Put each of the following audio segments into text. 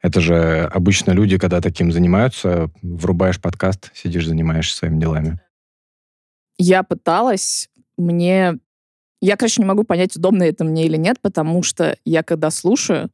Это же обычно люди, когда таким занимаются, врубаешь подкаст, сидишь, занимаешься своими делами. Я пыталась, Я, короче, не могу понять, удобно это мне или нет, потому что я когда слушаю,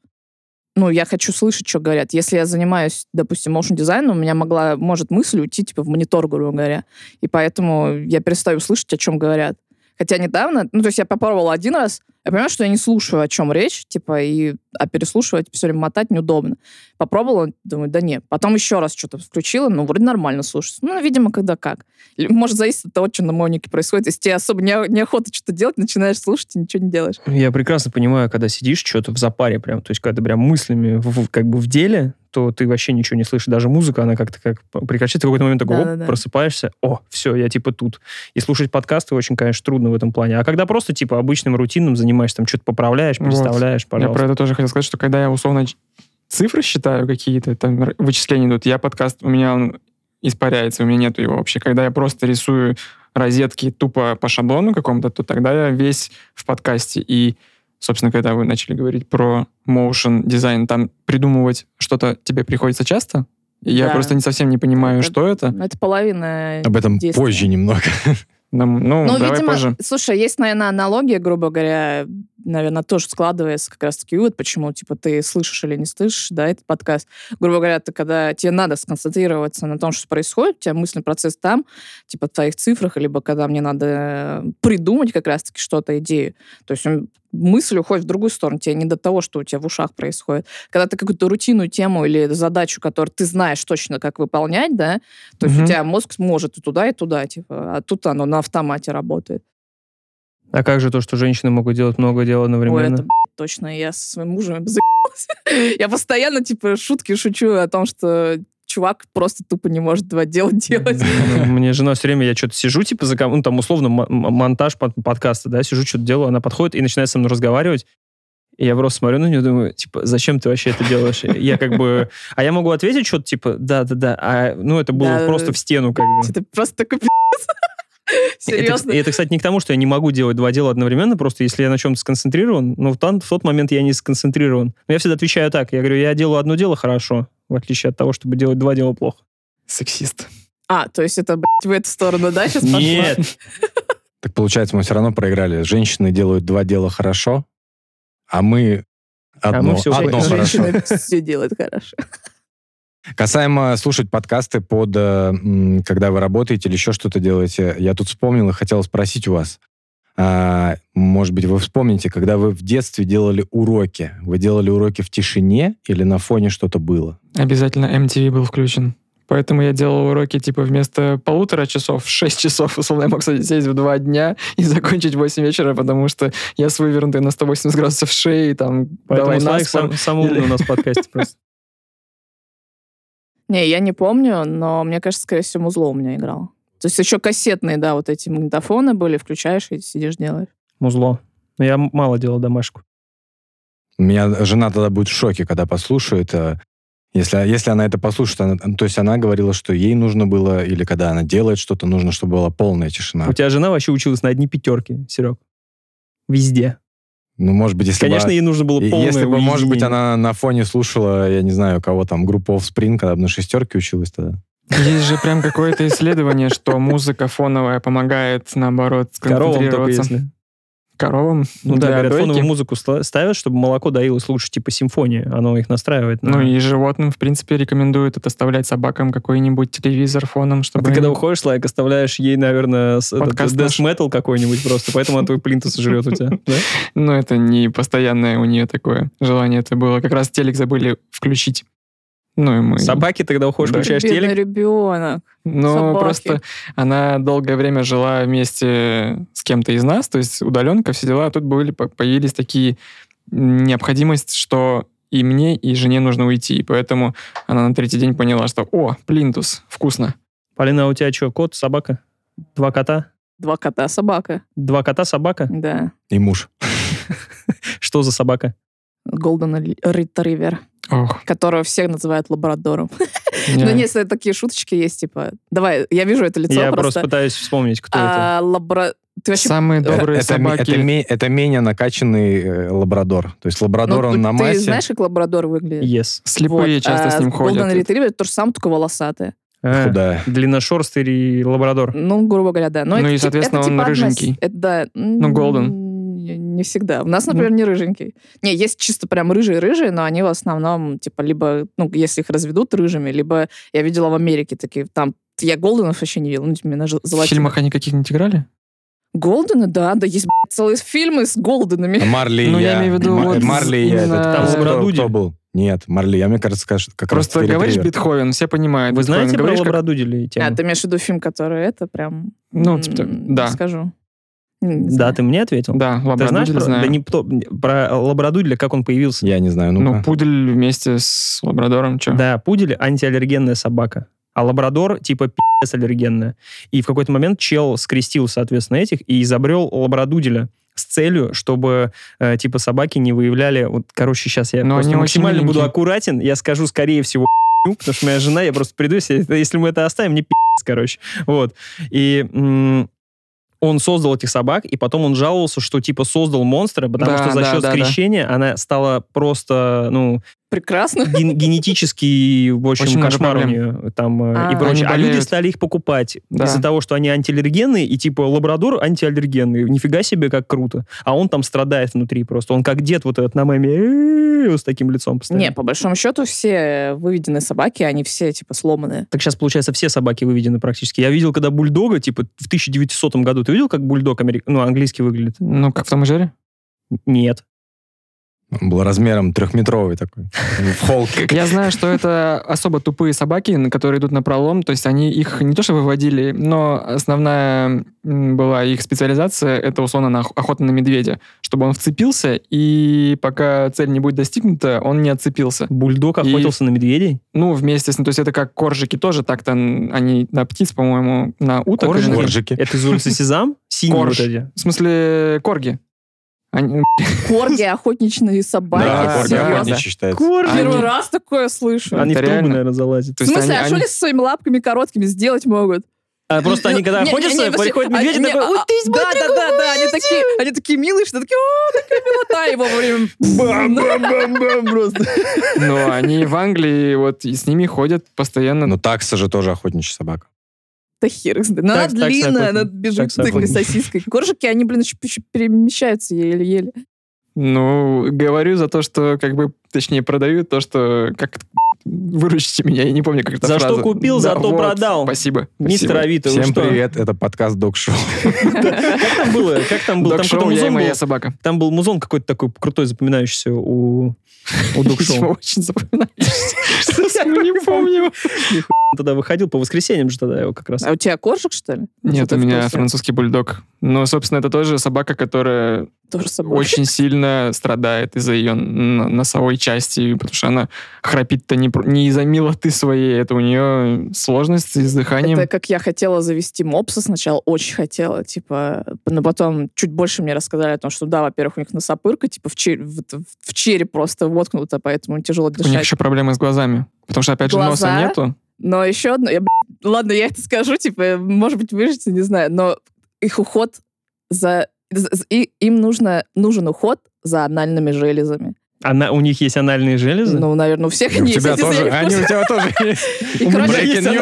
я хочу слышать, что говорят. Если я занимаюсь, допустим, моушн-дизайном, у меня может мысль уйти, типа, в монитор, грубо говоря. И поэтому я перестаю слышать, о чем говорят. Хотя недавно, то есть я попробовала один раз, я понимаю, что я не слушаю, о чем речь, типа, а переслушивать, все время мотать неудобно. Попробовала, думаю, да нет. Потом еще раз что-то включила, вроде нормально слушается. Видимо, когда как. Или, может, зависит от того, что на монике происходит. Если тебе особо неохота что-то делать, начинаешь слушать и ничего не делаешь. Я прекрасно понимаю, когда сидишь что-то в запаре прям, то есть когда ты прям мыслями как бы в деле, то ты вообще ничего не слышишь. Даже музыка, она как-то прекращается. В какой-то момент такой, просыпаешься, все, я типа тут. И слушать подкасты очень, конечно, трудно в этом плане. А когда просто типа обычным рутинным занимаешься, там что-то поправляешь, переставляешь, пожалуйста. Я про это тоже хотел сказать, что когда я условно цифры считаю какие-то, там вычисления идут, подкаст, у меня он испаряется, у меня нету его вообще. Когда я просто рисую розетки тупо по шаблону какому-то, то тогда я весь в подкасте. И, собственно, когда вы начали говорить про motion дизайн, там придумывать что-то тебе приходится часто? Я просто совсем не понимаю, что это. Это половина Об этом действия. позже немного. Давай видимо, позже. Слушай, есть, наверное, аналогия, грубо говоря, наверное, тоже складывается как раз-таки вывод, почему, типа, ты слышишь или не слышишь, да, этот подкаст. Грубо говоря, когда тебе надо сконцентрироваться на том, что происходит, у тебя мысленный процесс там, типа, в твоих цифрах, либо когда мне надо придумать как раз-таки что-то, идею. То есть мысль уходит в другую сторону, тебе не до того, что у тебя в ушах происходит. Когда ты какую-то рутинную тему или задачу, которую ты знаешь точно, как выполнять, да, то есть у тебя мозг может и туда, типа, а тут оно на автомате работает. А как же то, что женщины могут делать много дел одновременно? Ой, это точно. Я со своим мужем заебалась. Я постоянно, типа, шутки шучу о том, что чувак просто тупо не может два дела делать. Мне жена все время, я что-то сижу, типа, там, условно, монтаж подкаста, да, сижу, что-то делаю, она подходит и начинает со мной разговаривать. И я просто смотрю на нее, думаю, типа, зачем ты вообще это делаешь? Я как бы... А я могу ответить что-то, типа, да-да-да. Это было просто в стену, как бы. Это просто такой серьезно. И это, кстати, не к тому, что я не могу делать два дела одновременно, просто если я на чем-то сконцентрирован, в тот момент я не сконцентрирован. Но я всегда отвечаю так. Я говорю, я делаю одно дело хорошо, в отличие от того, чтобы делать два дела плохо. Сексист. То есть это, в эту сторону, да, сейчас пошло? Нет. Так получается, мы все равно проиграли. Женщины делают два дела хорошо, а мы одно хорошо. Женщины все делают хорошо. Касаемо слушать подкасты когда вы работаете или еще что-то делаете, я тут вспомнил и хотел спросить у вас. Может быть, вы вспомните, когда вы в детстве делали уроки. Вы делали уроки в тишине или на фоне что-то было? Обязательно MTV был включен. Поэтому я делал уроки типа вместо 1,5 часов, 6 часов. Условно, я мог сесть в 2 дня и закончить в 8 вечера, потому что я с вывернутой на 180 градусов шеи, там, поэтому Славик сам умный у нас в подкасте просто. Не, я не помню, но мне кажется, скорее всего, музло у меня играло. То есть еще кассетные, да, вот эти магнитофоны были, включаешь и сидишь, делаешь. Музло. Но я мало делал домашку. У меня жена тогда будет в шоке, когда послушает. Если она это послушает, то есть она говорила, что ей нужно было, или когда она делает что-то, нужно, чтобы была полная тишина. У тебя жена вообще училась на одни пятерки, Серег. Везде. Может быть, Конечно, ей нужно было полное Если бы, уединение. может быть, она на фоне слушала, я не знаю, кого там, группу Offspring, когда бы на 6 училась тогда. Есть же прям какое-то исследование, что музыка фоновая помогает, наоборот, сконцентрироваться. Коровам только если. Коровам? Говорят, фоновую музыку ставят, чтобы молоко доилось лучше, типа симфонии. Оно их настраивает. И животным, в принципе, рекомендуют это оставлять собакам какой-нибудь телевизор фоном, чтобы... Ты когда уходишь, Слайк, оставляешь ей, наверное, death metal какой-нибудь просто, поэтому она твой плинтус жрет у тебя. Это не постоянное у нее такое желание. Это было как раз телек забыли включить. Собаки, тогда уходишь, включаешь телек? Бедный ребенок. Просто она долгое время жила вместе с кем-то из нас, то есть удаленка, все дела, а тут появились такие необходимость, что и мне, и жене нужно уйти. И поэтому она на 3-й день поняла, что плинтус, вкусно. Полина, а у тебя что, кот, собака? 2 кота? 2 кота, собака. 2 кота, собака? Да. И муж. Что за собака? Golden Retriever. Которого все называют лабрадором. Если такие шуточки есть, типа... Давай, я вижу это лицо Я просто пытаюсь вспомнить, кто это. Ты вообще... Самые добрые собаки. Это менее накачанный лабрадор. То есть лабрадор, он на массе. Ты знаешь, как лабрадор выглядит? Yes. Слепые часто с ним ходят. Голден ретривер то же самое, только волосатые. Худая. Длинношерстый лабрадор. Ну, грубо говоря, да. Ну и, соответственно, он рыженький. Да. Ну, голден. Не всегда. У нас, например, не рыженький. Не, есть чисто прям рыжие-рыжие, но они в основном, типа, либо, ну, если их разведут рыжими, либо я видела в Америке такие, там, я голденов вообще не видела, ну, именно золотых. В фильмах они каких-нибудь играли? Голдены, да, есть целые фильмы с голденами. Марли и я. Ну, я имею в виду... Марли и я. Там лабрадуди. Кто был? Нет, Марли, я, мне кажется, как просто раз говоришь Бетховен, все понимают. Вы знаете про говоришь, лабрадудилей тему? Ты имеешь в виду фильм, который это прям... Ну, типа, да. Скажу. Да, ты мне ответил? Да, лабрадудель знаю. Про лабрадуделя, как он появился? Я не знаю. Ну, пудель вместе с лабрадором, что? Да, пудель антиаллергенная собака. А лабрадор, типа, пи***ц аллергенная. И в какой-то момент чел скрестил, соответственно, этих и изобрел лабрадуделя с целью, чтобы, типа, собаки не выявляли... Вот, короче, сейчас я просто максимально буду аккуратен. Я скажу, скорее всего, потому что моя жена, я просто приду, если мы это оставим, мне пи***ц, короче. Вот. И... он создал этих собак, и потом он жаловался, что типа создал монстра, потому что за счет скрещения она стала просто, ну... Прекрасно. Генетически, в общем, очень кошмар у нее там и прочее. А люди стали их покупать из-за того, что они антиаллергенные, и типа лабрадор антиаллергенный. Нифига себе, как круто. А он там страдает внутри просто. Он как дед вот этот на меме с таким лицом постоянно. Не, по большому счету все выведенные собаки, они все типа сломанные. Так сейчас, получается, все собаки выведены практически. Я видел, когда бульдога, типа в 1900 году, ты видел, как бульдог английский выглядит? Ну, как в Том и Джерри? Нет. Он был размером 3-метровый такой. В холке. Я знаю, что это особо тупые собаки, которые идут на пролом. То есть они их не то что выводили, но основная была их специализация, это условно охота на медведя. Чтобы он вцепился, и пока цель не будет достигнута, он не отцепился. Бульдог охотился на медведей? Ну, вместе с... То есть это как коржики тоже, так-то они на птиц, по-моему, на уток. Коржики. Это из улицы Сезам? Синие вот эти. В смысле, корги. Корги, охотничные собаки. Да, корги охотничьи считаются. Первый раз такое слышу. Они в трубы, наверное, залазят. В смысле, а что ли со своими лапками короткими сделать могут? А просто они, когда охотятся, приходят медведи, такой, ой, ты да, они такие милые, что такие, о, такая милота, и во время бам-бам-бам-бам просто. Но они в Англии, вот, и с ними ходят постоянно. Ну, такса же тоже охотничья собака. Да хер их знает. Но она длинная, она бежит с такой сосиской. Коржики, они, блин, еще перемещаются еле-еле. Ну, говорю за то, что, как бы, точнее, продаю то, что, как выручите меня, я не помню, как это фраза. За что купил, за то продал. Спасибо. Мистер Авито. Всем привет, это подкаст Док-шоу. Как там было? Док-шоу, я и моя собака. Там был музон какой-то такой крутой, запоминающийся у Док-шоу. Очень запоминающийся. Что не помню. Тогда выходил по воскресеньям же тогда его как раз. А у тебя коржик, что ли? Нет, у меня французский бульдог. Но, собственно, это тоже собака, которая очень сильно страдает из-за ее носовой части, потому что она храпит-то не из-за милоты своей, это у нее сложности с дыханием. Это как я хотела завести мопса сначала, очень хотела, типа, но потом чуть больше мне рассказали о том, что да, во-первых, у них носопырка, типа, в череп просто воткнута, поэтому тяжело дышать. У них еще проблемы с глазами, потому что, опять же, носа нету. Но еще одно, ладно, я это скажу, типа, может быть, выжите, не знаю, но их уход им нужен уход за анальными железами. У них есть анальные железы? Ну, наверное, у всех они есть. Они у тебя тоже есть. И, короче,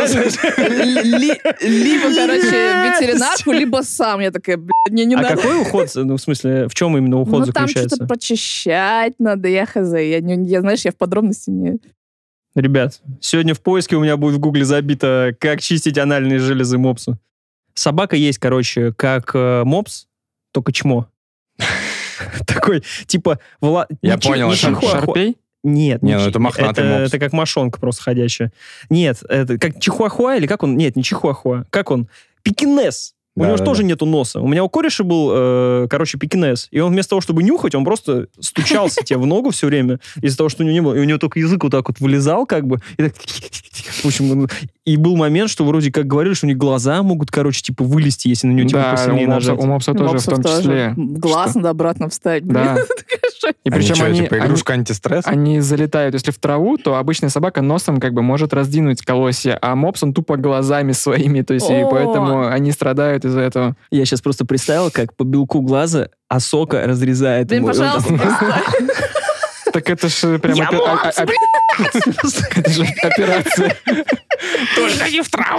либо, ветеринарку, либо сам. Я такая, мне не надо. А какой уход? Ну, в смысле, в чем именно уход заключается? Ну, там что-то прочищать надо, я хз. Знаешь, я в подробности не... Ребят, сегодня в поиске у меня будет в гугле забито, как чистить анальные железы мопсу. Собака есть, короче, как мопс, только чмо. Такой, типа... Я понял, это шарпей? Нет. Не, ну это мохнатый мопс. Это как мошонка просто ходящая. Нет, это как чихуахуа или как он? Нет, не чихуахуа. Как он? Пекинес. У него же тоже нету носа. У меня у кореша был, пекинес. И он вместо того, чтобы нюхать, он просто стучался тебе в ногу все время из-за того, что у него не было. И у него только язык вот так вот вылезал, как бы. И так... В общем, и был момент, что вроде как говорили, что у них глаза могут, типа, вылезти, если на него типа посильнее нажать. У мопса тоже в том числе. Глаз надо обратно вставить. Да. И причем они... игрушка антистресс? Они залетают. Если в траву, то обычная собака носом как бы может раздвинуть колосья, а мопс, он тупо глазами своими, то есть и поэтому они страдают из-за этого. Я сейчас просто представил, как по белку глаза Асока разрезает. Блин, пожалуйста, перестань. Так это же прям... Это же операция. Только не в траву.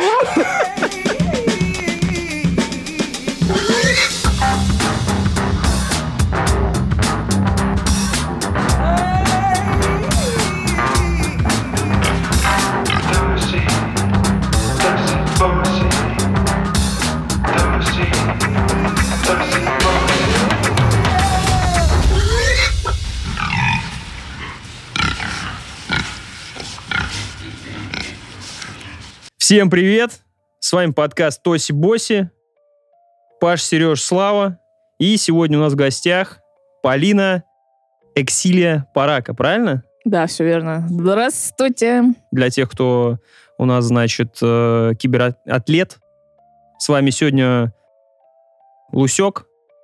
Всем привет! С вами подкаст Тоси-Боси, Паш, Сереж, Слава. И сегодня у нас в гостях Полина Эксилия Парака, правильно? Да, все верно. Здравствуйте. Для тех, кто у нас, значит, кибератлет. С вами сегодня Лусек.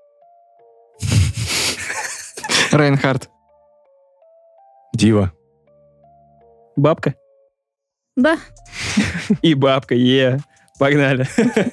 Рейнхард. Дива. Бабка. Да. И бабка, погнали.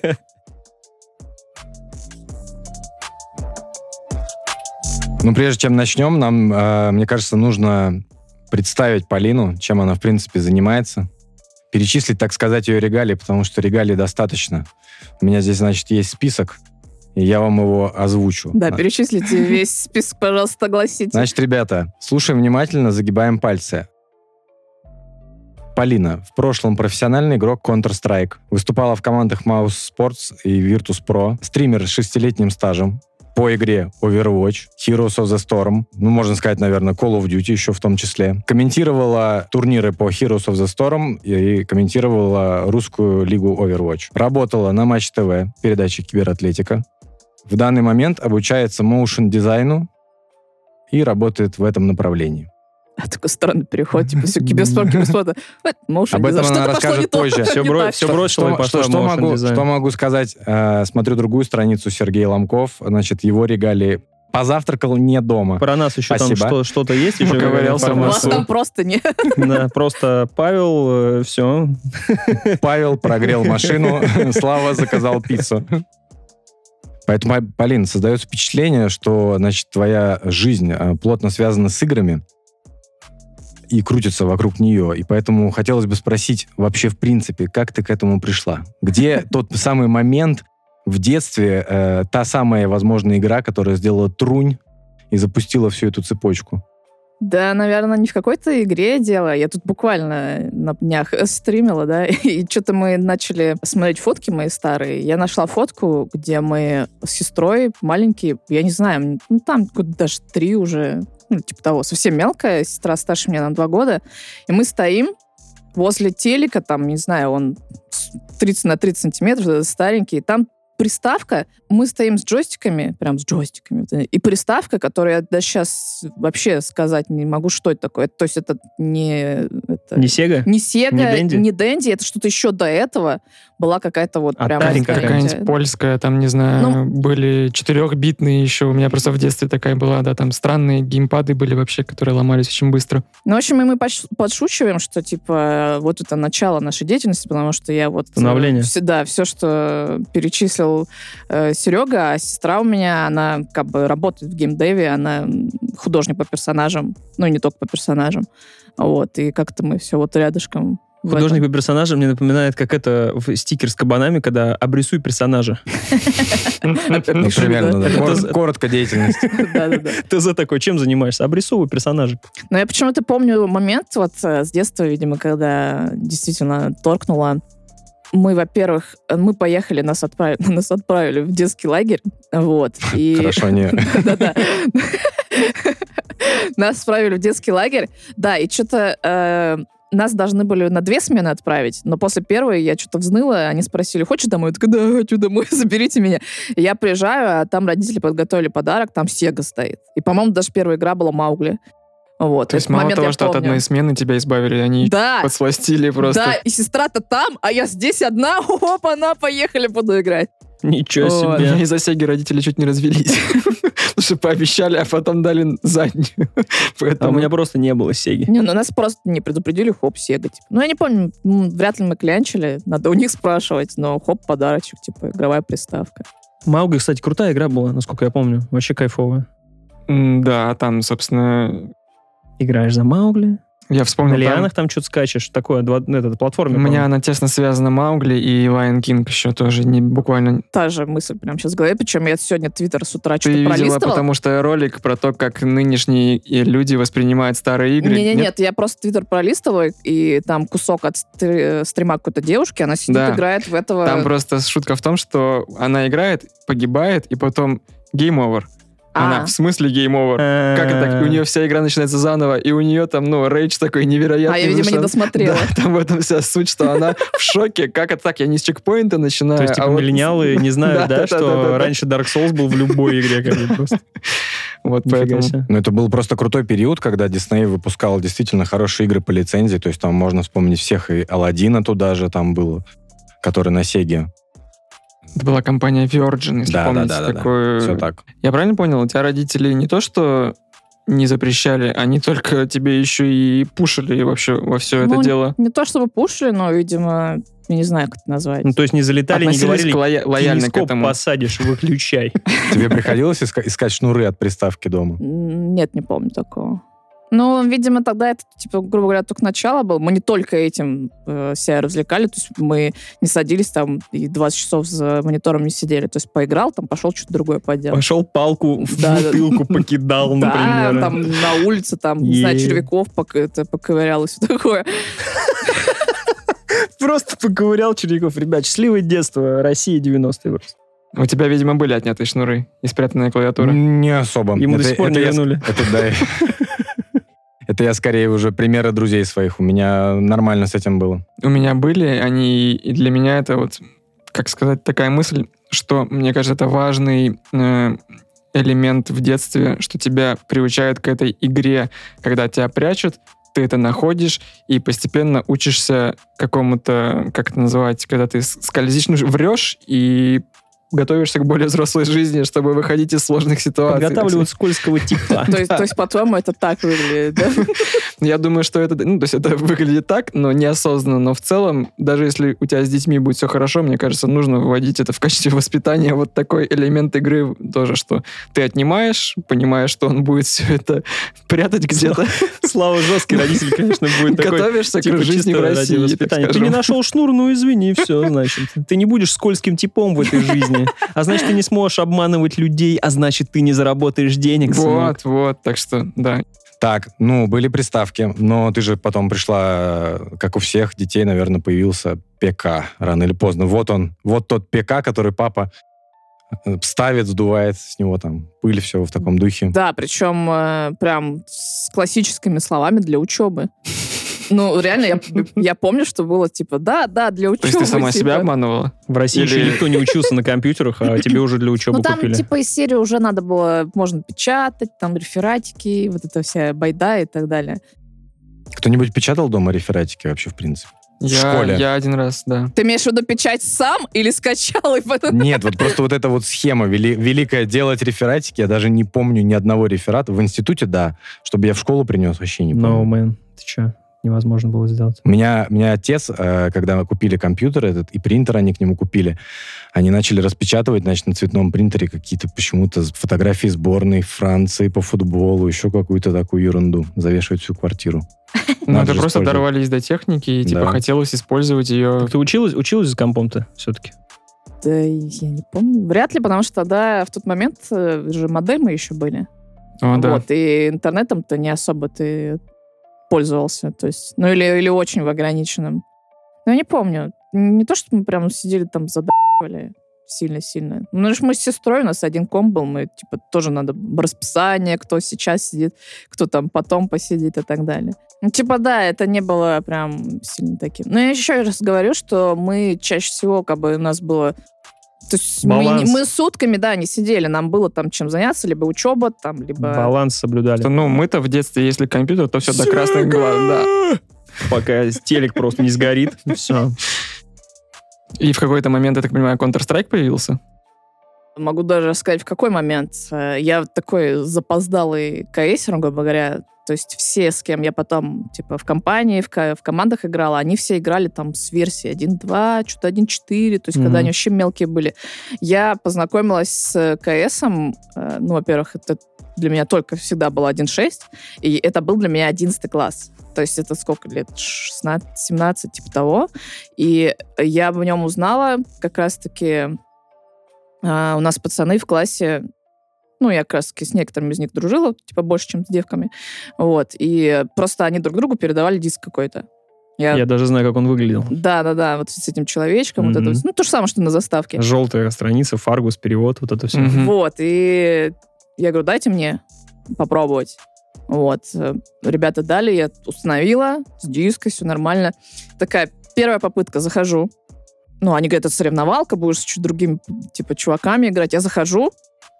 Ну, прежде чем начнем, нам, мне кажется, нужно представить Полину, чем она, в принципе, занимается. Перечислить, так сказать, ее регалии, потому что регалий достаточно. У меня здесь, значит, есть список, и я вам его озвучу. Да, перечислите весь список, пожалуйста, огласите. Значит, ребята, слушаем внимательно, загибаем пальцы. Полина, в прошлом профессиональный игрок Counter-Strike. Выступала в командах Mouse Sports и Virtus.pro. Стример с 6-летним стажем по игре Overwatch, Heroes of the Storm, можно сказать, наверное, Call of Duty еще в том числе. Комментировала турниры по Heroes of the Storm и комментировала русскую лигу Overwatch. Работала на Матч ТВ, передаче «Кибератлетика». В данный момент обучается моушн-дизайну и работает в этом направлении. Такой странный переход, типа, все киберспорт. Об этом она расскажет позже. Все бросила и пошла в моушн-дизайн. Что могу сказать? Смотрю другую страницу Сергея Ломков. Значит, его регалии. Позавтракал не дома. Про нас еще там что-то есть? Еще поковырялся. У вас там просто нет. Да, просто Павел, все. Павел прогрел машину, Слава заказал пиццу. Поэтому, Полин, создается впечатление, что, значит, твоя жизнь плотно связана с играми и крутится вокруг нее. И поэтому хотелось бы спросить вообще, в принципе, как ты к этому пришла? Где тот самый момент в детстве, та самая, возможно, игра, которая сделала трунь и запустила всю эту цепочку? Да, наверное, не в какой-то игре дело. Я тут буквально на днях стримила, да, и что-то мы начали смотреть фотки мои старые. Я нашла фотку, где мы с сестрой маленькие, я не знаю, там даже 3 уже, типа того, совсем мелкая, сестра старше меня на 2 года, и мы стоим возле телека, там, не знаю, он 30 на 30 сантиметров, старенький, там приставка, мы стоим с джойстиками, прям с джойстиками, и приставка, которую я даже сейчас вообще сказать не могу, что это такое. То есть это не... Не Sega? Не Sega, не Dendy, это что-то еще до этого была какая-то вот прям... Какая-нибудь польская, там, не знаю, были 4-битные еще. У меня просто в детстве такая была, да, там странные геймпады были вообще, которые ломались очень быстро. Ну, в общем, и мы подшучиваем, что, типа, вот это начало нашей деятельности, потому что я вот... Становление. Все, что перечислил Серега, а сестра у меня, она как бы работает в геймдеве, она художник по персонажам, ну и не только по персонажам. Вот, и как-то мы все вот рядышком. Художник по персонажам мне напоминает, как это в стикер с кабанами, когда обрисуй персонажа. Примерно, коротко деятельность. Да-да-да. ТЗ такой, чем занимаешься? Обрисовывай персонажей. Но я почему-то помню момент вот с детства, видимо, когда действительно торкнуло. Мы, во-первых, мы поехали, нас отправили в детский лагерь, вот. Хорошо, не... Да-да. Нас отправили в детский лагерь, да, и что-то... Нас должны были на 2 смены отправить, но после первой я что-то взныла, они спросили, хочешь домой? Я такая, да, хочу домой, заберите меня. И я приезжаю, а там родители подготовили подарок, там Sega стоит. И, по-моему, даже первая игра была Маугли. Вот. То есть мало того, что от одной смены тебя избавили, они подсластили просто. Да, и сестра-то там, а я здесь одна, опа-на, поехали, буду играть. Ничего себе. Из-за Сеги родители чуть не развелись. Потому что пообещали, а потом дали заднюю. А у меня просто не было Сеги. Не, ну нас просто не предупредили, хоп, Сега, типа. Ну, я не помню, вряд ли мы клянчили, надо у них спрашивать, но хоп, подарочек, типа, игровая приставка. Маугли, кстати, крутая игра была, насколько я помню. Вообще кайфовая. Да, там, собственно... Играешь за Маугли. Я вспомнил... На лианах там что-то скачешь. Такое, платформе. У меня она тесно связана, Маугли и Lion King еще тоже, не буквально... Та же мысль прямо сейчас в голове, причем я сегодня Твиттер с утра что-то пролистывала. Ты видела, потому что ролик про то, как нынешние люди воспринимают старые игры? Нет, я просто Твиттер пролистывала, и там кусок от стрима какой-то девушки, она сидит, играет в этого... Там просто шутка в том, что она играет, погибает, и потом game over. Она, в смысле game over? Как это так? У нее вся игра начинается заново, и у нее там, рейдж такой невероятный. А я, видимо, не досмотрела. Да, там в этом вся суть, что она в шоке. Как это так? Я не с чекпоинта начинаю. То есть, типа, миллениалы не знают, да, что раньше Dark Souls был в любой игре, как бы просто. Вот поэтому. Ну, это был просто крутой период, когда Disney выпускал действительно хорошие игры по лицензии. То есть там можно вспомнить всех, и Аладдина туда же там был, который на Сеге. Это была компания Virgin, если помните. Да. Все так. Я правильно понял? У тебя родители не то, что не запрещали, они только тебе еще и пушили вообще во все это дело? Не то, чтобы пушили, но, видимо, я не знаю, как это назвать. Ну, то есть не залетали, не говорили, лояльно к этому. Посадишь, выключай. Тебе приходилось искать шнуры от приставки дома? Нет, не помню такого. Ну, видимо, тогда это, типа, грубо говоря, только начало было. Мы не только этим себя развлекали, то есть мы не садились там и 20 часов за монитором не сидели. То есть поиграл, там пошел что-то другое поделал. Пошел палку в бутылку покидал, например. Да, там на улице, там, не знаю, червяков поковырял и все такое. Просто поковырял червяков. Ребят, счастливое детство, Россия 90-е просто. У тебя, видимо, были отнятые шнуры и спрятанная клавиатура? Не особо. Ему до сих пор не вернули. Это я скорее уже примеры друзей своих. У меня нормально с этим было. У меня были они, и для меня это вот, как сказать, такая мысль, что, мне кажется, это важный элемент в детстве, что тебя приучают к этой игре, когда тебя прячут, ты это находишь и постепенно учишься какому-то, как это называть, когда ты скользишь, врешь и готовишься к более взрослой жизни, чтобы выходить из сложных ситуаций. Подготавливают скользкого типа. То есть, по-твоему, это так выглядит, да? Я думаю, что это... Ну, то есть это выглядит так, но неосознанно. Но в целом, даже если у тебя с детьми будет все хорошо, мне кажется, нужно вводить это в качестве воспитания. Вот такой элемент игры тоже, что ты отнимаешь, понимаешь, что он будет все это прятать где-то. Слава, жесткий родитель, конечно, будет такой. Готовишься к жизни в России. Ты не нашел шнур, ну извини, все, значит. Ты не будешь скользким типом в этой жизни. А значит, ты не сможешь обманывать людей, а значит, ты не заработаешь денег, сынок. Вот, так что, да. Так, были приставки, но ты же потом пришла, как у всех детей, наверное, появился ПК рано или поздно. Вот тот ПК, который папа ставит, сдувает с него там пыль, все в таком духе. Да, причем прям с классическими словами для учебы. Ну, реально, я помню, что было типа, да, для учебы. То есть ты сама себя обманывала? В России еще никто не учился на компьютерах, а тебе уже для учебы купили. Ну, там типа из серии уже надо было, можно печатать, там рефератики, вот эта вся байда и так далее. Кто-нибудь печатал дома рефератики вообще, в принципе? В школе? Я один раз, да. Ты имеешь в виду печать сам или скачал? И потом... Нет, вот просто вот эта вот схема великая делать рефератики, я даже не помню ни одного реферата. В институте, да. Чтобы я в школу принес, вообще не помню. No, man. Ты че? Невозможно было сделать. У меня отец, когда купили компьютер этот, и принтер они к нему купили, они начали распечатывать, значит, на цветном принтере какие-то почему-то фотографии сборной Франции по футболу, еще какую-то такую ерунду, завешивать всю квартиру. Ну, это просто дорвались до техники, и типа хотелось использовать ее. Так ты училась за компом-то все-таки? Да, я не помню. Вряд ли, потому что тогда, в тот момент, же модемы еще были. Вот, и интернетом-то не особо ты пользовался, то есть, ну или очень в ограниченном. Но я не помню. Не то, что мы прям сидели там задавали сильно-сильно. Ну, мы с сестрой, у нас один комп был, мы, типа, тоже надо расписание, кто сейчас сидит, кто там потом посидит и так далее. Ну, типа, да, это не было прям сильно таким. Но я еще раз говорю, что мы чаще всего, как бы, у нас было... То есть мы сутками, да, не сидели, нам было там чем заняться, либо учеба, там, либо... Баланс соблюдали. Ну, мы-то в детстве, если компьютер, то все до красных глаз, да. Пока телек просто не сгорит, все. И в какой-то момент, я так понимаю, Counter-Strike появился? Могу даже сказать, в какой момент. Я такой запоздалый КСер, грубо говоря. То есть все, с кем я потом, типа, в компании, в командах играла, они все играли там с версии 1.2, что-то 1.4, то есть когда они вообще мелкие были. Я познакомилась с КСом, ну, во-первых, это для меня только всегда было 1.6, и это был для меня 11 класс. То есть это сколько лет? 16-17, типа того. И я в нем узнала как раз-таки... у нас пацаны в классе... Ну, я как раз с некоторыми из них дружила, типа, больше, чем с девками. Вот. И просто они друг другу передавали диск какой-то. Я даже знаю, как он выглядел. Да, вот с этим человечком. Вот это, ну, то же самое, что на заставке. Желтая страница, Фаргус, перевод, вот это все. Вот. И я говорю, дайте мне попробовать. Вот. Ребята дали, я установила с диской, все нормально. Такая первая попытка, захожу. Ну, они говорят, это соревновалка, будешь с чуть другими, типа, чуваками играть. Я захожу,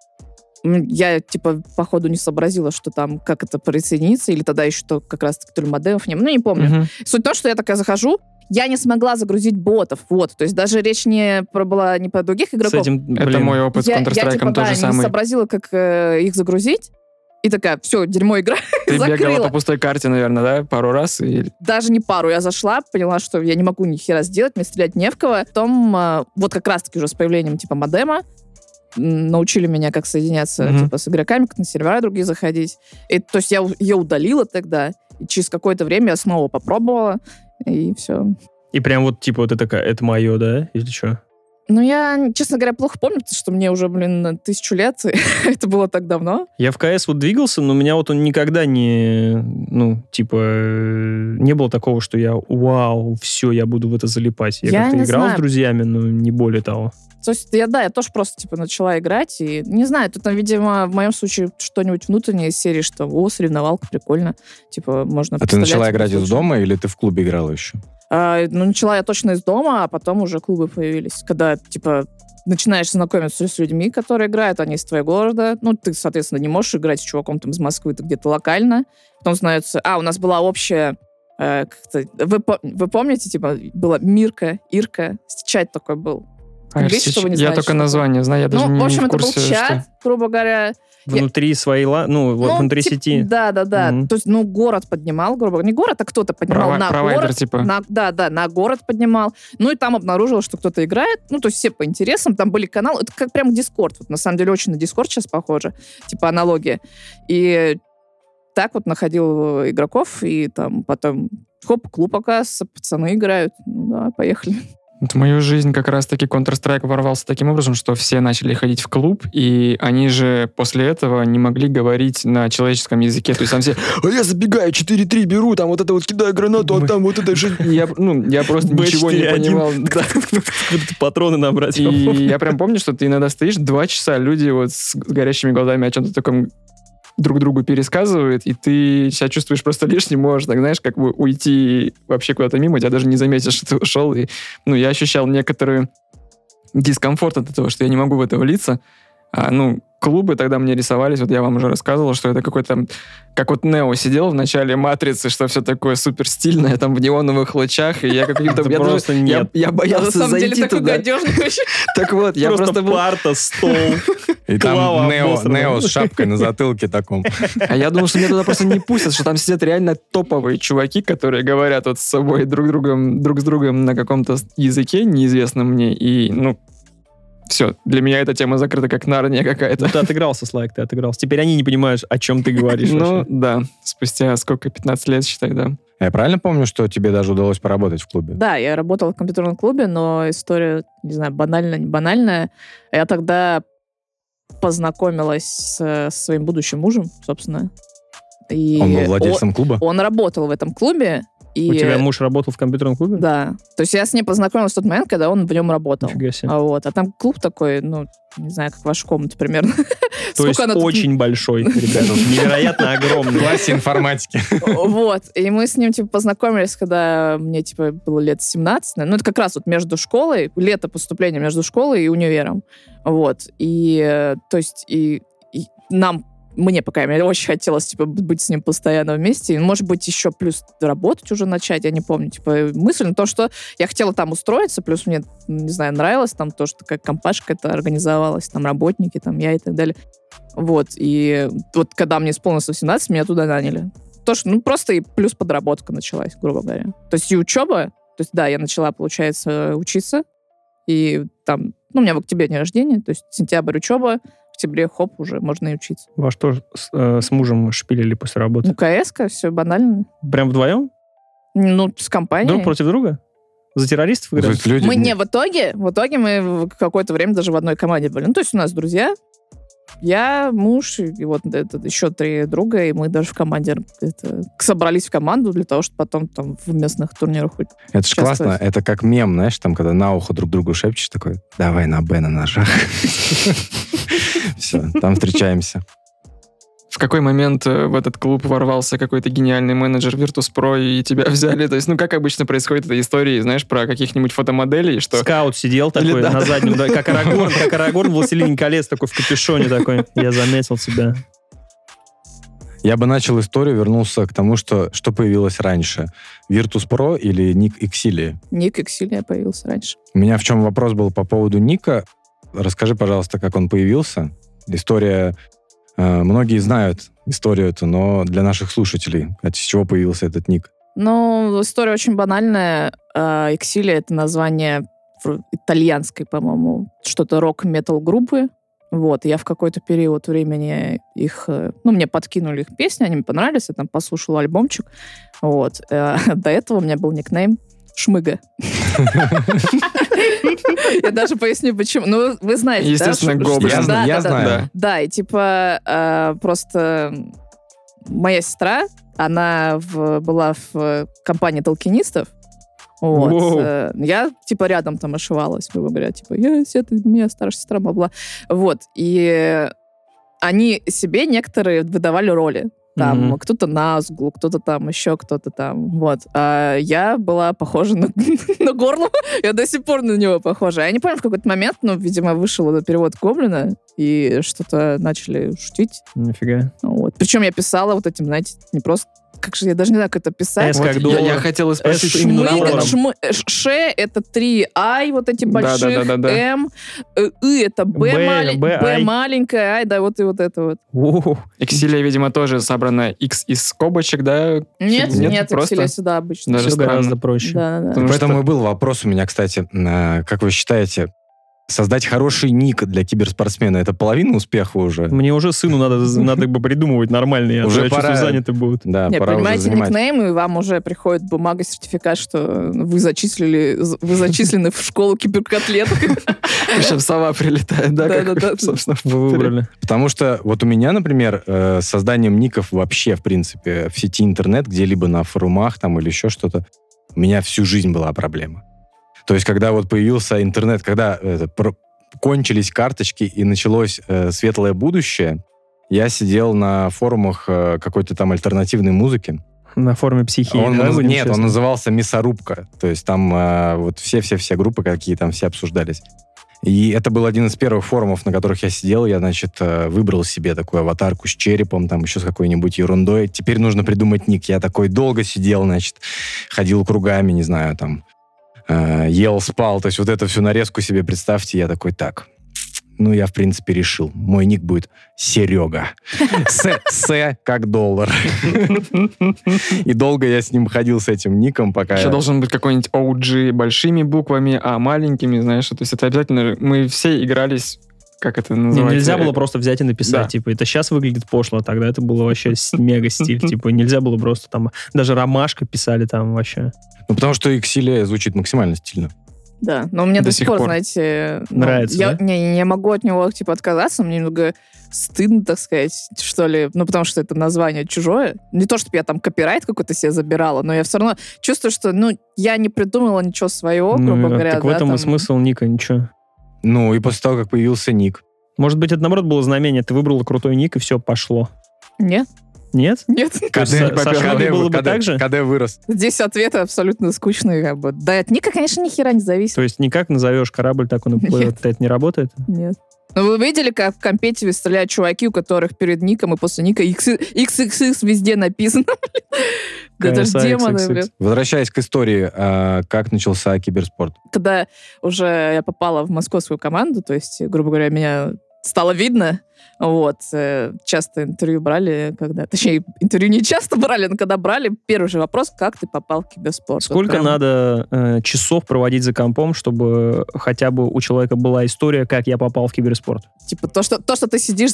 я, типа, походу не сообразила, что там, как это присоединиться, или тогда еще как раз-таки то ли модемов не... Ну, не помню. Суть в том, что я такая захожу, я не смогла загрузить ботов, вот. То есть даже речь была не про других игроков. С этим, это мой опыт с Counter-Strike типа, тоже самый. Я не сообразила, как их загрузить, и такая, все, дерьмо, игра, Ты закрыла. бегала по пустой карте, наверное, да? Пару раз? Даже не пару. Я зашла, поняла, что я не могу ни хера сделать, мне стрелять не в кого. Потом, вот как раз-таки уже с появлением, типа, модема, научили меня, как соединяться типа, с игроками, как на сервера другие заходить. И, то есть я ее удалила тогда, и через какое-то время я снова попробовала, и все. И прям вот, типа, вот это мое, да? Или что? Ну, я, честно говоря, плохо помню, потому что мне уже, 1000 лет, это было так давно. Я в КС вот двигался, но у меня вот он никогда не, ну, типа, не было такого, что я, вау, все, я буду в это залипать. Я как-то играл с друзьями, но не более того. То есть, я тоже просто, типа, начала играть, и, не знаю, тут, видимо, в моем случае что-нибудь внутреннее из серии, что, соревновалка, прикольно, типа, можно... А ты начала играть из дома, или ты в клубе играла еще? Начала я точно из дома, а потом уже клубы появились. Когда, типа, начинаешь знакомиться с людьми, которые играют, они из твоего города. Ну, ты, соответственно, не можешь играть с чуваком там из Москвы, ты где-то локально. Потом становится... у нас была общая... Вы помните, типа, была Ирка, чат такой был. Видите, что вы не знаете, только название знаю, я даже не в курсе. В общем, это был чат, грубо говоря. Внутри своей, внутри сети. Да. То есть, город поднимал, грубо говоря. Не город, а кто-то поднимал на провайдер, город. Типа. На город поднимал. Ну, и там обнаружил, что кто-то играет. Ну, то есть все по интересам. Там были каналы. Это как прям Дискорд. Вот, на самом деле, очень на Дискорд сейчас похоже. Типа аналогия. И так вот находил игроков. И там потом, клуб, оказывается, пацаны играют. Ну, да, поехали. В мою жизнь как раз-таки Counter-Strike ворвался таким образом, что все начали ходить в клуб, и они же после этого не могли говорить на человеческом языке. То есть там все, я забегаю, 4-3 беру, там вот это вот кидаю гранату, а там вот это же... Я просто ничего не понимал. Патроны набрать. И я прям помню, что ты иногда стоишь 2 часа, люди вот с горящими глазами о чем-то таком друг другу пересказывают, и ты себя чувствуешь просто лишним, можешь, так, знаешь, как бы уйти вообще куда-то мимо, тебя даже не заметишь, что ты ушел. И, я ощущал некоторый дискомфорт от этого, что я не могу в это влиться. Клубы тогда мне рисовались, вот я вам уже рассказывал, что это какой-то, как вот Нео сидел в начале «Матрицы», что все такое супер стильное, там в неоновых лучах, и я как-то... Я боялся зайти туда. Так вот, я просто был... парта, стол, и там Нео с шапкой на затылке таком. А я думал, что меня туда просто не пустят, что там сидят реально топовые чуваки, которые говорят вот с собой друг с другом на каком-то языке неизвестном мне, и, все, для меня эта тема закрыта, как Нарния какая-то. Ты отыгрался, Слайк, ты отыгрался. Теперь они не понимают, о чем ты говоришь. Да, спустя 15 лет, считай, да. Я правильно помню, что тебе даже удалось поработать в клубе? Да, я работала в компьютерном клубе, но история, не знаю, банальная, не банальная. Я тогда познакомилась со своим будущим мужем, собственно. И он был владельцем клуба? Он работал в этом клубе. И... У тебя муж работал в компьютерном клубе? Да. То есть я с ним познакомилась в тот момент, когда он в нем работал. Нифига себе. А там клуб такой, не знаю, как ваша комната примерно. То есть очень большой, ребята. Невероятно огромный. В классе информатики. Вот. И мы с ним, познакомились, когда мне, было лет 17. Это как раз вот между школой, лето поступления между школой и универом. Вот. И, то есть, и нам мне, пока мне очень хотелось, типа, быть с ним постоянно вместе. И, может быть, еще плюс работать уже начать, я не помню. Типа, мысль на то, что я хотела там устроиться, плюс мне, не знаю, нравилось там то, что как компашка это организовалась, там работники, там я и так далее. Вот. И вот когда мне исполнилось 18, меня туда наняли. То, что, просто и плюс подработка началась, грубо говоря. То есть и учеба, то есть, да, я начала, получается, учиться, и там, у меня в октябре день рождения, то есть сентябрь учеба, в октябре, хоп, уже можно и учиться. Во что с мужем шпилили после работы? КС-ка, все банально. Прям вдвоем? С компанией. Друг против друга? За террористов играли? Мы не в итоге мы какое-то время даже в одной команде были. То есть у нас друзья, я, муж, и вот еще 3 друга, и мы даже в команде собрались в команду для того, чтобы потом там в местных турнирах Это ж классно, это как мем, знаешь, там, когда на ухо друг другу шепчешь, такой, давай на Б на ножах. Все, там встречаемся. В какой момент в этот клуб ворвался какой-то гениальный менеджер Virtus.pro и тебя взяли? То есть, как обычно происходит эта история, знаешь, про каких-нибудь фотомоделей, что... Скаут сидел такой на заднем, как Арагорн в «Властелине колец», такой в капюшоне такой. Я заметил тебя. Я бы начал историю, вернулся к тому, что появилось раньше. Virtus.pro или ник Exilii? Ник Exilii появился раньше. У меня в чем вопрос был по поводу ника. Расскажи, пожалуйста, как он появился. История... Многие знают историю эту, но для наших слушателей, с чего появился этот ник? История очень банальная. Exilii — это название итальянской, по-моему, что-то рок-метал группы. Вот, я в какой-то период времени их... мне подкинули их песни, они мне понравились, я там послушала альбомчик. Вот. До этого у меня был никнейм Шмыга. Я даже поясню, почему. Вы знаете, да? Естественно, Гоблин. Я знаю. Да, и типа просто моя сестра, она была в компании толкинистов. Вот. Я типа рядом там ошивалась, грубо говоря. Типа, моя старшая сестра, бла-бла. Вот. И они себе некоторые выдавали роли. Там кто-то Назгул, кто-то там, еще кто-то там. Вот. А я была похожа на Горлу. Я до сих пор на него похожа. Я не помню, в какой-то момент, видимо, вышел перевод Гоблина, и что-то начали шутить. Нифига. Вот. Причем я писала вот этим, знаете, не просто... Как же, я даже не знаю, как это писать. Я хотел спросить. Ш — это 3 I, вот эти больших, М, И — это Б маленькая, I, да, вот и вот это вот. Exilii, видимо, тоже собрана X из скобочек, да? Нет, Exilii сюда обычно. Все гораздо проще. Да. Поэтому и был вопрос у меня, кстати, как вы считаете, создать хороший ник для киберспортсмена — это половина успеха уже? Мне уже сыну надо бы придумывать нормальные, уже пора, заняты будут. Да, нет, пора понимаете, уже занимать. никнейм, и вам уже приходит бумага, сертификат, что вы зачислены в школу киберкотлеток. Причем сова прилетает, да? Да. Собственно, вы выбрали. Потому что вот у меня, например, с созданием ников вообще, в принципе, в сети интернет, где-либо на форумах там или еще что-то, у меня всю жизнь была проблема. То есть, когда вот появился интернет, когда кончились карточки и началось светлое будущее, я сидел на форумах какой-то там альтернативной музыки. На форуме «Психии». Нет, он назывался «Мясорубка». То есть там вот все группы, какие там все обсуждались. И это был один из первых форумов, на которых я сидел. Я, значит, выбрал себе такую аватарку с черепом, там еще с какой-нибудь ерундой. Теперь нужно придумать ник. Я такой долго сидел, значит, ходил кругами, не знаю, там, ел, спал. То есть вот эту всю нарезку себе представьте. Я такой, так, я, в принципе, решил. Мой ник будет Серега. С как доллар. И долго я с ним ходил, с этим ником, пока... Еще должен быть какой-нибудь OG большими буквами, а маленькими, знаешь. То есть это обязательно... Мы все игрались... Как это называется? Нельзя было просто взять и написать, да. Типа, это сейчас выглядит пошло, тогда это было вообще мега стиль, типа, нельзя было просто там, даже ромашка писали там вообще. Потому что Exilii звучит максимально стильно. Да, но мне до сих пор, знаете... Нравится, я да? не могу от него, типа, отказаться, мне немного стыдно, так сказать, что ли, потому что это название чужое. Не то, чтобы я там копирайт какой-то себе забирала, но я все равно чувствую, что, я не придумала ничего своего, грубо говоря. Так в этом и смысл ника, ничего. И после того, как появился ник. Может быть, это, наоборот, было знамение. Ты выбрала крутой ник, и все, пошло. Нет. Нет? Нет. Саша было бы так же? КД вырос. Здесь ответы абсолютно скучные, как бы. Да, от ника, конечно, ни хера не зависит. То есть никак назовешь корабль, так он и плывет. Это не работает? Нет. Ну, вы видели, как в компетиве стреляют чуваки, у которых перед ником и после ника XXX везде написано? Это же демоны, блин. Возвращаясь к истории, как начался киберспорт? Когда уже я попала в московскую команду, то есть, грубо говоря, меня стало видно, вот, часто интервью брали, точнее, интервью не часто брали, но когда брали, первый же вопрос, как ты попал в киберспорт? Сколько надо часов проводить за компом, чтобы хотя бы у человека была история, как я попал в киберспорт? Типа, то, что ты сидишь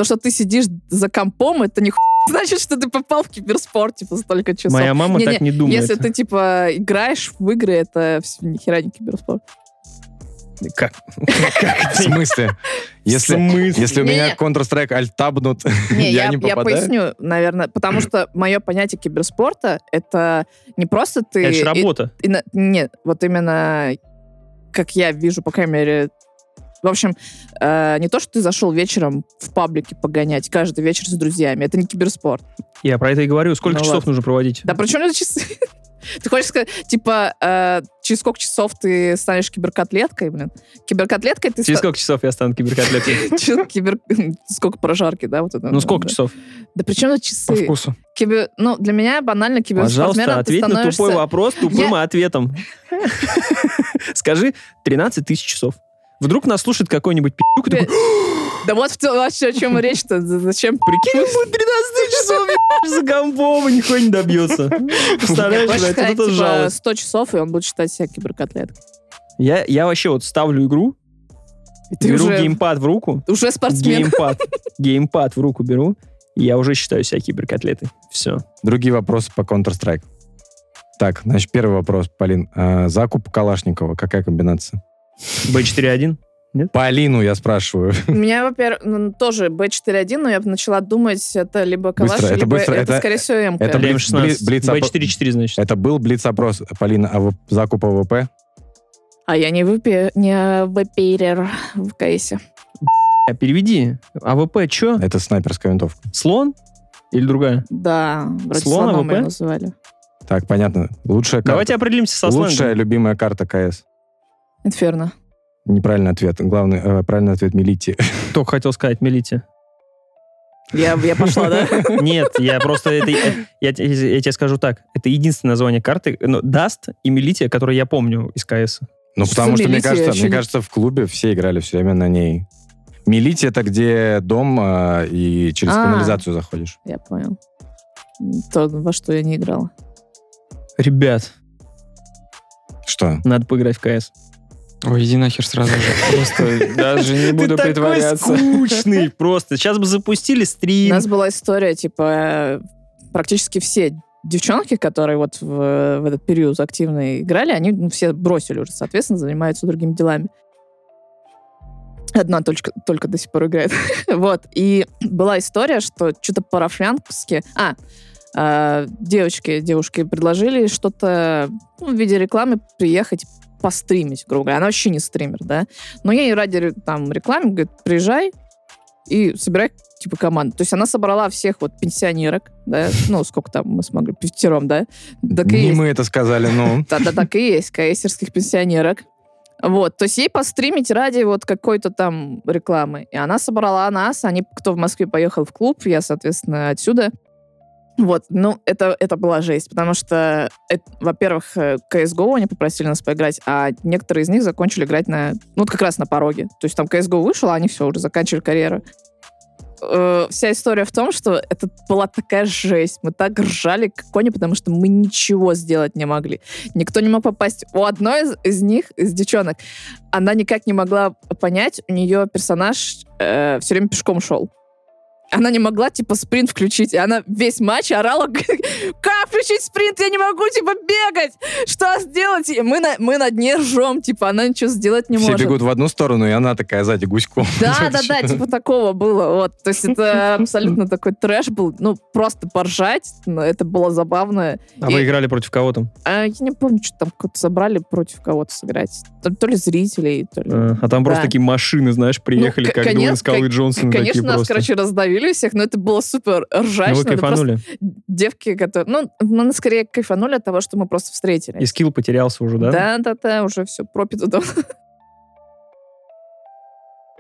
за компом, это не значит, что ты попал в киберспорт, типа, столько часов. Моя мама так не думает. Если ты, типа, играешь в игры, это ни хера не киберспорт. Как? В смысле? Если у меня Counter-Strike альтабнут, я не попадаю? Я поясню, наверное, потому что мое понятие киберспорта — это не просто ты... Это же работа. Нет, вот именно, как я вижу, по крайней мере... В общем, не то, что ты зашел вечером в паблике погонять каждый вечер с друзьями. Это не киберспорт. Я про это и говорю. Сколько часов нужно проводить? Да при чем это часы? Ты хочешь сказать, типа, через сколько часов ты станешь киберкотлеткой, блин? Киберкотлеткой ты... Через сколько часов я стану киберкотлеткой? Сколько прожарки, да? Ну, сколько часов? Да при чем тут часы? По вкусу. Ну, для меня банально киберспортсменом Пожалуйста, ответь на тупой вопрос тупым ответом. Скажи 13 тысяч часов. Вдруг нас слушает какой-нибудь пи***к, такой... Да вот вообще о чем речь-то. Зачем? Прикинь, он будет 13 часов за компом и нихуя не добьется. Представляешь, это тоже жалость. 100 часов, и он будет считать себя киберкотлеткой. Я вообще вот ставлю игру, беру геймпад в руку. Уже спортсмен. Геймпад в руку беру, и я уже считаю себя киберкотлетой. Все. Другие вопросы по Counter-Strike. Так, значит, первый вопрос, Полин. Закуп Калашникова. Какая комбинация? B4.1? Нет? По Алину я спрашиваю. У меня, во-первых, тоже B4.1, но я начала думать, это либо Калаш, либо это, скорее всего, МК. Это B4.4, значит. Это был блиц-опрос. Полина, закуп АВП? А я не ВПерер в КСе. Переведи. АВП что? Это снайперская винтовка. Слон? Или другая? Да, вроде Слон слоном АВП? ее называли. Так, понятно. Лучшая карта. Давайте определимся со сленгом. Лучшая любимая карта КС. Инферно. Неправильный ответ. Главный, правильный ответ — Милити. Только хотел сказать Милити. Я пошла, да? Нет, я просто... Я тебе скажу так. Это единственное название карты. Даст и Милития, которые я помню из КС. Ну, потому что, мне кажется, в клубе все играли все время на ней. Милити — это где дом и через канализацию заходишь. Я понял. То, во что я не играла. Ребят. Что? Надо поиграть в КС. Ой, иди нахер сразу же. Просто даже не буду притворяться. Ты такой скучный просто. Сейчас бы запустили стрим. У нас была история, типа, практически все девчонки, которые вот в этот период активно играли, они все бросили уже, соответственно, занимаются другими делами. Одна только до сих пор играет. Вот. И была история, что что-то по-рафлянски... девушки предложили что-то в виде рекламы приехать постримить, грубо говоря. Она вообще не стример, да. Но ей ради рекламы говорит, приезжай и собирай типа команду. То есть она собрала всех вот пенсионерок, да, ну, сколько там мы смогли, 5, да. Не мы это сказали, ну. Да, так и есть, КСерских пенсионерок. Вот, то есть ей постримить ради вот какой-то там рекламы. И она собрала нас, кто в Москве поехал в клуб, я, соответственно, отсюда. Вот, ну, это была жесть, потому что, во-первых, CSGO они попросили нас поиграть, а некоторые из них закончили играть как раз на пороге. То есть там CSGO вышел, а они все, уже заканчивали карьеру. Вся история в том, что это была такая жесть. Мы так ржали, как кони, потому что мы ничего сделать не могли. Никто не мог попасть. У одной из них, из девчонок, она никак не могла понять, у нее персонаж все время пешком шел. Она не могла, типа, спринт включить. И она весь матч орала, как включить спринт? Я не могу, типа, бегать! Что сделать? И мы над ней ржем, типа, она ничего сделать не может. Все бегут в одну сторону, и она такая сзади гуськом. Да, типа такого было. Вот. То есть это абсолютно такой трэш был. Ну, просто поржать. Но это было забавно. А вы играли против кого там? Я не помню, что там кого-то собрали против кого-то сыграть. То ли зрителей, то ли... А там просто такие машины, знаешь, приехали, как Дуэйн Скалы Джонсон. Конечно, нас, раздавили всех, но это было супер ржачно. Вы кайфанули? Девки, которые... мы скорее кайфанули от того, что мы просто встретились. И скилл потерялся уже, да? Да, уже все пропито.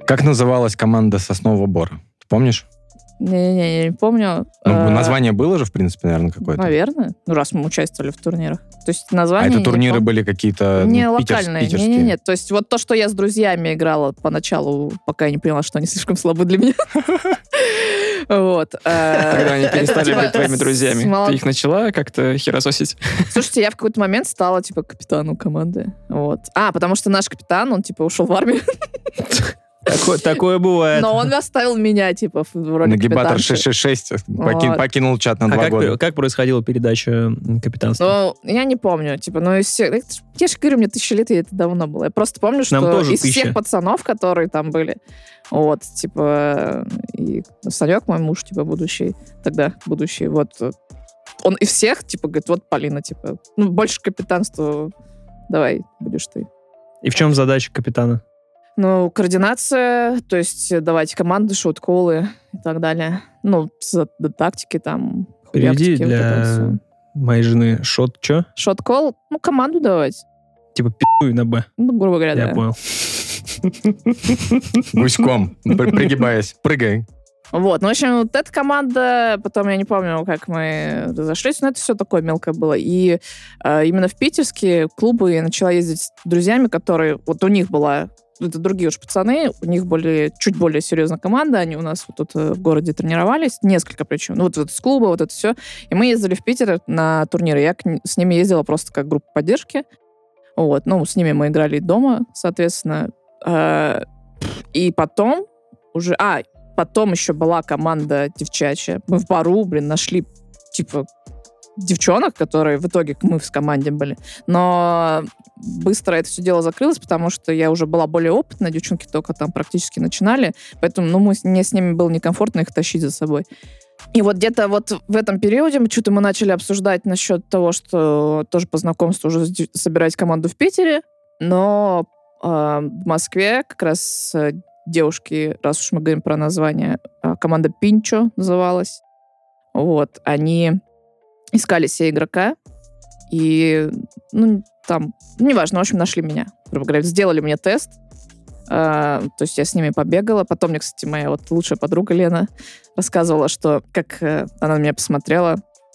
Как называлась команда Соснового Бора? Помнишь? Не помню. Название было же, в принципе, наверное, какое-то? Наверное. Раз мы участвовали в турнирах. То есть название... А это турниры были какие-то не локальные. питерские? Нет. То есть вот то, что я с друзьями играла поначалу, пока я не поняла, что они слишком слабы для меня. Вот. Когда они перестали быть твоими друзьями. Ты их начала как-то херососить? Слушайте, я в какой-то момент стала, капитаном команды. Вот. Потому что наш капитан, он, ушел в армию. Такое бывает. Но он оставил меня, в роли Нагибатор капитанши. 666 покинул чат на 2 года. Как происходила передача капитанства? Я не помню. из всех... Я же говорю, мне 1000 лет, и это давно было. Я просто помню, что из всех пацанов, которые там были, и Санек, мой муж, будущий, он из всех, говорит, вот Полина, больше капитанства, давай, будешь ты. И в чем задача капитана? Координация, то есть давать команды, шот-коллы и так далее. Тактики там. Переведи для моей жены шот, что? Шот-колл, команду давать. Пи***й на Б. Грубо говоря, Я понял. Гуськом, пригибаясь, прыгай. В общем, эта команда, потом я не помню, как мы разошлись, но это все такое мелкое было. И именно в питерские клубы я начала ездить с друзьями, которые, у них была, это другие уж пацаны, у них чуть более серьезная команда, они у нас тут в городе тренировались, несколько причем, с клуба, это все. И мы ездили в Питер на турниры, я с ними ездила просто как группа поддержки. С ними мы играли дома, соответственно. И потом уже... Потом еще была команда девчачья. Мы в бару, нашли, девчонок, которые в итоге мы в команде были. Но быстро это все дело закрылось, потому что я уже была более опытная, девчонки только там практически начинали. Поэтому, мне с ними было некомфортно их тащить за собой. И где-то в этом периоде мы начали обсуждать насчет того, что тоже по знакомству уже собирать команду в Питере. Но в Москве как раз... девушки, раз уж мы говорим про название, команда Пинчо называлась. Они искали себе игрока, и, неважно, в общем, нашли меня. Грубо говоря, сделали мне тест, то есть я с ними побегала. Потом мне, кстати, моя лучшая подруга Лена рассказывала, что как она на меня посмотрела.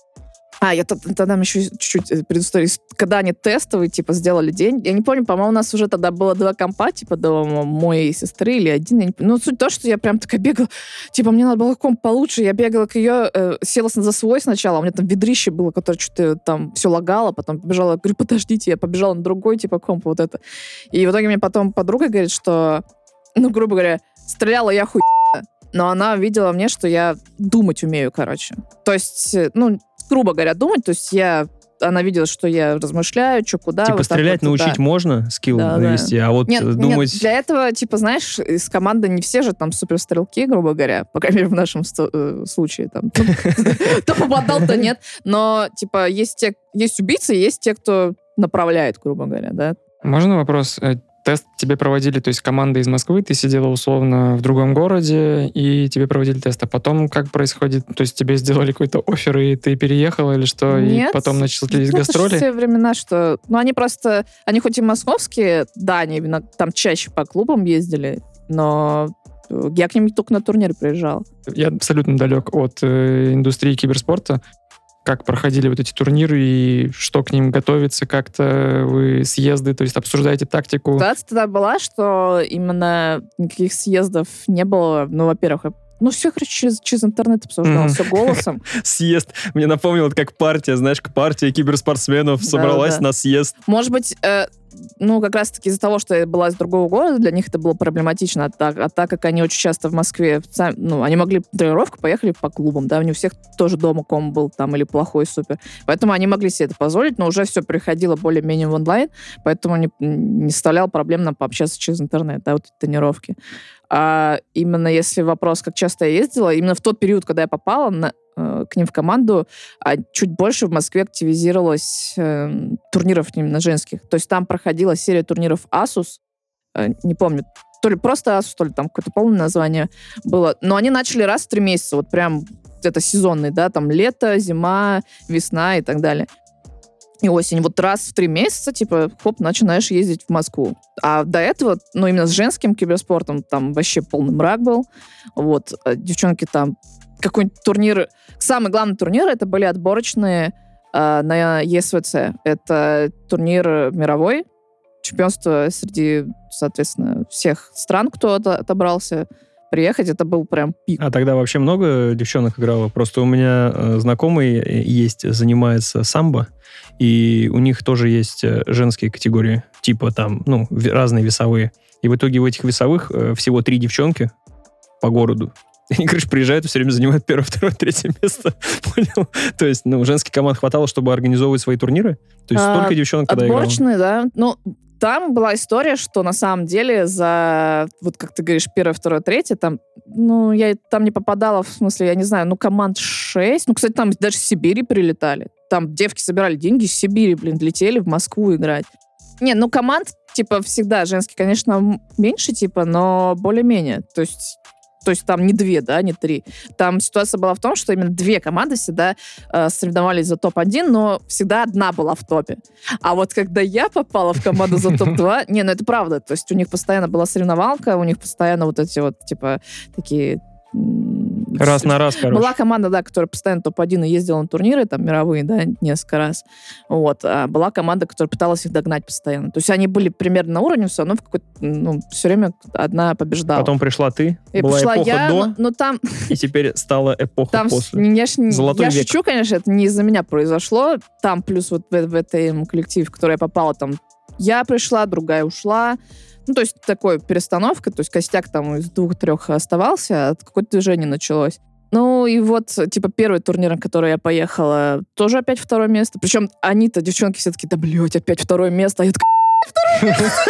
Я тогда еще чуть-чуть предысторию. Когда они тестовые, сделали день, я не помню, по-моему, у нас уже тогда было 2 компа, дома моей сестры или один, я не помню. Суть в том, что я прям такая бегала, мне надо было комп получше, я бегала к ее, села за свой сначала, у меня там ведрище было, которое что-то там все лагало, потом побежала, говорю, подождите, я побежала на другой, комп, это. И в итоге мне потом подруга говорит, что, грубо говоря, стреляла я но она видела мне, что я думать умею, короче. То есть, грубо говоря, думать, то есть она видела, что я размышляю, что куда. Стрелять научить можно, скилл навести, а думать... Нет, для этого, знаешь, из команды не все же там суперстрелки, грубо говоря, по крайней мере, в нашем случае. То попадал, то нет. Но, есть убийцы, есть те, кто направляет, грубо говоря, да. Можно вопрос? Тест тебе проводили, то есть команда из Москвы, ты сидела условно в другом городе, и тебе проводили тест. А потом как происходит? То есть тебе сделали какой-то оффер, и ты переехала или что? Нет. И потом начались гастроли? В те времена, что... они хоть и московские, да, они именно там чаще по клубам ездили, но я к ним только на турниры приезжала. Я абсолютно далек от индустрии киберспорта. Как проходили эти турниры и что к ним готовится, как-то вы съезды, то есть обсуждаете тактику? Ситуация тогда была, что именно никаких съездов не было. Во-первых, все, через интернет обсуждалось, все голосом. Съезд. Мне напомнило, как партия, знаешь, партия киберспортсменов собралась на съезд. Может быть, как раз-таки из-за того, что я была из другого города, для них это было проблематично. А так как они очень часто в Москве, они могли тренировку, поехали по клубам, да, у них у всех тоже дома ком был там или плохой супер. Поэтому они могли себе это позволить, но уже все переходило более-менее в онлайн, поэтому не составляло проблем нам пообщаться через интернет, да, тренировки. А именно если вопрос, как часто я ездила, именно в тот период, когда я попала к ним в команду, чуть больше в Москве активизировалось турниров именно женских. То есть там проходила серия турниров Asus, не помню, то ли просто Asus, то ли там какое-то полное название было. Но они начали раз в 3 месяца, прям это сезонный, да, там лето, зима, весна и так далее. и осень. Вот раз в 3 месяца, типа, хоп, начинаешь ездить в Москву. А до этого, ну, именно с женским киберспортом там вообще полный мрак был. Вот, девчонки там, какой-нибудь турнир... Самый главный турнир, это были отборочные на ЕСВЦ. Это турнир мировой, чемпионство среди, соответственно, всех стран, кто отобрался приехать, это был прям пик. А тогда вообще много девчонок играло? Просто у меня знакомый есть, занимается самбо, и у них тоже есть женские категории, типа там, ну, разные весовые. И в итоге в этих весовых всего 3 девчонки по городу. И они, короче, приезжают и все время занимают 1, 2, 3 место. Понял? То есть, ну, женских команд хватало, чтобы организовывать свои турниры? То есть столько девчонок тогда играло? Отборочные, да. Ну, там была история, что на самом деле за, вот как ты говоришь, 1, 2, 3, там, ну, я там не попадала, в смысле, я не знаю, ну, команд 6. Ну, кстати, там даже с Сибири прилетали. Там девки собирали деньги из Сибири, летели в Москву играть. Не, ну, команд, типа, всегда женские, конечно, меньше, типа, но более-менее. То есть там не 2, да, не 3. Там ситуация была в том, что именно 2 команды всегда соревновались за топ-1, но всегда одна была в топе. А вот когда я попала в команду за топ-2, не, ну это правда, то есть у них постоянно была соревновалка, у них постоянно вот эти вот, типа, такие... Раз на раз, короче. Была команда, да, которая постоянно топ-1 и ездила на турниры, там, мировые, да, несколько раз. Вот. А была команда, которая пыталась их догнать постоянно. То есть они были примерно на уровне, все равно в какой-то, ну, все время одна побеждала. Потом пришла ты, и была пришла эпоха я, до, но там... и теперь стала эпоха там после. Я век. шучу, конечно, это не из-за меня произошло. Там плюс вот в этом коллективе, в который я попала, там я пришла, другая ушла. Ну, то есть такой перестановка, то есть костяк там из 2-3 оставался, а какое-то движение началось. Ну, и вот, типа, первый турнир, на который я поехала, тоже опять 2 место. Причем они-то, девчонки, все таки да, блядь, опять 2 место. А я такая, 2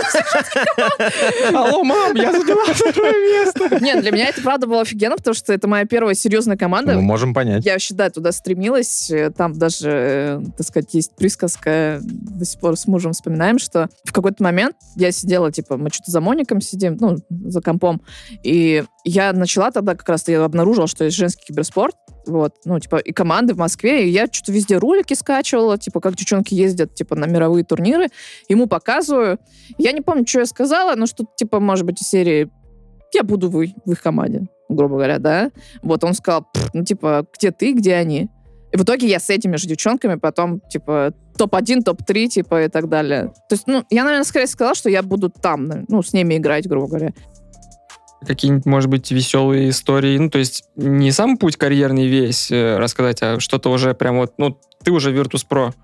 место! Алло, мам, я заняла 2 место! Нет, для меня это, правда, было офигенно, потому что это моя первая серьезная команда. Мы можем понять. Я вообще, да, туда стремилась. Там даже, так сказать, есть присказка, до сих пор с мужем вспоминаем, что в какой-то момент я сидела, типа, мы что-то за моником сидим, ну, за компом, и я начала тогда как раз, я обнаружила, что есть женский киберспорт, вот, ну, типа, и команды в Москве, и я что-то везде ролики скачивала, типа, как девчонки ездят, типа, на мировые турниры, ему показываю. Я не помню, что я сказала, но что-то, типа, может быть, из серии «Я буду в их команде», грубо говоря, да? Вот, он сказал, ну, типа, где ты, где они? И в итоге я с этими же девчонками потом, типа, топ-1, топ-3, типа, и так далее. То есть, ну, я, наверное, скорее сказала, что я буду там, ну, с ними играть, грубо говоря. Какие-нибудь, может быть, веселые истории, ну, то есть не сам путь карьерный весь рассказать, а что-то уже прям вот, ну, ты уже Virtus.pro,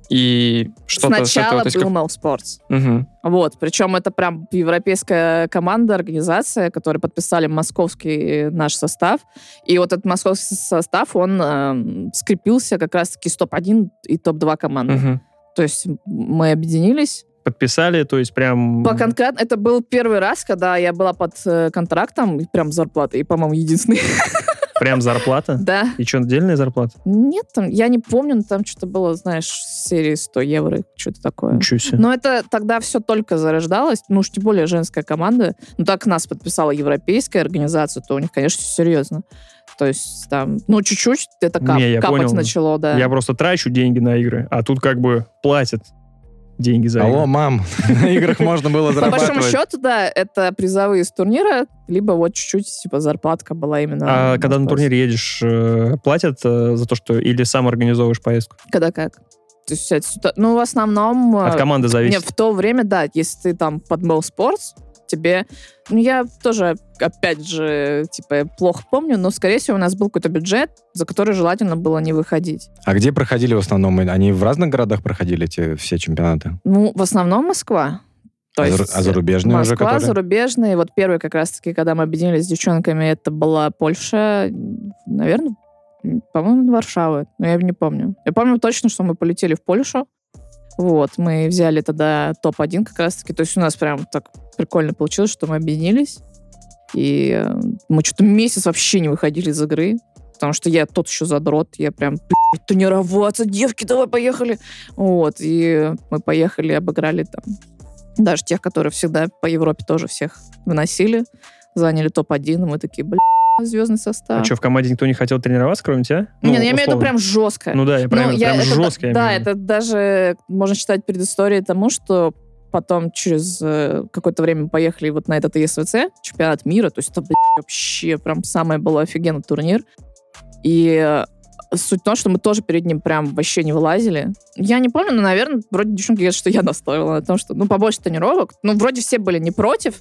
и что-то... Сначала был Mousesports. Угу. Вот, причем это прям европейская команда, организация, которые подписали московский наш состав. И вот этот московский состав, он скрепился как раз-таки с топ-1 и топ-2 команды. Угу. То есть мы объединились. Подписали, то есть прям... Это был первый раз, когда я была под контрактом, и прям зарплатой, и, по-моему, единственный. Прям зарплата? Да. И что, отдельная зарплата? Нет, там, я не помню, но там что-то было, знаешь, в серии 100 евро, что-то такое. Ничего себе. Но это тогда все только зарождалось, ну уж тем более женская команда. Ну так нас подписала европейская организация, то у них, конечно, все серьезно. То есть там, ну чуть-чуть это капать начало, да. Я просто трачу деньги на игры, а тут как бы платят деньги за игры. Алло, мам, на играх можно было зарабатывать. По большому счету, да, это призовые из турнира, либо вот чуть-чуть, типа, зарплатка была именно... А когда на турнир едешь, платят за то, что... Или сам организовываешь поездку? Когда как. То есть, ну, в основном... От команды зависит? Нет, в то время, да, если ты там под Mousesports, тебе... Ну, я тоже, опять же, типа, плохо помню, но, скорее всего, у нас был какой-то бюджет, за который желательно было не выходить. А где проходили в основном? Они в разных городах проходили эти все чемпионаты? Ну, в основном Москва. То есть зарубежные Москва, уже, которые? зарубежные. Вот первый как раз-таки, когда мы объединились с девчонками, это была Польша, наверное, по-моему, Варшава, но я не помню. Я помню точно, что мы полетели в Польшу. Вот, мы взяли тогда топ-1 как раз-таки. То есть у нас прям так прикольно получилось, что мы объединились. И мы что-то месяц вообще не выходили из игры. Потому что я тот еще задрот. Я прям, тренироваться, девки, давай, поехали. Вот, и мы поехали, обыграли там даже тех, которые всегда по Европе тоже всех выносили. Заняли топ-1, и мы такие, звездный состав. А что, в команде никто не хотел тренироваться, кроме тебя? Нет, я имею в виду прям жестко. Ну да, я прям жестко. Да, это даже можно считать предысторией тому, что потом через какое-то время поехали вот на этот ЕСВЦ, чемпионат мира, то есть это, вообще прям самый был офигенный турнир. И суть в том, что мы тоже перед ним прям вообще не вылазили. Я не помню, но, наверное, вроде девчонки говорят, что я настаивала на том, что, побольше тренировок. Вроде все были не против.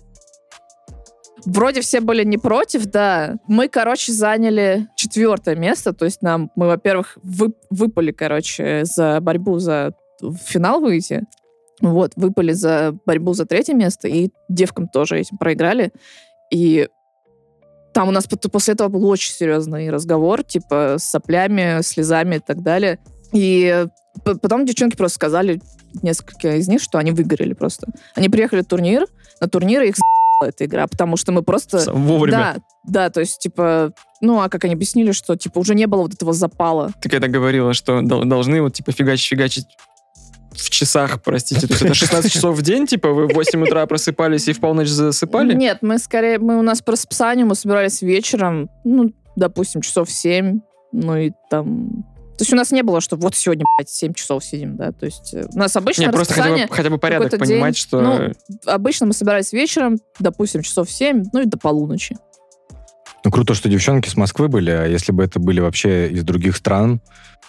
Да. Мы, заняли 4 место, то есть мы, во-первых, выпали, за борьбу за финал выйти. Вот, выпали за борьбу за 3 место, и девкам тоже этим проиграли. И там у нас после этого был очень серьезный разговор, с соплями, слезами и так далее. И потом девчонки просто сказали, несколько из них, что они выгорели просто. Они приехали на турнир, и их эта игра, потому что мы просто... Вовремя. Да, то есть, а как они объяснили, что, уже не было вот этого запала. Ты когда говорила, что должны фигачить в часах, простите. То есть это 16 часов в день, вы в 8 утра просыпались и в полночь засыпали? Нет, у нас по расписанию мы собирались вечером, допустим, часов 7, и там... То есть у нас не было, что вот сегодня, 7 часов сидим, да, то есть у нас обычно расписание... Просто хотя бы порядок понимать, день, что... обычно мы собирались вечером, допустим, часов 7, и до полуночи. Круто, что девчонки с Москвы были, а если бы это были вообще из других стран,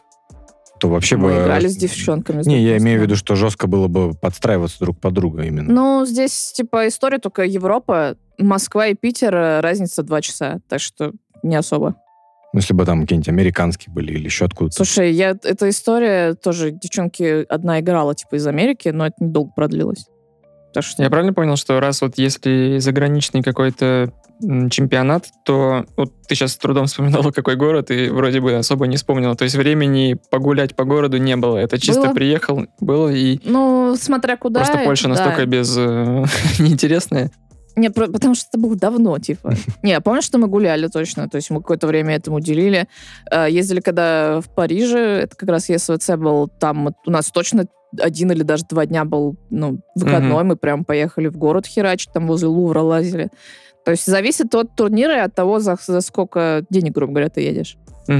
то вообще мы играли с девчонками. Я имею в виду, что жестко было бы подстраиваться друг под друга именно. Здесь, история только Европа, Москва и Питер, разница 2 часа, так что не особо. Если бы там какие-нибудь американские были или еще откуда-то. Слушай, эта история тоже, девчонки, одна играла, из Америки, но это недолго продлилось. Так что... Я правильно понял, что раз если заграничный какой-то чемпионат, то ты сейчас с трудом вспоминала, какой город, и вроде бы особо не вспомнила. То есть времени погулять по городу не было. Это чисто приехал, было и... смотря куда. Просто Польша настолько неинтересная. Нет, потому что это было давно, Не, я помню, что мы гуляли точно, то есть мы какое-то время этому уделили. Ездили когда в Париже, это как раз ЕСВЦ был, там у нас точно 1 или даже 2 дня был, выходной, мы прям поехали в город херачить, там возле Лувра лазили. То есть зависит от турнира и от того, за сколько денег, грубо говоря, ты едешь.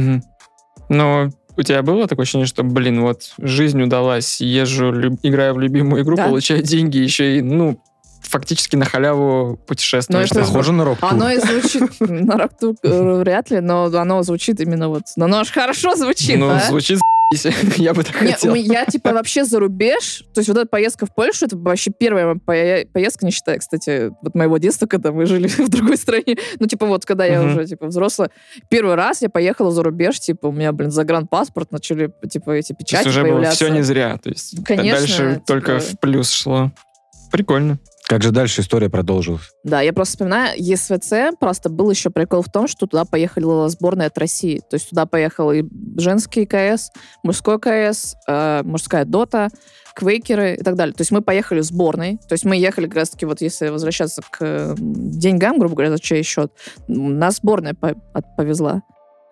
Но у тебя было такое ощущение, что, жизнь удалась, езжу, играю в любимую игру, получаю деньги, еще и, фактически на халяву путешествуешь. Это похоже на рок-тур. Оно и звучит на рок-тур вряд ли, но оно звучит именно но оно аж хорошо звучит, звучит я бы так хотел. Я, вообще за рубеж, то есть вот эта поездка в Польшу, это вообще первая поездка, не считая, кстати, моего детства, когда мы жили в другой стране. Когда я уже, взрослая. Первый раз я поехала за рубеж, у меня, загранпаспорт, начали, эти печати уже появляться. Было все не зря, то есть конечно, дальше только в плюс шло. Прикольно. Как же дальше история продолжилась? Да, я просто вспоминаю, ЕСВЦ просто был еще прикол в том, что туда поехала сборная от России. То есть туда поехал и женский КС, мужской КС, мужская Дота, квейкеры и так далее. То есть мы поехали сборной. То есть мы ехали как раз-таки, если возвращаться к деньгам, грубо говоря, за чей счет, нас сборная повезла.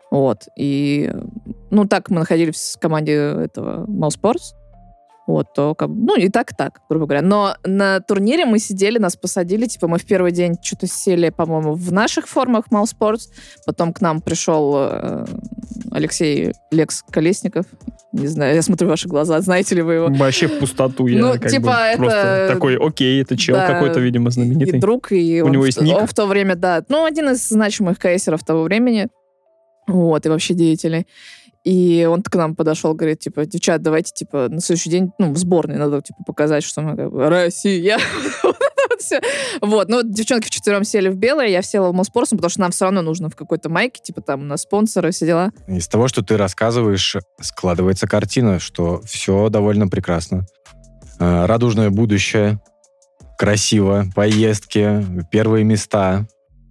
И, так мы находились в команде этого Mousesports. То и так, грубо говоря. Но на турнире мы сидели, нас посадили, мы в первый день что-то сели, по-моему, в наших формах Mousesports, потом к нам пришел Алексей Лекс Колесников, не знаю, я смотрю в ваши глаза, знаете ли вы его? Вообще в пустоту я это... просто такой, окей, это чел какой-то, видимо, знаменитый. И друг, и у него есть ник. Он в то время, один из значимых КСеров того времени, и вообще деятелей. И он к нам подошел, говорит, девчат, давайте, на следующий день, в сборной надо, показать, что мы, Россия. Все. Девчонки вчетвером сели в белое, я села в Mousesports, потому что нам все равно нужно в какой-то майке, там на спонсоры, все дела. Из того, что ты рассказываешь, складывается картина, что все довольно прекрасно. Радужное будущее, красиво, поездки, первые места.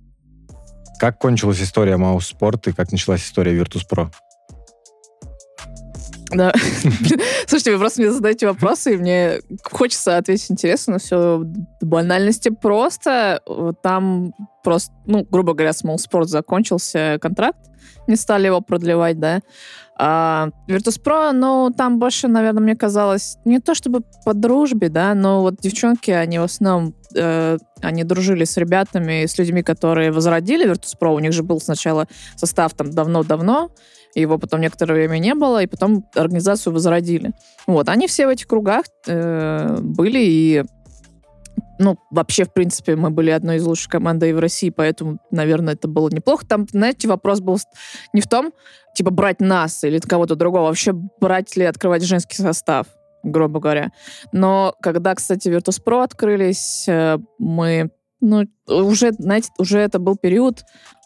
Как кончилась история Mousesports и как началась история Virtus.pro? Да. Слушайте, вы просто мне задаете вопросы, и мне хочется ответить интересно, но все в банальности просто. Там просто, грубо говоря, с Mousesports закончился контракт, не стали его продлевать, да. А Virtus.pro, ну, там больше, наверное, мне казалось, не то чтобы по дружбе, да, но вот девчонки, они в основном, они дружили с ребятами, с людьми, которые возродили Virtus.pro. У них же был сначала состав там давно-давно, его потом некоторое время не было, и потом организацию возродили. Вот, они все в этих кругах были, и ну, вообще, в принципе, мы были одной из лучших команд и в России, поэтому, наверное, это было неплохо. Там, знаете, вопрос был не в том, типа, брать нас или кого-то другого, вообще брать ли открывать женский состав, грубо говоря. Но когда, кстати, Virtus.pro открылись, мы, ну, уже, знаете, уже это был период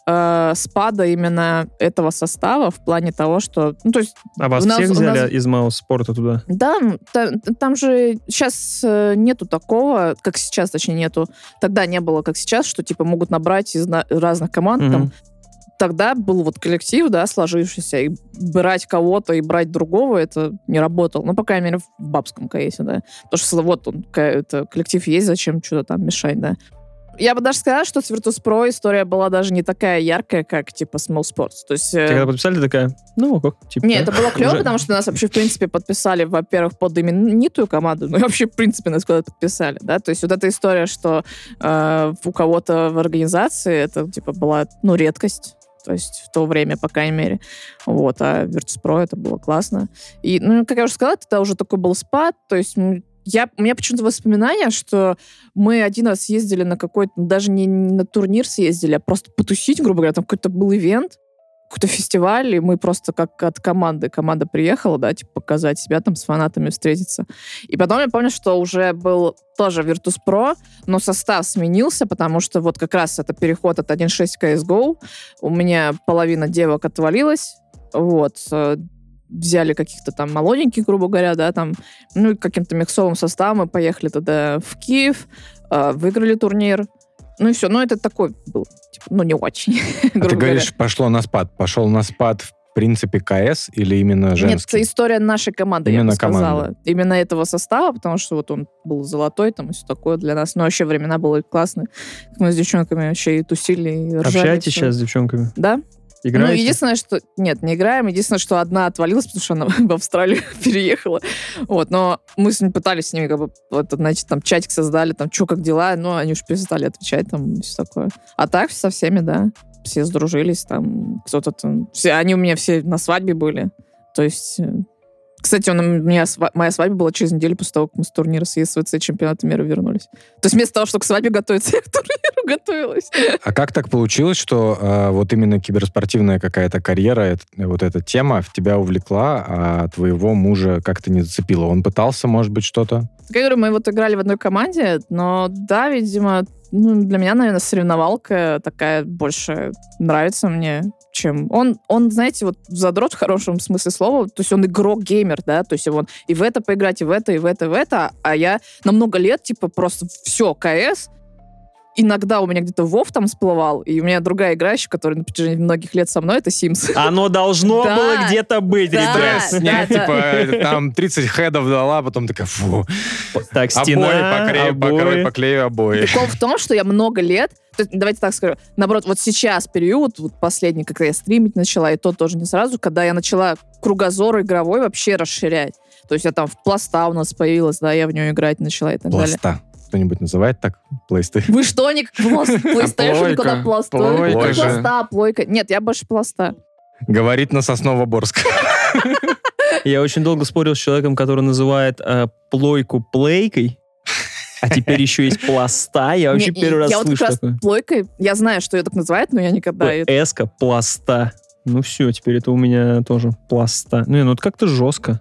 спада именно этого состава в плане того, что... Ну, то есть а вас всех взяли из Маус спорта туда? Да, там же сейчас нету такого, как сейчас, точнее, нету. Тогда не было, как сейчас, что, типа, могут набрать из разных команд. Там. Тогда был вот коллектив, да, сложившийся, и брать кого-то и брать другого, это не работало. Ну, по крайней мере, в бабском КСе, да. Потому что вот он, это, коллектив есть, зачем что-то там мешать, да. Я бы даже сказала, что с Virtus.pro история была даже не такая яркая, как, типа, Small Sports. То есть... Когда подписали, такая, ну, как, типа... Не, это было клево, потому что нас вообще, в принципе, подписали, во-первых, под именитую команду, но и вообще, в принципе, нас куда-то подписали, да. То есть вот эта история, что у кого-то в организации это, типа, была, ну, редкость. То есть в то время, по крайней мере. Вот. А Virtus.pro это было классно. И, ну, как я уже сказала, тогда уже такой был спад. То есть... У меня почему-то воспоминания, что мы один раз съездили на какой-то, даже не на турнир съездили, а просто потусить, грубо говоря, там какой-то был ивент, какой-то фестиваль, и мы просто как от команды. Команда приехала, да, типа показать себя, там с фанатами встретиться. И потом я помню, что уже был тоже Virtus.pro, но состав сменился, потому что вот как раз это переход от 1.6 CSGO. У меня половина девок отвалилась, вот, взяли каких-то там молоденьких, грубо говоря, да, там, ну, и каким-то миксовым составом мы поехали тогда в Киев, выиграли турнир, ну и все. Ну, это такой был, типа, ну, не очень, грубо ты говоришь, говоря. Пошел на спад, в принципе, КС или именно женский? Нет, история нашей команды, именно я бы сказала. Команда. Именно этого состава, потому что вот он был золотой, там, и все такое для нас. Но вообще времена были классные. Мы с девчонками вообще и тусили, и ржали. Общаетесь сейчас с девчонками? Да. Играете? Ну, единственное, что... Нет, не играем. Единственное, что одна отвалилась, потому что она в Австралию переехала. Вот, но мы с ними пытались с ними, как бы, вот, значит, там, чатик создали, там, что, как дела, но они уж перестали отвечать, там, и все такое. А так со всеми, да, все сдружились, там, кто-то там... Они у меня все на свадьбе были. То есть... Кстати, моя свадьба была через неделю после того, как мы с турнира с ЕСВЦ чемпионата мира вернулись. То есть вместо того, чтобы к свадьбе готовиться, я к турниру готовилась. А как так получилось, что вот именно киберспортивная какая-то карьера, вот эта тема в тебя увлекла, а твоего мужа как-то не зацепила? Он пытался, может быть, что-то? Как я говорю, мы вот играли в одной команде, но да, видимо, ну, для меня, наверное, соревновалка такая больше нравится мне, чем... Он, знаете, вот задрот в хорошем смысле слова, то есть он игрок-геймер, да, то есть он и в это поиграть, и в это, и в это, и в это, а я на много лет, типа, просто все, КС. Иногда у меня где-то Вов там всплывал, и у меня другая игра еще, которая на протяжении многих лет со мной, это Sims. Оно должно было где-то быть, ребят. Снять, типа, там 30 хедов дала, потом такая, фу. Так, стена, обои. Поклею обои. Прикол в том, что я много лет, давайте так скажу, наоборот, вот сейчас период, вот последний, когда я стримить начала, и то тоже не сразу, когда я начала кругозор игровой вообще расширять. То есть я там в пласта у нас появилась, да, я в нее играть начала и так далее. Пласта. Кто-нибудь называет так PlayStation? Вы что, не PlayStation, куда пласта? Плойка. Плойка. Нет, я больше пласта. Говорит на Сосново-Борск. Я очень долго спорил с человеком, который называет плойку плейкой, а теперь еще есть пласта. Я вообще первый раз слышу такое. Я вот как раз плойкой, я знаю, что ее так называют, но я никогда... ПС-ка, пласта. Ну все, теперь это у меня тоже пласта. Ну это как-то жестко.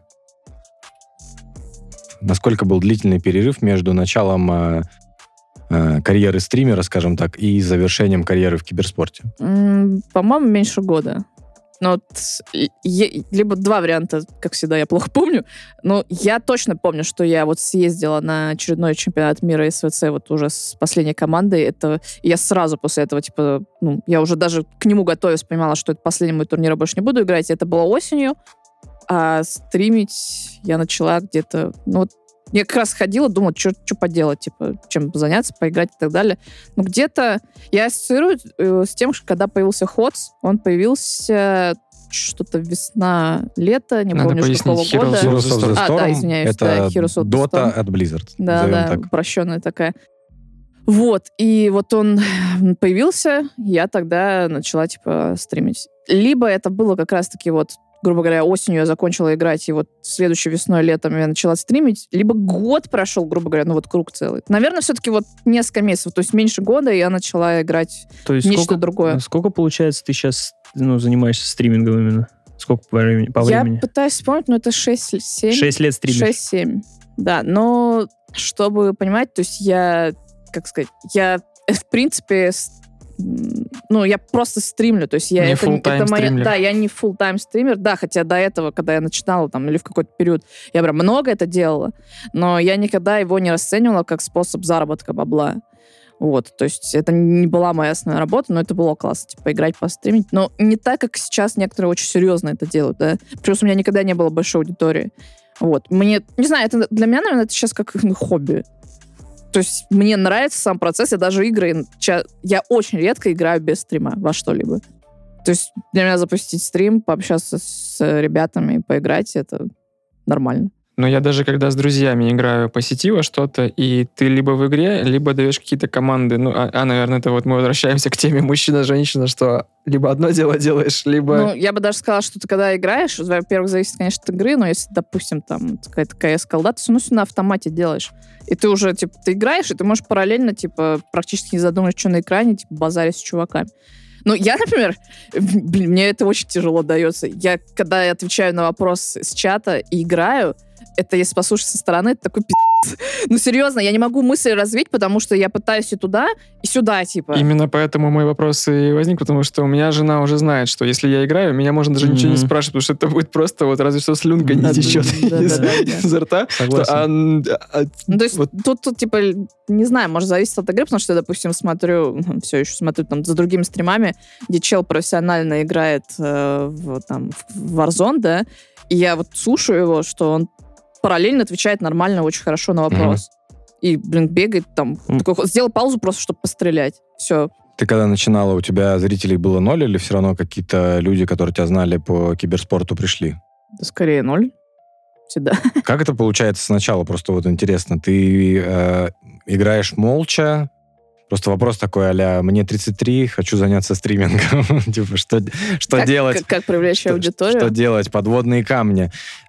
Насколько был длительный перерыв между началом карьеры стримера, скажем так, и завершением карьеры в киберспорте? По-моему, меньше года. Но вот, либо два варианта, как всегда, я плохо помню. Но я точно помню, что я вот съездила на очередной чемпионат мира СВЦ вот уже с последней командой. Это я сразу после этого, типа, ну, я уже даже к нему готовилась, понимала, что это последний мой турнир, я больше не буду играть. Это было осенью. А стримить я начала где-то... Ну, вот я как раз ходила, думала, что поделать, типа, чем заняться, поиграть и так далее. Ну, где-то я ассоциирую с тем, что когда появился HOTS, он появился что-то весна-лето, не Надо помню, с какого года. Heroes of the Storm, да, извиняюсь, это Heroes of the Dota Storm. от Blizzard. Да, упрощенная такая. Вот, и вот он появился, я тогда начала, типа, стримить. Либо это было как раз-таки вот, грубо говоря, осенью я закончила играть, и вот следующей весной, летом я начала стримить, либо год прошел, грубо говоря, ну вот круг целый. Наверное, все-таки вот несколько месяцев, то есть меньше года я начала играть нечто другое. Сколько, получается, ты сейчас занимаешься стримингом именно? Сколько по времени? Я пытаюсь вспомнить, но это 6-7. 6 лет стримишь? 6-7, да. Но, чтобы понимать, то есть я, как сказать, я, в принципе, ну, я просто стримлю, то есть я... Не full-time стример. Да, я не full-time стример, да, хотя до этого, когда я начинала, там, или в какой-то период, я прям много это делала, но я никогда его не расценивала как способ заработка бабла. Вот, то есть это не была моя основная работа, но это было классно, типа, играть, постримить. Но не так, как сейчас некоторые очень серьезно это делают, да. Плюс у меня никогда не было большой аудитории. Вот. Мне, не знаю, это для меня, наверное, это сейчас как хобби. То есть мне нравится сам процесс, я даже игры... Я очень редко играю без стрима во что-либо. То есть для меня запустить стрим, пообщаться с ребятами, поиграть, это нормально. Но я даже когда с друзьями играю по сети во что-то, и ты либо в игре, либо даешь какие-то команды. Ну, наверное, это вот мы возвращаемся к теме мужчина-женщина, что либо одно дело делаешь, либо... Ну, я бы даже сказала, что ты когда играешь, во-первых, зависит, конечно, от игры, но если, допустим, там какая-то КС-колда, ты все на автомате делаешь. И ты уже, типа, ты играешь, и ты можешь параллельно, типа, практически не задумываясь, что на экране, типа, базарить с чуваками. Ну, я, например, мне это очень тяжело дается. Когда я отвечаю на вопрос с чата и играю, это, если послушать со стороны, это такой пи***ц. Ну, серьезно, я не могу мысли развить, потому что я пытаюсь и туда, и сюда, типа. Именно поэтому мой вопрос и возник, потому что у меня жена уже знает, что если я играю, меня можно даже ничего не спрашивать, потому что это будет просто вот разве что слюнка не течет изо рта. Согласен. Ну, то есть тут, типа, не знаю, может, зависит от игры, потому что я, допустим, все еще смотрю там за другими стримами, где чел профессионально играет в Warzone, да, и я вот слушаю его, что он параллельно отвечает нормально, очень хорошо на вопрос. И, бегает там. Такой, сделал паузу просто, чтобы пострелять. Все. Ты когда начинала, у тебя зрителей было 0 или все равно какие-то люди, которые тебя знали по киберспорту, пришли? Да скорее 0. Всегда. Как это получается сначала? Просто вот интересно. Ты играешь молча, просто вопрос такой а-ля «мне 33, хочу заняться стримингом». Типа, что делать? Как привлечь аудиторию? Что делать? Подводные камни.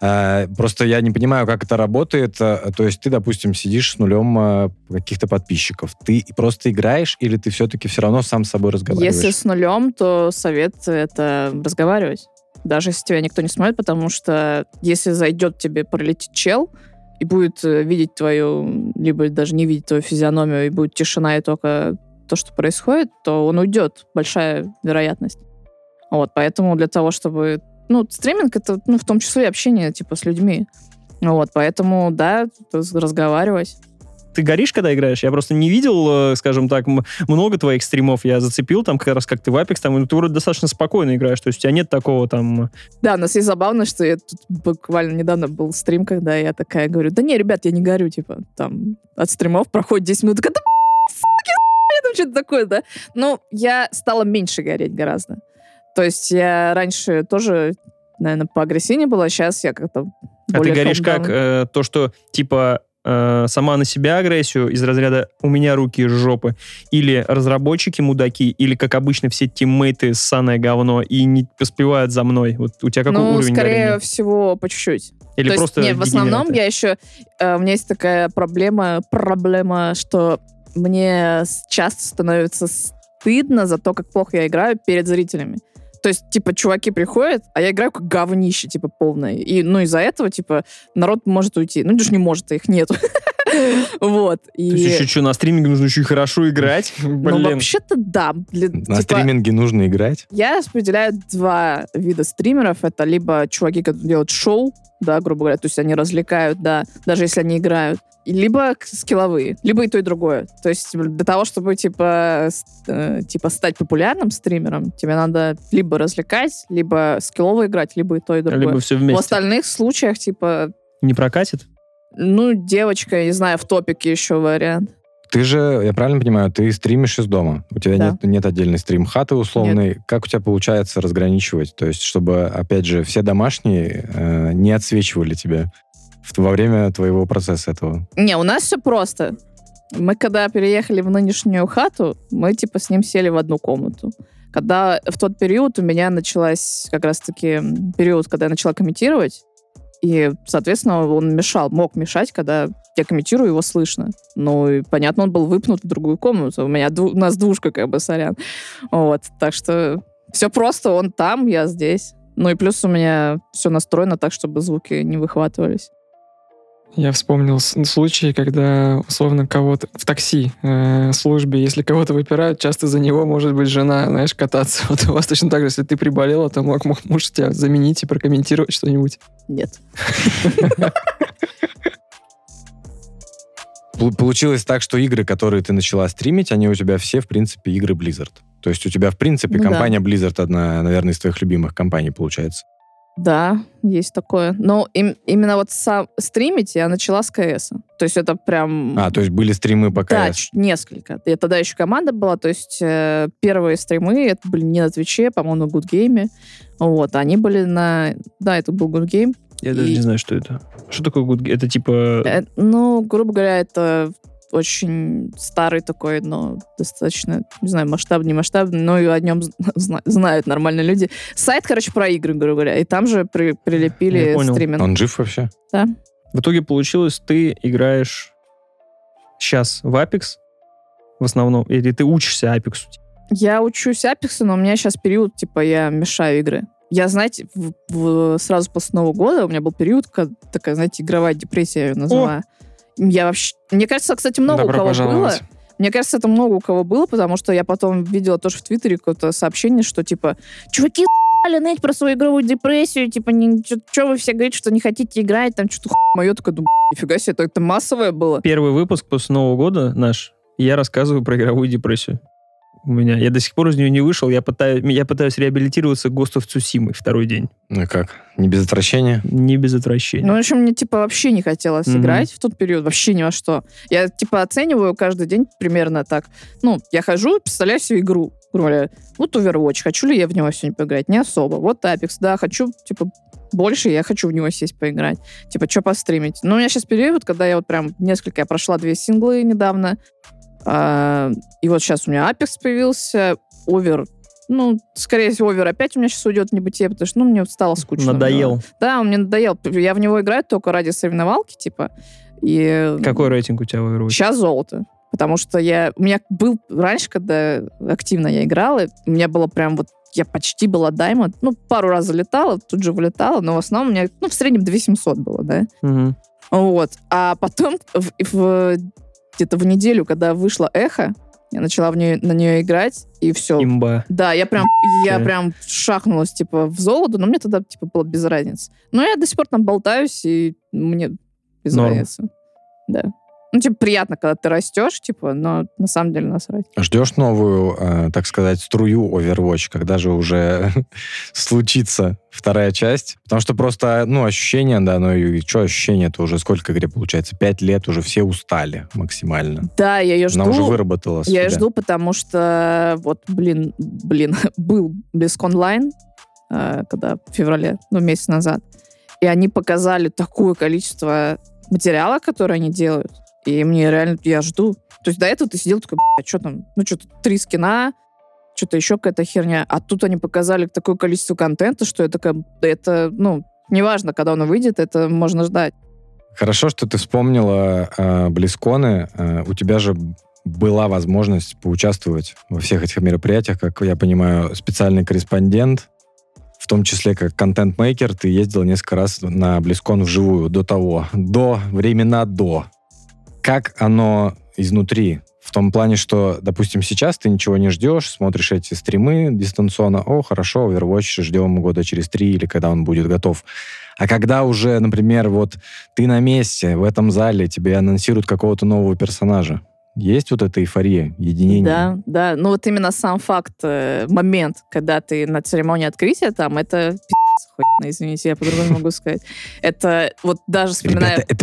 Просто я не понимаю, как это работает. То есть ты, допустим, сидишь с нулем каких-то подписчиков. Ты просто играешь или ты все-таки все равно сам с собой разговариваешь? Если с нулем, то совет — это разговаривать. Даже если тебя никто не смотрит, потому что если зайдет тебе, пролетит чел, и будет видеть твою, либо даже не видеть твою физиономию, и будет тишина и только то, что происходит, то он уйдет. Большая вероятность. Вот, поэтому для того, чтобы... Ну, стриминг — это, в том числе и общение, типа, с людьми. Вот, поэтому, да, разговаривать. Ты горишь, когда играешь? Я просто не видел, скажем так, много твоих стримов. Я зацепил там как раз, как ты в Apex, там, ты вроде достаточно спокойно играешь, то есть у тебя нет такого там... Да, у нас есть забавно, что я тут буквально недавно был стрим, когда я такая говорю, да не, ребят, я не горю, типа, там, от стримов проходит 10 минут, такая, да там что-то такое, да? Ну, я стала меньше гореть гораздо. То есть я раньше тоже, наверное, поагрессивнее была, сейчас я как-то более... А ты горишь как? То, что, типа... сама на себя агрессию из разряда «у меня руки из жопы», или разработчики мудаки, или, как обычно, все тиммейты ссаное говно и не поспевают за мной. Вот у тебя какой уровень скорее горения? всего, по чуть-чуть. Или то просто есть, в основном я еще... у меня есть такая проблема, что мне часто становится стыдно за то, как плохо я играю перед зрителями. То есть, типа, чуваки приходят, а я играю как говнище, типа, полное. И, из-за этого, типа, народ может уйти. Ну, даже не может, их нету. Вот. То есть еще что, на стриминге нужно еще и хорошо играть? Ну, вообще-то, да. На стриминге нужно играть? Я распределяю 2 вида стримеров. Это либо чуваки, которые делают шоу, да, грубо говоря, то есть они развлекают, да, даже если они играют. Либо скилловые, либо и то, и другое. То есть для того, чтобы, типа, стать популярным стримером, тебе надо либо развлекать, либо скиллово играть, либо и то, и другое. Либо все вместе. В остальных случаях, типа... Не прокатит? Ну, девочка, не знаю, в топике еще вариант. Ты же, я правильно понимаю, ты стримишь из дома? У тебя нет отдельной стрим-хаты условной. Нет. Как у тебя получается разграничивать? То есть, чтобы, опять же, все домашние не отсвечивали тебя во время твоего процесса этого? Не, у нас все просто. Мы когда переехали в нынешнюю хату, мы типа с ним сели в одну комнату. Когда в тот период у меня началась как раз-таки период, когда я начала комментировать, и, соответственно, он мог мешать, когда я комментирую, его слышно. Ну, и, понятно, он был выпнут в другую комнату. У нас двушка, как бы, сорян. Вот, так что все просто, он там, я здесь. Ну и плюс у меня все настроено так, чтобы звуки не выхватывались. Я вспомнил случай, когда, условно, кого-то в такси службе, если кого-то выпирают, часто за него может быть жена, знаешь, кататься. Вот у вас точно так же, если ты приболела, то мог муж тебя заменить и прокомментировать что-нибудь? Нет. Получилось так, что игры, которые ты начала стримить, они у тебя все, в принципе, игры Blizzard. То есть у тебя, в принципе, компания Blizzard одна, наверное, из твоих любимых компаний, получается. Да, есть такое. Но именно вот стримить я начала с КС. То есть это прям... то есть были стримы по КС? Да, несколько. И тогда еще команда была, то есть первые стримы, это были не на Твиче, по-моему, на Good Game. Вот, они были на... Да, это был Good Game. Я даже не знаю, что это. Что такое Good Game? Это типа... грубо говоря, это очень старый такой, но достаточно, не знаю, не масштабный, но и о нем знают нормальные люди. Сайт, короче, про игры, грубо говоря. И там же прилепили стриминг. Он жив вообще? Да. В итоге получилось, ты играешь сейчас в Apex в основном, или ты учишься Apex? Я учусь Apex, но у меня сейчас период, типа, я мешаю игры. Я, знаете, сразу после Нового года у меня был период, такая, знаете, игровая депрессия, я ее называю. Мне кажется, кстати, много у кого было. Мне кажется, это много у кого было, потому что я потом видела тоже в Твиттере какое-то сообщение, что, типа, чуваки, ныть про свою игровую депрессию, типа, что вы все говорите, что не хотите играть, там что-то мое, такое, думаю, нифига себе, это массовое было. Первый выпуск после Нового года наш, я рассказываю про игровую депрессию. У меня. Я до сих пор из нее не вышел. Я пытаюсь реабилитироваться Ghost of Tsushima второй день. Ну и как? Не без отвращения? Не без отвращения. Ну, в общем, мне, типа, вообще не хотелось играть в тот период. Вообще ни во что. Я, типа, оцениваю каждый день примерно так. Ну, я хожу, представляю себе игру. Грубо говоря, вот Overwatch. Хочу ли я в него сегодня поиграть? Не особо. Вот Apex. Да, хочу, типа, больше, я хочу в него сесть поиграть. Типа, что постримить? Ну, у меня сейчас период, когда я вот прям я прошла 2 синглы недавно. И вот сейчас у меня Apex появился, Over, скорее всего, Over опять у меня сейчас уйдет в небытие, потому что, мне стало скучно. Надоел. Да, он мне надоел. Я в него играю только ради соревновалки, типа. И... Какой рейтинг у тебя в Overwatch? Сейчас золото. Потому что у меня был раньше, когда активно я играла, у меня было прям вот, я почти была Diamond, пару раз залетала, тут же вылетала, но в основном у меня, в среднем 2700 было, да. Угу. Вот. А потом где-то в неделю, когда вышло Эхо, я начала на нее играть, и все. Имба. Да, я прям шахнулась, типа, в золото, но мне тогда, типа, было без разницы. Но я до сих пор там болтаюсь, и мне без разницы. Да. Типа, приятно, когда ты растешь, типа, но на самом деле насрать. Ждешь новую, так сказать, струю Overwatch, когда же уже случится вторая часть? Потому что просто, ощущения, да, и что ощущения-то уже сколько игре получается? 5 лет уже все устали максимально. Да, я ее жду. Она уже выработала себя. Я ее жду, потому что, был BlizzCon Online, когда в феврале, месяц назад, и они показали такое количество материала, который они делают. И мне реально, я жду. То есть до этого ты сидел такой, что там, что-то 3 скина, что-то еще какая-то херня. А тут они показали такое количество контента, что я такая, неважно, когда он выйдет, это можно ждать. Хорошо, что ты вспомнила BlizzCon'ы. У тебя же была возможность поучаствовать во всех этих мероприятиях, как я понимаю, специальный корреспондент, в том числе как контент-мейкер, ты ездил несколько раз на BlizzCon вживую до времена до. Как оно изнутри? В том плане, что, допустим, сейчас ты ничего не ждешь, смотришь эти стримы дистанционно, хорошо, Overwatch ждем года через 3 или когда он будет готов. А когда уже, например, вот ты на месте, в этом зале, тебе анонсируют какого-то нового персонажа, есть вот эта эйфория, единение? Да. Вот именно сам факт, момент, когда ты на церемонии открытия там, это извините, я по-другому могу сказать. Это вот даже вспоминая... Ребята, это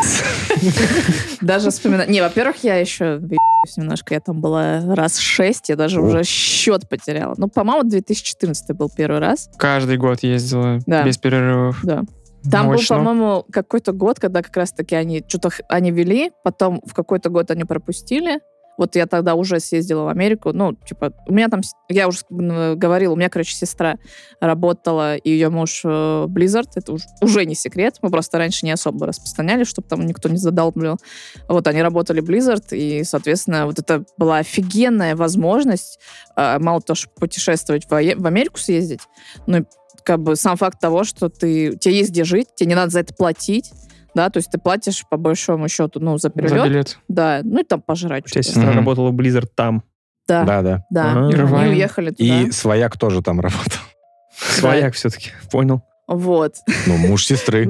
Даже вспоминать. Не, во-первых, я еще немножко. Я там была раз 6, я даже уже счет потеряла. Ну, по-моему, 2014 был первый раз. Каждый год ездила без перерывов. Да. Там был, по-моему, какой-то год, когда как раз-таки они вели, потом в какой-то год они пропустили. Вот я тогда уже съездила в Америку. Ну, типа, у меня там, я уже говорила, у меня, короче, сестра работала, и ее муж Blizzard. Это уже не секрет. Мы просто раньше не особо распространяли, чтобы там никто не задалбливал. Вот, они работали Blizzard, и, соответственно, вот это была офигенная возможность мало того, что путешествовать в Америку съездить, но как бы сам факт того, что тебе есть где жить, тебе не надо за это платить. Да, то есть ты платишь по большому счету, за перелет. За билет. Да, и там пожрать. У тебя сестра работала в Blizzard там. Да. Ага. И они уехали туда. И свояк тоже там работал. Свояк все-таки, понял. Вот. Муж сестры.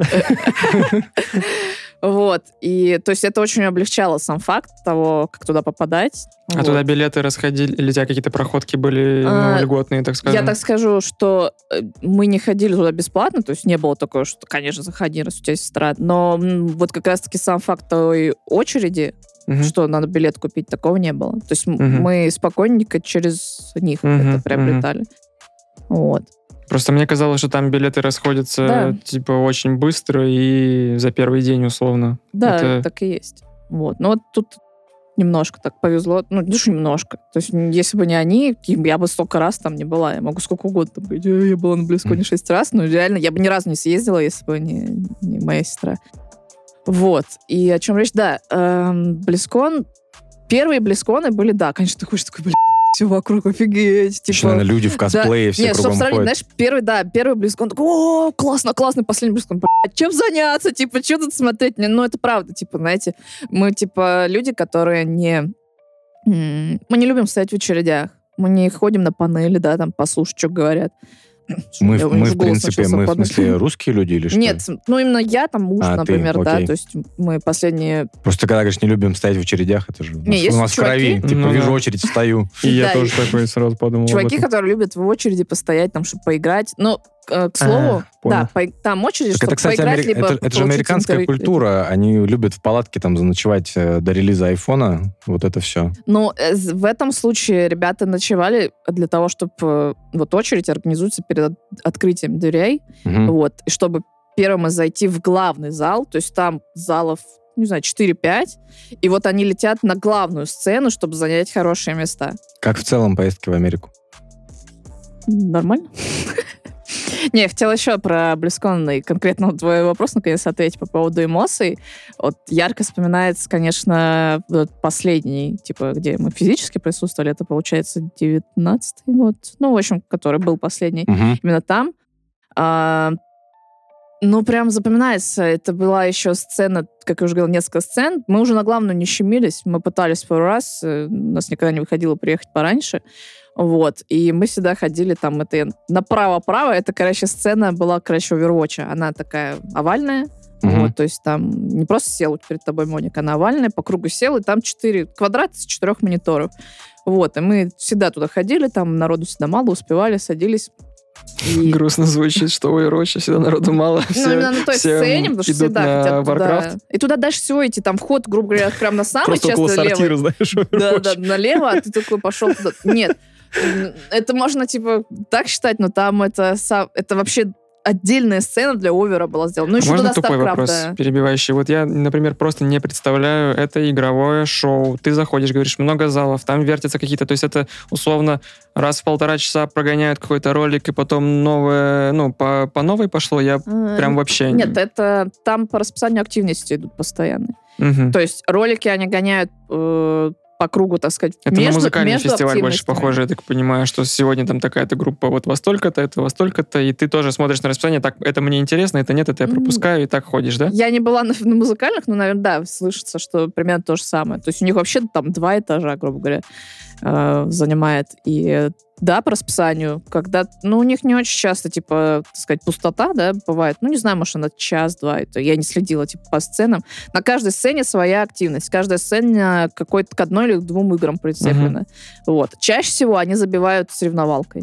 Вот. И, то есть, это очень облегчало сам факт того, как туда попадать. А туда билеты расходили? Или у тебя какие-то проходки были льготные, так скажем? Я так скажу, что мы не ходили туда бесплатно, то есть не было такого, что, конечно, заходи, раз у тебя сестра. Но вот как раз-таки сам факт той очереди, что надо билет купить, такого не было. То есть мы спокойненько через них это приобретали. Вот. Просто мне казалось, что там билеты расходятся типа очень быстро и за первый день условно. Да, так и есть. Вот. Но вот тут немножко так повезло. Ну, не что немножко. То есть если бы не они, я бы столько раз там не была. Я могу сколько угодно там говорить, я была на BlizzCon 6 раз, но реально я бы ни разу не съездила, если бы не моя сестра. Вот. И о чем речь? Да, BlizzCon... Первые BlizzCon'ы были, да, конечно, ты хочешь такой, все вокруг, офигеть. Типа, наверное, люди в косплее все кругом ходят. Знаешь, первый BlizzCon, такой, о, классно, последний BlizzCon, чем заняться, типа, что тут смотреть? Ну, это правда, типа, знаете, мы, типа, люди, которые мы не любим стоять в очередях, мы не ходим на панели, да, там, послушать, что говорят. Мы в принципе, мы в смысле русские люди или что? Нет, именно я, там муж, например, да, то есть мы последние... Просто когда, говоришь, не любим стоять в очередях, это же у нас в крови. Типа, вижу очередь, встаю. И я тоже такой сразу подумал. Чуваки, которые любят в очереди постоять, там, чтобы поиграть. Но, к слову, да, там очередь, чтобы поиграть, либо... Это же американская культура. Они любят в палатке там заночевать до релиза айфона. Вот это все. Ну, в этом случае ребята ночевали для того, чтобы вот очередь организуется перед открытием дверей. Вот. И чтобы первым зайти в главный зал. То есть там залов, не знаю, 4-5. И вот они летят на главную сцену, чтобы занять хорошие места. Как в целом поездки в Америку? Нормально. Не, я хотела еще про BlizzCon и конкретно твой вопрос наконец ответить по поводу эмоций. Вот ярко вспоминается, конечно, последний, типа, где мы физически присутствовали, это, получается, 19-й год, ну, в общем, который был последний. Именно там. Ну, прям запоминается. Это была еще сцена, как я уже говорила, несколько сцен. Мы уже на главную не щемились. Мы пытались пару раз. У нас никогда не выходило приехать пораньше. Вот. И мы всегда ходили там, это направо-право. Это, короче, сцена была, короче, Overwatch. Она такая овальная. Вот, то есть там не просто сел перед тобой моник, она овальная, по кругу сел, и там 4 квадрата с 4 мониторов. Вот. И мы всегда туда ходили, там народу всегда мало, успевали, садились. И... Грустно звучит, что у Overwatch всегда народу мало. Ну, именно на той сцене, потому что всегда хотят туда. И туда дальше всего идти, там вход, грубо говоря, прям на самый часто левый. Просто около сортира, знаешь, Да, налево, а ты такой пошел туда. Нет, это можно, типа, так считать, но там это вообще отдельная сцена для овера была сделана. Ну, еще можно туда тупой вопрос, перебивающий? Вот я, например, просто не представляю, это игровое шоу. Ты заходишь, говоришь, много залов, там вертятся какие-то... То есть это, условно, раз в 1,5 часа прогоняют какой-то ролик, и потом новое... Ну, по новой пошло, я прям вообще... Нет, это там по расписанию активности идут постоянно. То есть ролики они гоняют... по кругу, так сказать, это на музыкальный фестиваль больше похоже, я так понимаю, что сегодня там такая-то группа вот во столько-то, это во столько-то, и ты тоже смотришь на расписание, так, это мне интересно, это нет, это я пропускаю, и так ходишь, да? Я не была на музыкальных, но, наверное, да, слышится, что примерно то же самое. То есть у них вообще там 2 этажа, грубо говоря, занимает. И да, по расписанию, когда, ну, у них не очень часто, типа, так сказать, пустота, да, бывает. Ну, не знаю, может, она час-два. Это я не следила, типа, по сценам. На каждой сцене своя активность. Каждая сцена к одной или 2 играм представлена. Вот. Чаще всего они забивают соревновалкой.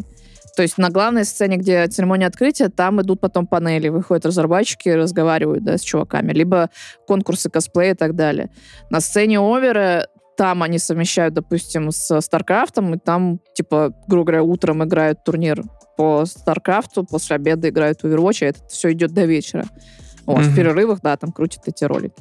То есть на главной сцене, где церемония открытия, там идут потом панели, выходят разработчики, разговаривают, да, с чуваками, либо конкурсы косплея и так далее. На сцене овера там они совмещают, допустим, с Старкрафтом, и там, типа, грубо говоря, утром играют турнир по Старкрафту, после обеда играют в Overwatch, и это все идет до вечера. Вот, в перерывах, да, там крутят эти ролики.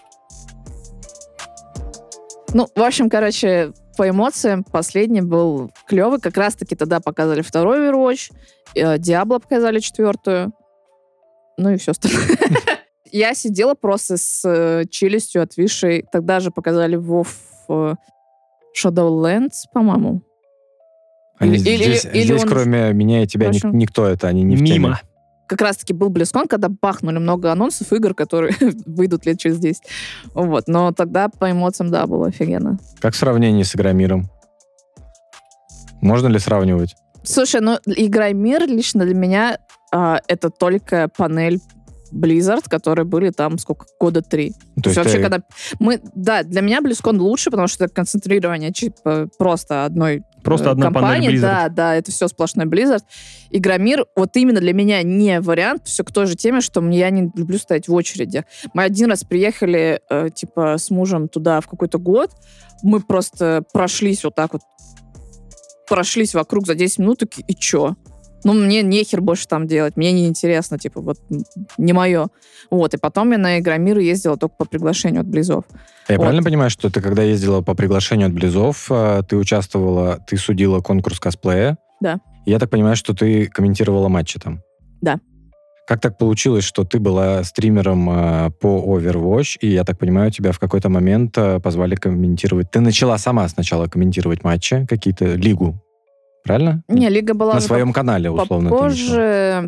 Ну, в общем, короче, по эмоциям последний был клевый. Как раз-таки тогда показали второй Overwatch, Diablo показали 4-ю, ну и все остальное. Я сидела просто с челюстью отвисшей. Тогда же показали WoW Shadowlands, по-моему. Здесь кроме меня и тебя, никто это, они не в теме. Мимо. Как раз-таки был BlizzCon, когда бахнули много анонсов игр, которые выйдут лет через 10. Вот. Но тогда по эмоциям, да, было офигенно. Как в сравнении с Игромиром? Можно ли сравнивать? Слушай, ну Игромир лично для меня это только панель Blizzard, которые были там сколько? Года 3. То есть вообще, когда да, для меня BlizzCon лучше, потому что это концентрирование просто одной одна компании. Панель Blizzard. Да, это все сплошной Blizzard. Игромир вот именно для меня не вариант, все к той же теме, что я не люблю стоять в очереди. Мы один раз приехали с мужем туда в какой-то год, мы просто прошлись вот так вот, прошлись вокруг за 10 минут, и чё? Ну, мне нехер больше там делать, мне неинтересно, вот не мое. Вот, и потом я на Игромир ездила только по приглашению от Близов. Я правильно понимаю, что ты, когда ездила по приглашению от Близов, ты судила конкурс косплея? Да. Я так понимаю, что ты комментировала матчи там? Да. Как так получилось, что ты была стримером по Overwatch, и, я так понимаю, тебя в какой-то момент позвали комментировать? Ты начала сама сначала комментировать матчи, какие-то лигу, правильно? Не, лига была... На своем канале, условно. Попозже...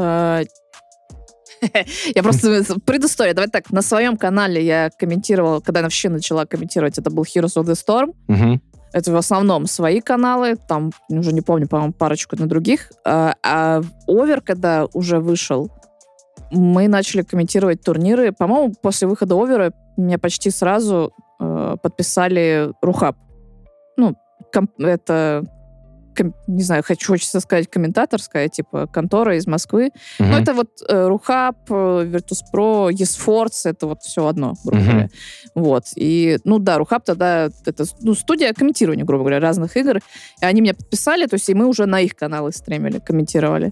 Я просто... Предыстория. Давай так, на своем канале я комментировала, когда я вообще начала комментировать, это был Heroes of the Storm. Угу. Это в основном свои каналы, там, уже не помню, по-моему, парочку на других. А Овер, когда уже вышел, мы начали комментировать турниры. По-моему, после выхода Овера меня почти сразу подписали Рухаб. Ну, это... не знаю, хочется сказать комментаторская, типа контора из Москвы. Mm-hmm. Но это вот Рухаб, Virtus.pro, eSports, это вот все одно, грубо говоря. Вот. И, да, Рухаб тогда, это студия комментирования, грубо говоря, разных игр. И они меня подписали, то есть и мы уже на их каналы стримили, комментировали.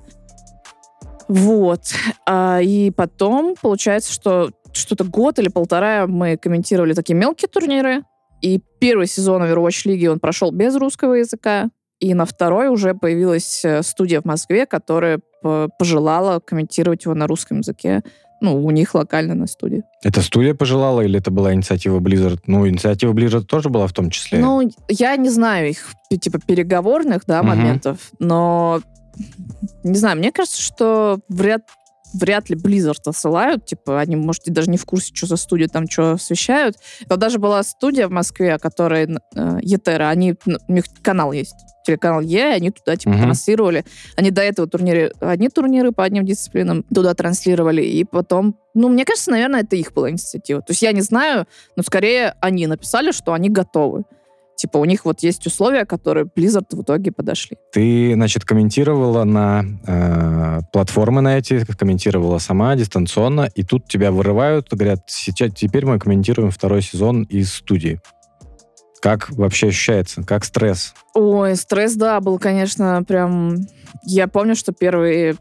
Вот. И потом, получается, что что-то год или полтора мы комментировали такие мелкие турниры. И первый сезон Overwatch лиги он прошел без русского языка. И на второй уже появилась студия в Москве, которая пожелала комментировать его на русском языке. Ну, у них локально на студии. Это студия пожелала или это была инициатива Blizzard? Ну, инициатива Blizzard тоже была в том числе? Ну, я не знаю их, типа, переговорных, да, моментов, но, не знаю, мне кажется, что вряд ли Blizzard осылают, типа, они, может, даже не в курсе, что за студия там, что освещают. Это даже была студия в Москве, которая Етера, у них канал есть, телеканал Е, они туда, типа, транслировали. Они до этого одни турниры по одним дисциплинам туда транслировали, и потом, мне кажется, наверное, это их была инициатива. То есть я не знаю, но скорее они написали, что они готовы. Типа, у них вот есть условия, которые Blizzard в итоге подошли. Ты, значит, комментировала на платформы на эти, комментировала сама дистанционно, и тут тебя вырывают, говорят, теперь мы комментируем второй сезон из студии. Как вообще ощущается? Как стресс? Ой, стресс, да, был, конечно, прям... Я помню, что первые,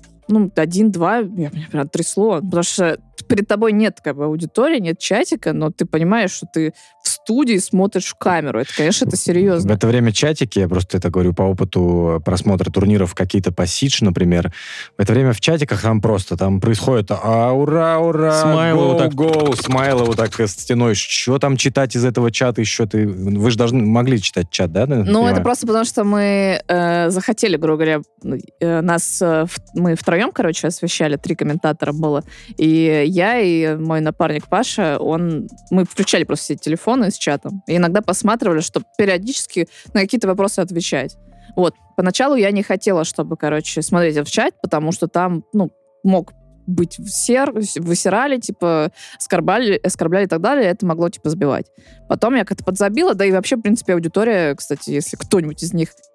1-2, меня прям трясло, потому что перед тобой нет аудитории, нет чатика, но ты понимаешь, что ты в студии смотришь в камеру. Это, конечно, это серьезно. В это время чатики, я просто это говорю по опыту просмотра турниров, какие-то по Сидж, например, в это время в чатиках там происходит ура, смайлы гоу, смайлы вот так с стеной. Что там читать из этого чата еще? Вы же могли читать чат, да? Это просто потому, что мы захотели, грубо говоря, мы втроем, освещали, 3 комментатора было, и я и мой напарник Паша, мы включали просто все телефоны с чатом, и иногда посматривали, чтобы периодически на какие-то вопросы отвечать. Вот. Поначалу я не хотела, чтобы, смотреть в чат, потому что там, мог быть высирали, типа, оскорбляли и так далее, это могло, типа, сбивать. Потом я как-то подзабила, да и вообще, в принципе, аудитория, кстати, если кто-нибудь из них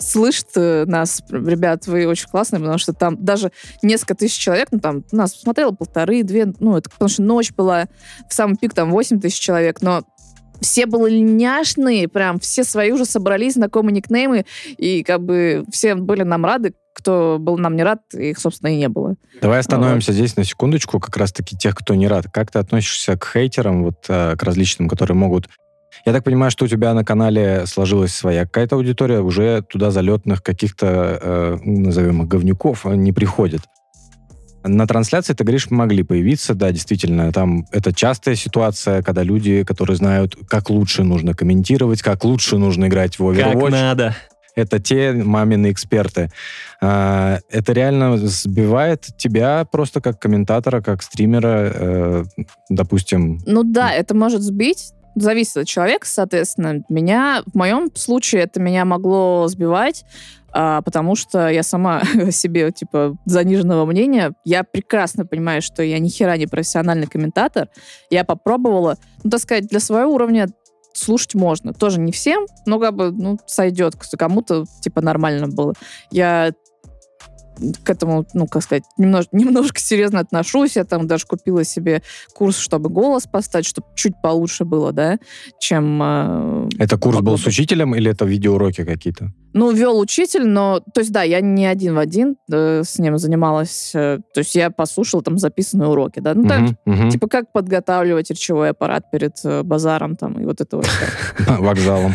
слышит нас. Ребят, вы очень классные, потому что там даже несколько тысяч человек, ну, там, нас посмотрело 1,5-2, ну, это потому что ночь была, в самый пик там 8 тысяч человек, но все были няшные, прям все свои уже собрались, знакомые никнеймы, и как бы все были нам рады. Кто был нам не рад, их, собственно, и не было. Давай остановимся здесь на секундочку, как раз-таки тех, кто не рад. Как ты относишься к хейтерам, вот к различным, которые могут... Я так понимаю, что у тебя на канале сложилась своя какая-то аудитория, уже туда залетных каких-то, назовем их, говнюков не приходит. На трансляции, ты говоришь, могли появиться, да, действительно, там это частая ситуация, когда люди, которые знают, как лучше нужно комментировать, как лучше нужно играть в Overwatch. Как надо. Это те мамины эксперты. Это реально сбивает тебя просто как комментатора, как стримера, допустим. Ну да, это может сбить. Зависит от человека, соответственно. В моем случае это меня могло сбивать, потому что я сама себе, типа, заниженного мнения. Я прекрасно понимаю, что я ни хера не профессиональный комментатор. Я попробовала, ну, так сказать, для своего уровня слушать можно. Тоже не всем, но как бы, ну, сойдет. Кому-то, типа, нормально было. Я к этому, ну, как сказать, немножко серьезно отношусь. Я там даже купила себе курс, чтобы голос поставить, чтобы чуть получше было, да, чем... Это курс был с учителем или это видеоуроки какие-то? Ну, вел учитель, но... То есть, да, я не один в один с ним занималась. То есть, я послушала там записанные уроки, да. Ну, так, типа, как подготавливать речевой аппарат перед базаром там, и вот это вот. Вокзалом.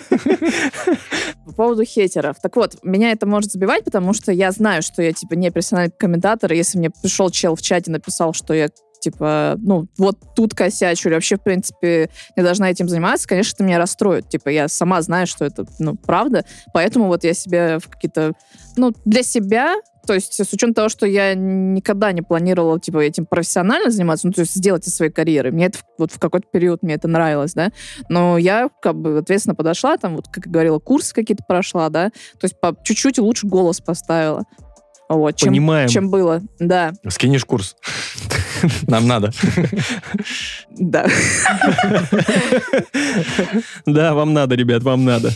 По поводу хейтеров. Так вот, меня это может сбивать, потому что я знаю, что я, типа, не профессиональный комментатор. Если мне пришел чел в чате, написал, что я, типа, ну, вот тут косячу, или вообще, в принципе, не должна этим заниматься, конечно, это меня расстроит. Типа, я сама знаю, что это, ну, правда. Поэтому вот я себе в какие-то... Ну, для себя... То есть, с учетом того, что я никогда не планировала, типа, этим профессионально заниматься, ну, то есть, сделать из своей карьеры. Мне это вот в какой-то период мне это нравилось, да. Но я, как бы, ответственно подошла, там, вот, как я говорила, курсы какие-то прошла, да. То есть, по чуть-чуть лучше голос поставила. Вот, чем было, да. Скинешь курс. Нам надо. Да. Да, вам надо, ребят, вам надо.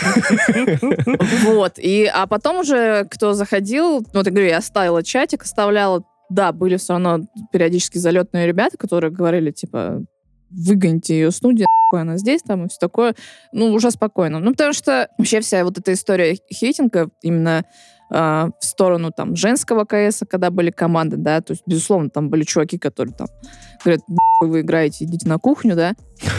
Вот. А потом уже, кто заходил, вот я говорю, я оставила чатик, оставляла. Да, были все равно периодически залетные ребята, которые говорили, типа, выгоните ее с нуди, она здесь, там, и все такое. Ну, уже спокойно. Ну, потому что вообще вся вот эта история хейтинга именно в сторону там женского КСа, когда были команды, да, то есть, безусловно, там были чуваки, которые там говорят, вы играете, идите на кухню, да.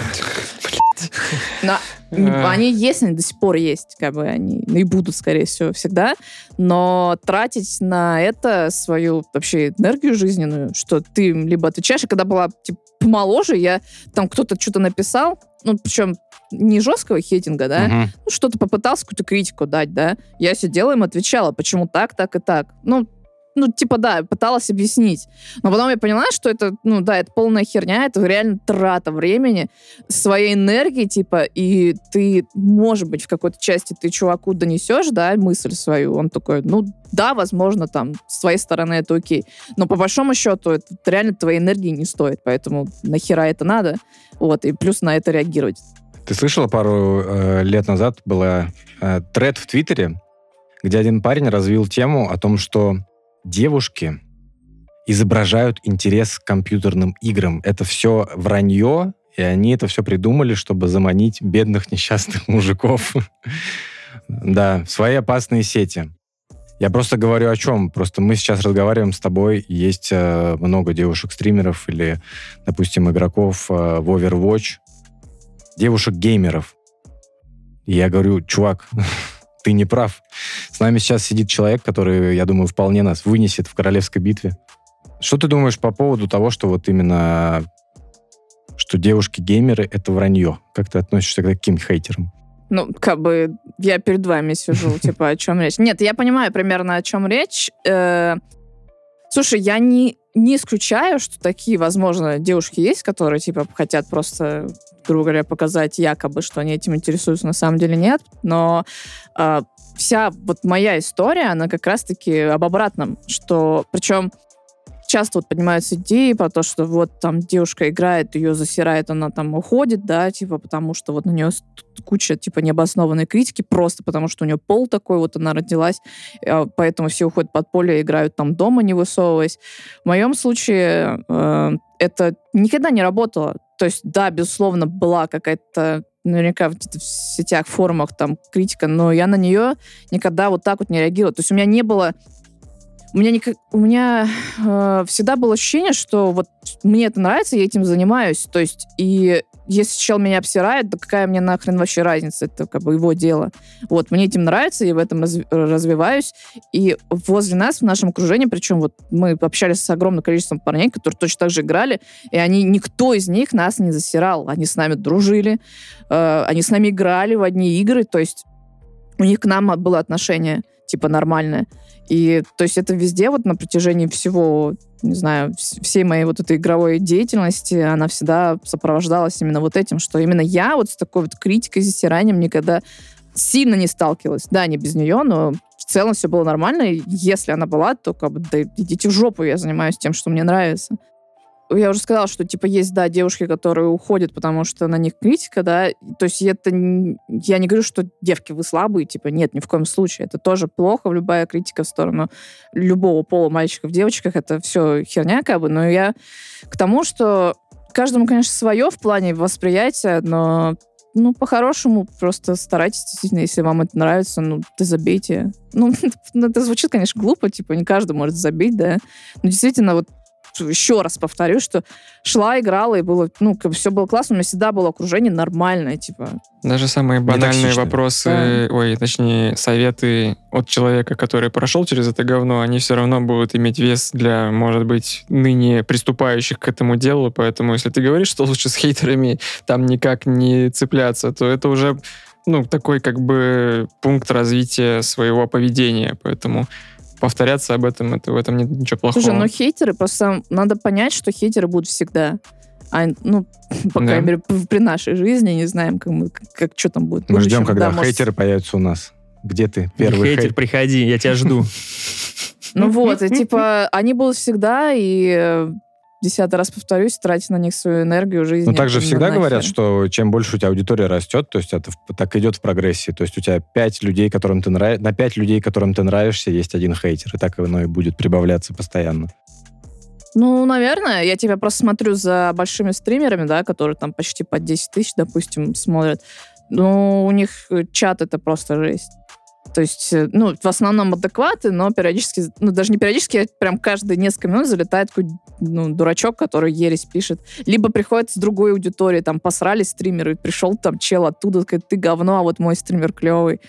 Они есть, они до сих пор есть, как бы они и будут, скорее всего, всегда, но тратить на это свою вообще энергию жизненную, что ты либо отвечаешь, и когда была типа помоложе, там кто-то что-то написал, ну, причем не жесткого хейтинга, да, ну, что-то попытался какую-то критику дать, да, я сидела им отвечала, почему так, так и так. Ну, типа, да, пыталась объяснить. Но потом я поняла, что это, ну, да, это полная херня, это реально трата времени, своей энергии, типа, и ты, может быть, в какой-то части ты чуваку донесешь, да, мысль свою, он такой, ну, да, возможно, там, с твоей стороны это окей. Но по большому счету это реально твоей энергии не стоит, поэтому нахера это надо, вот, и плюс на это реагировать. Ты слышала, пару лет назад была тред в Твиттере, где один парень развил тему о том, что девушки изображают интерес к компьютерным играм. Это все вранье, и они это все придумали, чтобы заманить бедных несчастных мужиков. Да, в свои опасные сети. Я просто говорю о чем. Просто мы сейчас разговариваем с тобой, есть много девушек-стримеров или, допустим, игроков в Overwatch, девушек-геймеров. И я говорю, чувак, ты не прав. С нами сейчас сидит человек, который, я думаю, вполне нас вынесет в королевской битве. Что ты думаешь по поводу того, что вот именно, что девушки-геймеры — это вранье? Как ты относишься к таким хейтерам? Ну, как бы, я перед вами сижу, типа, о чем речь. Нет, я понимаю примерно, о чем речь. Слушай, я не исключаю, что такие, возможно, девушки есть, которые, типа, хотят просто, грубо говоря, показать якобы, что они этим интересуются, на самом деле нет. Но вся вот моя история, она как раз-таки об обратном, что, причем, часто вот поднимаются идеи про то, что вот там девушка играет, ее засирает, она там уходит, да, типа, потому что вот на нее куча, типа, необоснованной критики, просто потому что у нее пол такой, вот она родилась, поэтому все уходят под поле, играют там дома, не высовываясь. В моем случае это никогда не работало. То есть, да, безусловно, была какая-то наверняка в сетях, форумах там критика, но я на нее никогда вот так вот не реагировала. То есть у меня не было... У меня всегда было ощущение, что вот мне это нравится, я этим занимаюсь. То есть, и если чел меня обсирает, да какая мне нахрен вообще разница? Это как бы его дело. Вот, мне этим нравится, я в этом развиваюсь. И возле нас, в нашем окружении, причем вот мы общались с огромным количеством парней, которые точно так же играли, и никто из них нас не засирал. Они с нами дружили, они с нами играли в одни игры, то есть у них к нам было отношение типа нормальное. И то есть это везде вот на протяжении всего, не знаю, всей моей вот этой игровой деятельности, она всегда сопровождалась именно вот этим, что именно я вот с такой вот критикой, засиранием никогда сильно не сталкивалась. Да, не без нее, но в целом все было нормально. И если она была, то как бы да идите в жопу, я занимаюсь тем, что мне нравится. Я уже сказала, что, типа, есть, да, девушки, которые уходят, потому что на них критика, да, то есть это... Я не говорю, что девки, вы слабые, типа, нет, ни в коем случае. Это тоже плохо, любая критика в сторону любого пола, мальчиков, девочках, это все херня, как бы, но я к тому, что каждому, конечно, свое в плане восприятия, но, ну, по-хорошему, просто старайтесь, действительно, если вам это нравится, ну, да забейте. Ну, это звучит, конечно, глупо, типа, не каждый может забить, да, но действительно, вот еще раз повторю, что шла, играла, и было, ну, как бы все было классно, у меня всегда было окружение нормальное, типа. Даже самые банальные вопросы, да. Точнее, советы от человека, который прошел через это говно, они все равно будут иметь вес для, может быть, ныне приступающих к этому делу, поэтому если ты говоришь, что лучше с хейтерами там никак не цепляться, то это уже, ну, такой как бы пункт развития своего поведения, поэтому... повторяться об этом, в этом нет ничего плохого. Слушай, ну хейтеры, просто надо понять, что хейтеры будут всегда. Ну, по крайней мере, при нашей жизни не знаем, как что там будет. Мы ждем, когда хейтеры появятся у нас. Где ты? Первый хейтер, приходи, я тебя жду. Ну вот, и типа, они будут всегда, и 10-й раз повторюсь, тратить на них свою энергию, жизнь. Но также всегда говорят, что чем больше у тебя аудитория растет, то есть это так идет в прогрессии. То есть у тебя 5 людей, которым ты нравишься, на 5 людей, которым ты нравишься, есть один хейтер. И так оно и будет прибавляться постоянно. Ну, наверное. Я тебя просто смотрю за большими стримерами, да, которые там почти по 10 тысяч, допустим, смотрят. Ну, у них чат — это просто жесть. То есть, ну, в основном адекваты, но периодически, ну, даже не периодически, а прям каждые несколько минут залетает какой-то, ну, дурачок, который ересь пишет. Либо приходит с другой аудитории, там, посрали стримеры, пришел там чел оттуда, такой, ты говно, а вот мой стример клевый.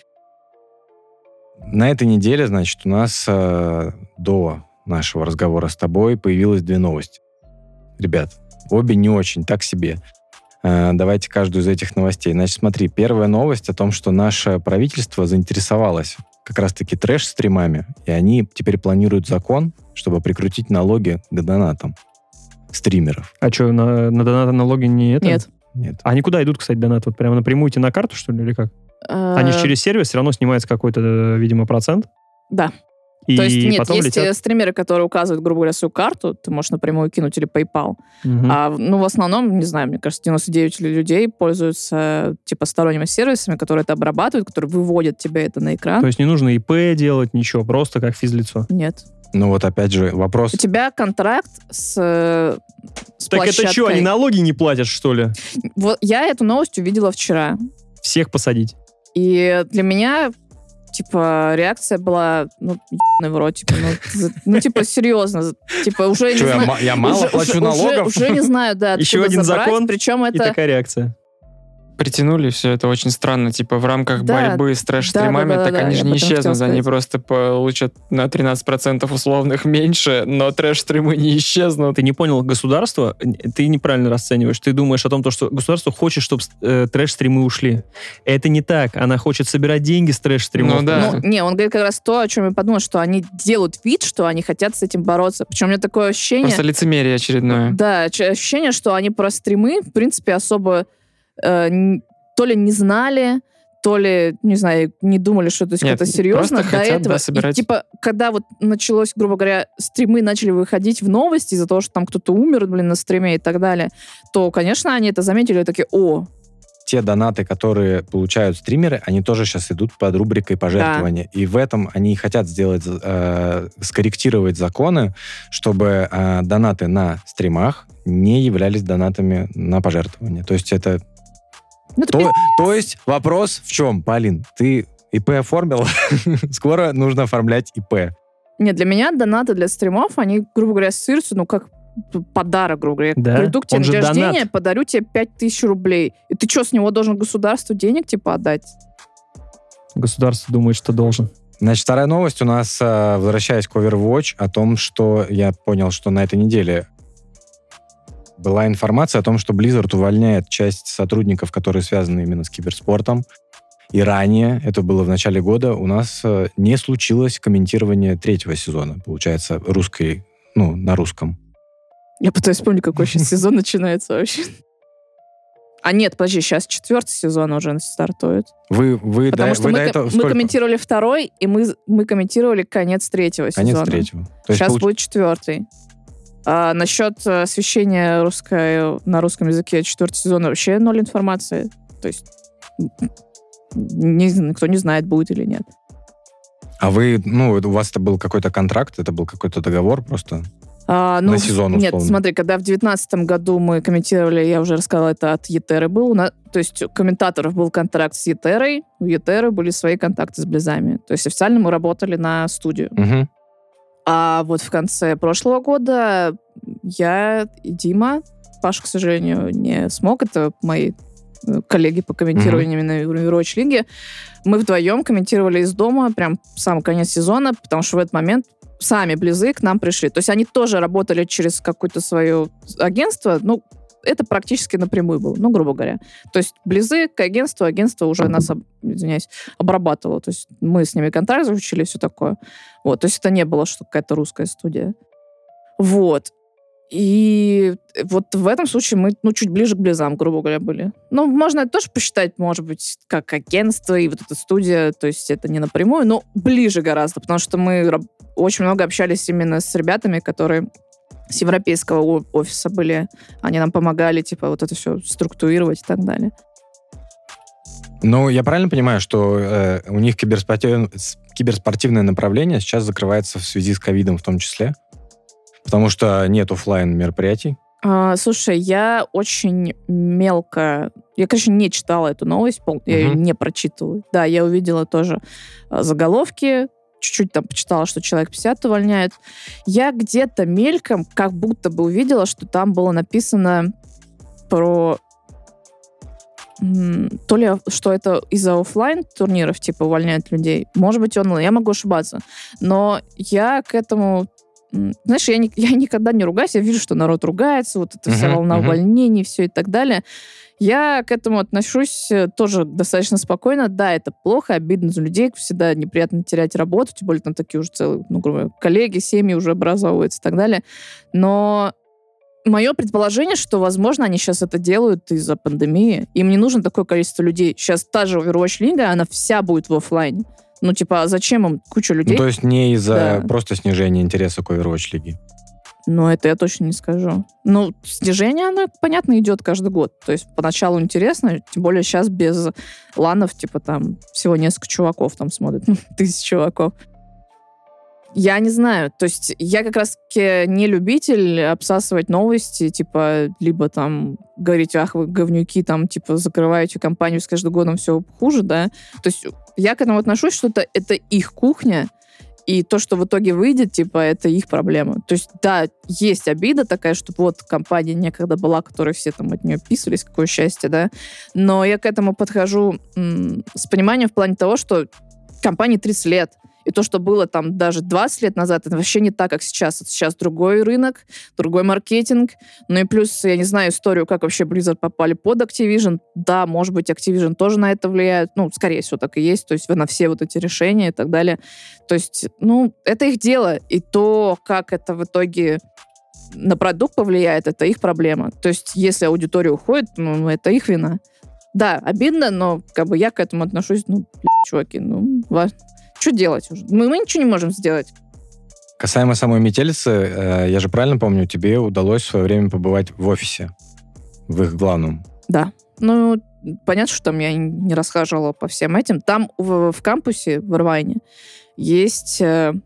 На этой неделе, значит, у нас до нашего разговора с тобой появилось 2 новости. Ребят, обе не очень, так себе. Давайте каждую из этих новостей. Значит, смотри, первая новость о том, что наше правительство заинтересовалось как раз-таки трэш-стримами, и они теперь планируют закон, чтобы прикрутить налоги к донатам стримеров. А что, на донаты налоги не это? Нет. А они куда идут, кстати, донаты? Вот прямо напрямую идти на карту, что ли, или как? Они же через сервис все равно снимается какой-то, видимо, процент? Да. И то есть, нет, потом есть стримеры, которые указывают, грубо говоря, свою карту, ты можешь напрямую кинуть или PayPal. А, ну, в основном, не знаю, мне кажется, 99 людей пользуются, типа, сторонними сервисами, которые это обрабатывают, которые выводят тебе это на экран. То есть не нужно ИП делать, ничего, просто как физлицо? Нет. Ну вот опять же вопрос... У тебя контракт с так площадкой. Это что, они налоги не платят, что ли? Вот я эту новость увидела вчера. Всех посадить. И для меня... Типа, реакция была, ну, ебаный в рот, типа, ну, типа, серьезно, типа, уже что, не знаю... Я мало плачу налогов? Уже не знаю, да, еще один забрать, закон, причем это... и такая реакция. Притянули все это очень странно, типа в рамках борьбы с трэш-стримами, так они же не исчезнут, они просто получат на 13% условных меньше, но трэш-стримы не исчезнут. Ты не понял, государство, ты неправильно расцениваешь, ты думаешь о том, что государство хочет, чтобы трэш-стримы ушли. Это не так, она хочет собирать деньги с трэш-стримов. Ну да. Ну, не, он говорит как раз то, о чем я подумала, что они делают вид, что они хотят с этим бороться. Причем у меня такое ощущение... Просто лицемерие очередное. Да, ощущение, что они про стримы, в принципе, особо... то ли не знали, то ли, не знаю, не думали, что это серьезно до этого. Собирать... И, типа, когда вот началось, грубо говоря, стримы начали выходить в новости из-за того, что там кто-то умер, на стриме и так далее, то, конечно, они это заметили и такие, те донаты, которые получают стримеры, они тоже сейчас идут под рубрикой пожертвования. Да. И в этом они хотят сделать, скорректировать законы, чтобы донаты на стримах не являлись донатами на пожертвования. То есть это... То есть вопрос в чем, Полин? Ты ИП оформил? Скоро нужно оформлять ИП. Нет, для меня донаты для стримов, они, грубо говоря, ассоциируются, как подарок, грубо говоря. Да? Приду к тебе на день рождения, подарю тебе 5000 рублей. И ты что, с него должен государству денег, отдать? Государство думает, что должен. Значит, вторая новость у нас, возвращаясь к Overwatch, о том, что я понял, что на этой неделе была информация о том, что Blizzard увольняет часть сотрудников, которые связаны именно с киберспортом. И ранее, это было в начале года, у нас не случилось комментирование 3-го сезона, получается, на русском. Я пытаюсь вспомнить, какой сейчас сезон начинается вообще. А нет, подожди, сейчас 4-й сезон уже стартует. Потому что мы комментировали 2-й, и мы комментировали конец 3-го сезона. Конец 3-го. Сейчас будет 4-й. А насчет освещения на русском языке 4-й сезон вообще ноль информации. То есть никто не знает, будет или нет. А у вас это был какой-то контракт, это был какой-то договор просто? На сезон, условно. Нет, смотри, когда в 2019 году мы комментировали, я уже рассказала, это от Етеры был, то есть у комментаторов был контракт с Етерой, у Етеры были свои контакты с Близами. То есть официально мы работали на студию. Угу. А вот в конце прошлого года я и Дима, Паша, к сожалению, не смог, это мои коллеги по комментированию именно в Overwatch лиге, мы вдвоем комментировали из дома прям самый конец сезона, потому что в этот момент сами Близы к нам пришли. То есть они тоже работали через какое-то свое агентство, это практически напрямую было, грубо говоря. То есть Близы к агентству, агентство уже нас, обрабатывало. То есть мы с ними контракт заключили, все такое. Вот, то есть это не было, что какая-то русская студия. Вот. И вот в этом случае мы, чуть ближе к Близам, грубо говоря, были. Можно это тоже посчитать, может быть, как агентство и вот эта студия, то есть это не напрямую, но ближе гораздо, потому что мы очень много общались именно с ребятами, которые с европейского офиса были. Они нам помогали, вот это все структурировать и так далее. Я правильно понимаю, что у них киберспортивное направление сейчас закрывается в связи с ковидом в том числе? Потому что нет офлайн мероприятий? Слушай, я очень мелко... Я, конечно, не читала эту новость, я ее не прочитывала. Да, я увидела тоже заголовки, чуть-чуть там почитала, что человек 50 увольняют. Я где-то мельком как будто бы увидела, что там было написано про... То ли, что это из-за офлайн турниров, увольняют людей. Может быть, онлайн. Я могу ошибаться. Но я к этому... Знаешь, я никогда не ругаюсь, я вижу, что народ ругается, вот эта вся волна увольнений, все и так далее. Я к этому отношусь тоже достаточно спокойно. Да, это плохо, обидно за людей, всегда неприятно терять работу, тем более там такие уже целые, грубо говоря, коллеги, семьи уже образовываются и так далее. Но мое предположение, что, возможно, они сейчас это делают из-за пандемии. Им не нужно такое количество людей. Сейчас та же Overwatch лига, она вся будет в офлайне. Зачем им куча людей? То есть не из-за просто снижения интереса к Overwatch лиге? Это я точно не скажу. Снижение, оно, понятно, идет каждый год. То есть поначалу интересно, тем более сейчас без ланов, там всего несколько чуваков там смотрят, 1000 чуваков. Я не знаю. То есть я как раз-таки не любитель обсасывать новости, либо там говорить, ах, вы говнюки, закрываете компанию с каждым годом все хуже, да. То есть я к этому отношусь, что это их кухня, и то, что в итоге выйдет, это их проблема. То есть, да, есть обида такая, что вот компания некогда была, которой все там от нее писались, какое счастье, да. Но я к этому подхожу с пониманием в плане того, что компании 30 лет. И то, что было там даже 20 лет назад, это вообще не так, как сейчас. Это сейчас другой рынок, другой маркетинг. И плюс, я не знаю историю, как вообще Blizzard попали под Activision. Да, может быть, Activision тоже на это влияет. Скорее всего, так и есть. То есть на все вот эти решения и так далее. То есть, это их дело. И то, как это в итоге на продукт повлияет, это их проблема. То есть, если аудитория уходит, это их вина. Да, обидно, но как бы я к этому отношусь, чуваки, что делать уже? Мы ничего не можем сделать. Касаемо самой метелицы, я же правильно помню, тебе удалось в свое время побывать в офисе, в их главном. Да. Понятно, что там я не расхаживала по всем этим. Там в кампусе, в Ирвайне, есть,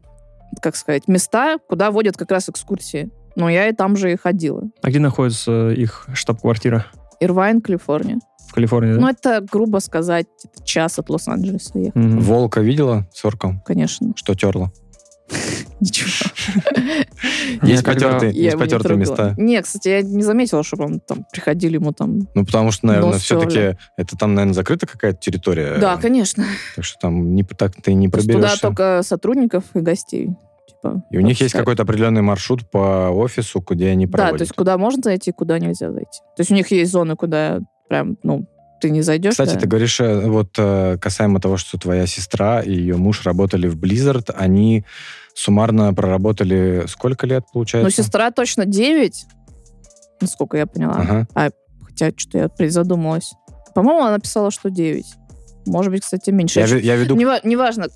места, куда водят как раз экскурсии. Но я и там же и ходила. А где находится их штаб-квартира? Ирвайн, Калифорния. В Калифорнии, да? Это, грубо сказать, час от Лос-Анджелеса ехать. Волка видела с орком? Конечно. Что терла? Ничего. Есть потертые места? Нет, кстати, я не заметила, чтобы он там приходили ему там... Потому что, наверное, все-таки это там, наверное, закрыта какая-то территория. Да, конечно. Так что там так ты не проберешься. Туда только сотрудников и гостей. И у них есть какой-то определенный маршрут по офису, где они проводят. Да, то есть куда можно зайти, куда нельзя зайти. То есть у них есть зоны, куда прям, ты не зайдешь. Кстати, ты говоришь, касаемо того, что твоя сестра и ее муж работали в Blizzard, они суммарно проработали сколько лет, получается? Сестра точно 9, насколько я поняла. Ага. Хотя что-то я призадумалась. По-моему, она написала, что 9. Может быть, кстати, меньше. Я веду... Неважно.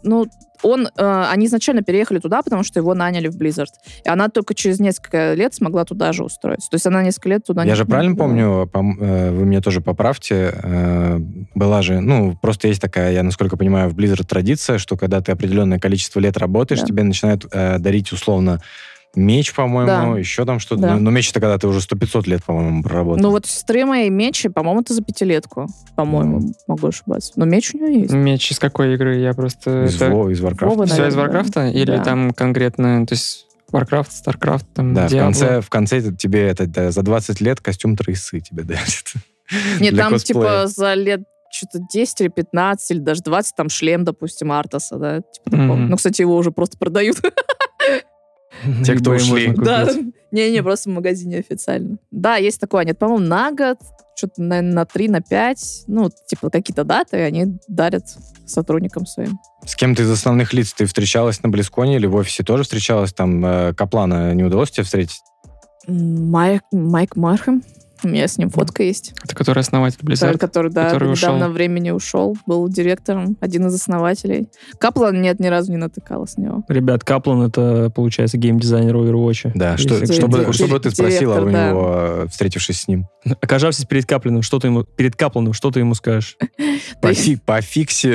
Они изначально переехали туда, потому что его наняли в Blizzard. И она только через несколько лет смогла туда же устроиться. То есть она несколько лет туда... Я же правильно помню, вы меня тоже поправьте, была же, просто есть такая, я насколько понимаю, в Blizzard традиция, что когда ты определенное количество лет работаешь, тебе начинают дарить условно меч, по-моему, еще там что-то. Да. Но меч это когда ты уже 100-500 лет, по-моему, проработал. Сестры моей меч, по-моему, это за 5-летку. По-моему, могу ошибаться. Но меч у нее есть. Меч из какой игры? Я просто... Из Warcraft. Все из Warcraft? Да. Или там конкретно... То есть Warcraft, Starcraft, там, да, Diablo? в конце тебе за 20 лет костюм тройсы тебе дают. Нет, там косплея. За лет что-то 10 или 15, или даже 20, там шлем, допустим, Артаса, да? Кстати, его уже просто продают. Те, кто ушли. Да, просто в магазине официально. Да, есть такое. Нет, по-моему, на год, что-то, наверное, на 3, на 5, какие-то даты они дарят сотрудникам своим. С кем-то из основных лиц ты встречалась на Близконе или в офисе тоже встречалась? Там Каплана не удалось тебе встретить? Майк Мархэм. У меня с ним фотка есть. Это который основатель Blizzard? Который в недавно времени ушел. Был директором, один из основателей. Каплан ни разу не натыкалась на него. Ребят, Каплан это, получается, геймдизайнер Overwatch. Да, чтобы ты спросила у него, встретившись с ним. Окажавшись перед Капланом, что ты ему скажешь? По фиксе.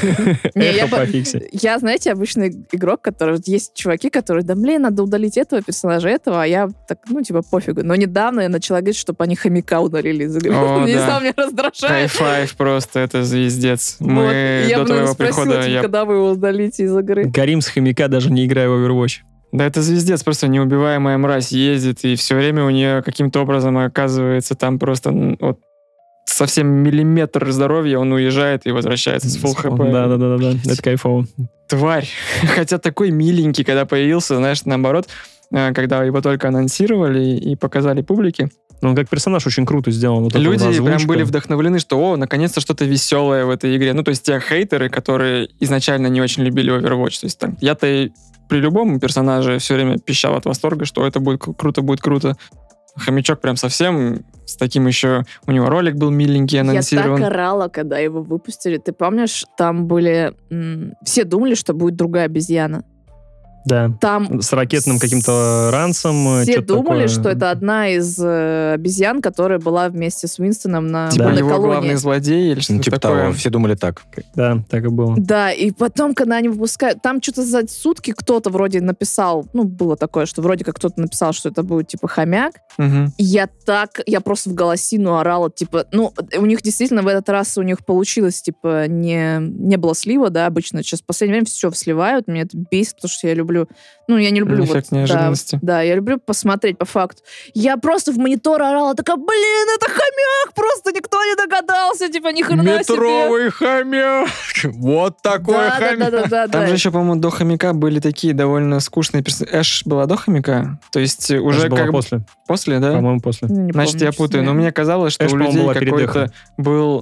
Я, знаете, обычный игрок, который... Есть чуваки, которые, надо удалить этого персонажа, этого, а я так, пофигу. Но недавно я начала говорить, чтобы они хомяка удалили из игры. Меня раздражает. High-five просто, это звездец. Мы до твоего прихода... когда вы его удалите из игры. Горим с хомяка, даже не играя в Overwatch. Да, это звездец, просто неубиваемая мразь ездит, и все время у нее каким-то образом оказывается там просто совсем миллиметр здоровья, он уезжает и возвращается с full хп. Да, это кайфово. Тварь. Хотя такой миленький, когда появился, знаешь, наоборот, когда его только анонсировали и показали публике. Он как персонаж очень круто сделан. Люди прям были вдохновлены, что, наконец-то что-то веселое в этой игре. То есть те хейтеры, которые изначально не очень любили Overwatch. То есть я-то при любом персонаже все время пищал от восторга, что это будет круто. Хомячок прям совсем с таким еще... У него ролик был миленький, анонсирован. Я так орала, когда его выпустили. Ты помнишь, там были... Все думали, что будет другая обезьяна. Да, там с ракетным каким-то ранцем. Все думали, что это одна из обезьян, которая была вместе с Уинстоном на колонии. Его главный злодей или что-то такое. Того, все думали так. Да, так и было. Да, и потом, когда они выпускают... Там что-то за сутки кто-то вроде написал, было такое, что вроде как кто-то написал, что это будет хомяк. Угу. Я просто в голосину орала, у них действительно в этот раз у них получилось, не было слива, да, обычно. Сейчас в последнее время все сливают, меня это бесит, потому что я люблю... я не люблю... Эффект неожиданности. Да, я люблю посмотреть по факту. Я просто в монитор орала, такая, это хомяк! Просто никто не догадался, ни хрена себе. Метровый хомяк! Вот такой хомяк! Да. Там же еще, по-моему, до хомяка были такие довольно скучные персонажи. Эш была до хомяка? То есть уже как после. После, да? По-моему, после. Значит, я путаю. Но мне казалось, что Эш, у людей какой-то был...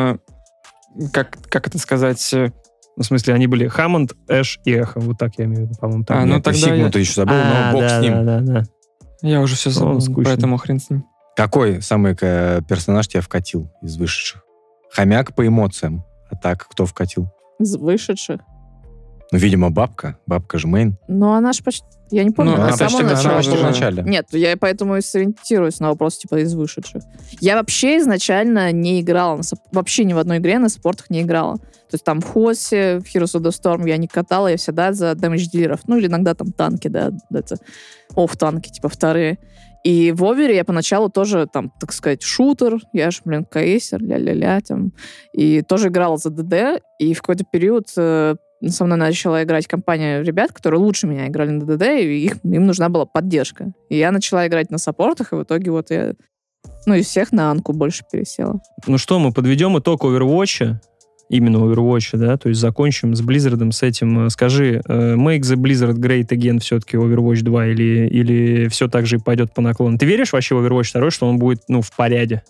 как это сказать... В смысле, они были Хаммонд, Эш и Эхо. Вот так я имею в виду, по-моему. Тогда Сигму ты еще забыл, но бог с ним. Да. Я уже все забыл, поэтому хрен с ним. Какой самый персонаж тебя вкатил из вышедших? Хомяк по эмоциям. А так, кто вкатил? Из вышедших? Ну, видимо, бабка. Бабка же мейн. Ну, она же почти... Я не помню, она в самом начале. Нет, я поэтому и сориентируюсь на вопрос, типа, из вышедших. Я вообще изначально не играла, вообще ни в одной игре на саппортах не играла. То есть там в Хосе, в Heroes of the Storm я не катала, я всегда за дэмэдж-дилеров. Ну, или иногда там танки, да, это офф-танки, типа, вторые. И в Овере я поначалу тоже, там, так сказать, шутер, я же, КСер, ля-ля-ля, там, и тоже играла за ДД, и в какой-то период со мной начала играть компания ребят, которые лучше меня играли на ДД, и им нужна была поддержка. И я начала играть на саппортах, и в итоге вот я, из всех на Анку больше пересела. Ну что, мы подведем итог Overwatch, именно Overwatch, да, то есть закончим с Blizzard, с этим. Скажи, make the Blizzard great again все-таки Overwatch 2 или все так же пойдет по наклону? Ты веришь вообще в Overwatch 2, что он будет, в порядке?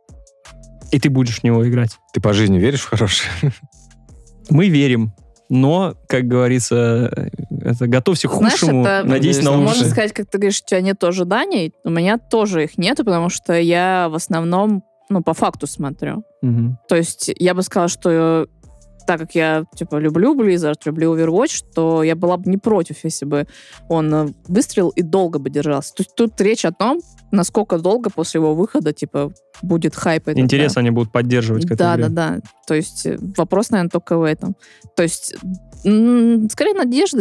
И ты будешь в него играть? Ты по жизни веришь в хорошее? Мы верим. Но, как говорится, готовься к худшему, надеюсь на лучшее. Можно сказать, как ты говоришь, у тебя нет ожиданий, у меня тоже их нету, потому что я в основном, по факту смотрю. Угу. То есть я бы сказала, что так как я, люблю Blizzard, люблю Overwatch, то я была бы не против, если бы он выстрелил и долго бы держался. То есть тут речь о том, насколько долго после его выхода, будет хайп. Интерес они будут поддерживать к этой игре. Да. То есть вопрос, наверное, только в этом. То есть скорее надежда,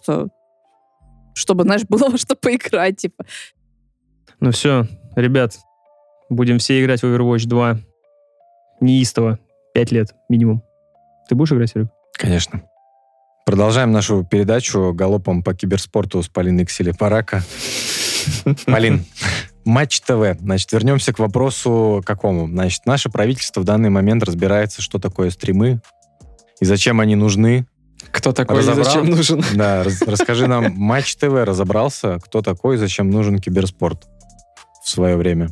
чтобы, знаешь, было во что поиграть, Ну все, ребят, будем все играть в Overwatch 2 неистово. 5 лет минимум. Ты будешь играть, Серег? Конечно. Продолжаем нашу передачу галопом по киберспорту с Полиной Кселепарака. Полин, Матч ТВ. Значит, вернемся к вопросу какому. Значит, наше правительство в данный момент разбирается, что такое стримы и зачем они нужны. Кто такой и зачем нужен? Да, расскажи нам, Матч ТВ разобрался, кто такой и зачем нужен киберспорт в свое время?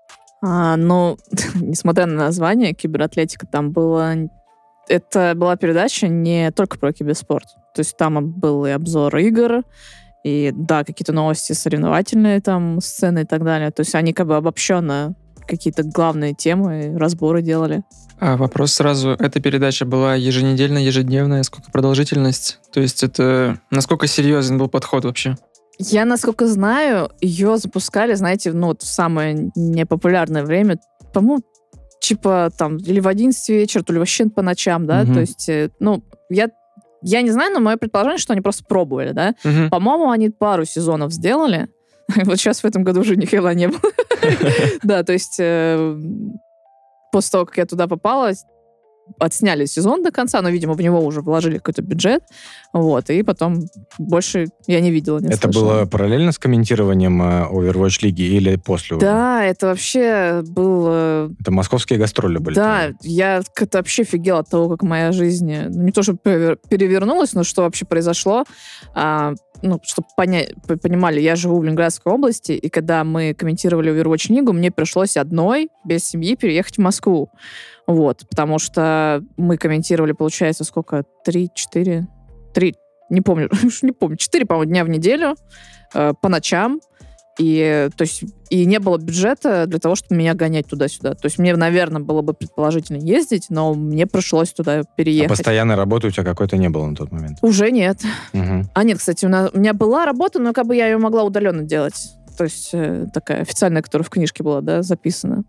Несмотря на название, кибератлетика, там было... Это была передача не только про киберспорт. То есть там был и обзор игр, и, да, какие-то новости соревновательные, там, сцены и так далее. То есть они обобщенно какие-то главные темы, разборы делали. Вопрос сразу. Эта передача была еженедельная, ежедневная? Сколько продолжительность? То есть это... Насколько серьезен был подход вообще? Я, насколько знаю, ее запускали, знаете, в самое непопулярное время. По-моему, или в 11 вечера, то ли вообще по ночам, да? Угу. То есть, я не знаю, но мое предположение, что они просто пробовали, да? Угу. По-моему, они пару сезонов сделали. Вот сейчас в этом году уже ни хрена не было. Да, то есть после того, как я туда попала, отсняли сезон до конца, но, видимо, в него уже вложили какой-то бюджет, и потом больше я не видела, не Это слышала. было параллельно с комментированием Overwatch лиги или после? Да, это вообще было... Это московские гастроли были? Да, я как-то вообще офигела от того, как моя жизнь, не то, что перевернулась, но что вообще произошло. Чтобы понимали, я живу в Ленинградской области, и когда мы комментировали Overwatch лигу, мне пришлось одной, без семьи, переехать в Москву. Потому что мы комментировали, получается, сколько? 3, не помню, 4, по-моему, дня в неделю, по ночам. И не было бюджета для того, чтобы меня гонять туда-сюда. То есть мне, наверное, было бы предположительно ездить, но мне пришлось туда переехать. А постоянной работы у тебя какой-то не было на тот момент? Уже нет. Угу. Нет, кстати, у меня была работа, но я ее могла удаленно делать. То есть такая официальная, которая в книжке была, да, записана.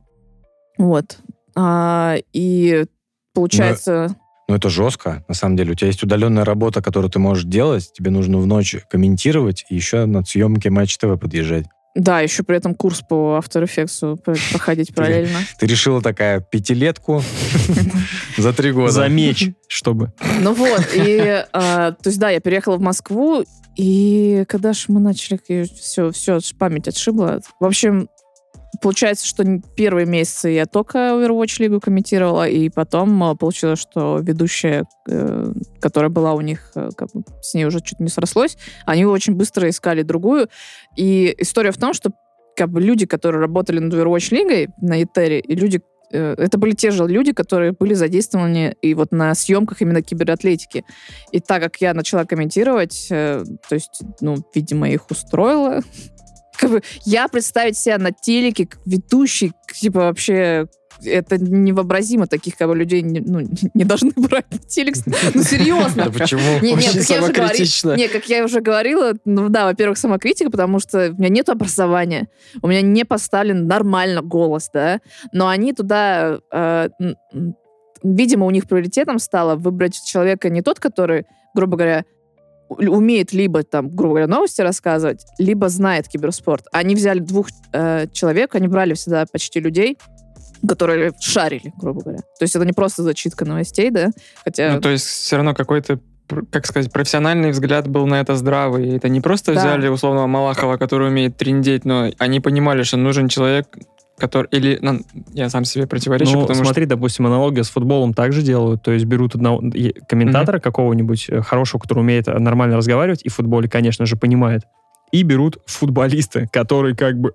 И получается... Это жестко, на самом деле. У тебя есть удаленная работа, которую ты можешь делать, тебе нужно в ночь комментировать и еще над съемки Матч ТВ подъезжать. Да, еще при этом курс по After Effects проходить параллельно. Ты решила такая 5-летку за 3 года. За меч, чтобы. То есть, да, я переехала в Москву, и когда же мы начали, все, память отшибла. В общем, получается, что первые месяцы я только Overwatch лигу комментировала, и потом получилось, что ведущая, которая была у них, с ней уже что-то не срослось, они очень быстро искали другую. И история в том, что люди, которые работали над Overwatch лигой на Етере, и люди, это были те же люди, которые были задействованы и на съемках именно кибератлетики. И так как я начала комментировать, видимо, их устроило, Как бы я представить себя на телеке, как ведущий, типа вообще... Это невообразимо, таких как бы людей не должны брать на телек. Ну, серьезно. Почему? Очень самокритично. Как я уже говорила, во-первых, самокритика, потому что у меня нет образования, у меня не поставлен нормально голос, да, но они туда, видимо, у них приоритетом стало выбрать человека не тот, который, грубо говоря, умеет либо, там, грубо говоря, новости рассказывать, либо знает киберспорт. Они взяли 2 человек, они брали всегда почти людей, которые шарили, грубо говоря. То есть это не просто зачитка новостей, да? Хотя... то есть все равно какой-то, как сказать, профессиональный взгляд был на это здравый. Это не просто взяли условного Малахова, который умеет трындеть, но они понимали, что нужен человек, который... Или... я сам себе противоречу, потому смотри, допустим, аналогия с футболом также делают. То есть берут одного комментатора какого-нибудь хорошего, который умеет нормально разговаривать, и в футболе, конечно же, понимает. И берут футболиста, который как бы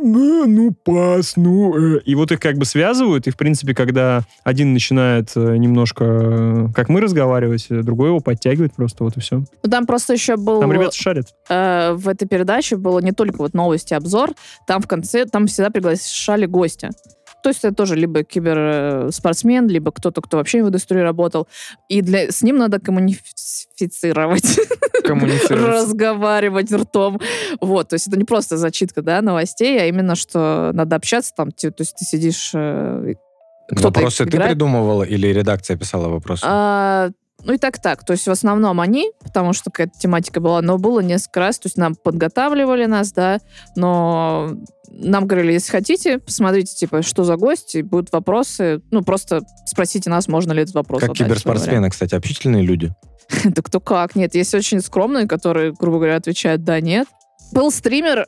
и вот их как бы связывают, и в принципе, когда один начинает немножко, как мы, разговаривать, другой его подтягивает просто, вот и все. Ну, там просто еще был... Там ребята шарят. В этой передаче было не только вот новости, обзор, там в конце, там всегда приглашали гостя. То есть это тоже либо киберспортсмен, либо кто-то, кто вообще в индустрии работал. И с ним надо коммуницировать. Разговаривать ртом. Вот, то есть это не просто зачитка, да, новостей, а именно, что надо общаться там, то есть ты сидишь... Вопросы ты придумывала или редакция писала вопросы? Ну и так. То есть в основном они, потому что какая-то тематика была, но было несколько раз, то есть нам подготавливали нас, да, но нам говорили, если хотите, посмотрите, типа, что за гость, и будут вопросы, просто спросите нас, можно ли этот вопрос задать. Как киберспортсмены, кстати, общительные люди. Да кто как, нет. Есть очень скромные, которые, грубо говоря, отвечают «да», «нет». Был стример,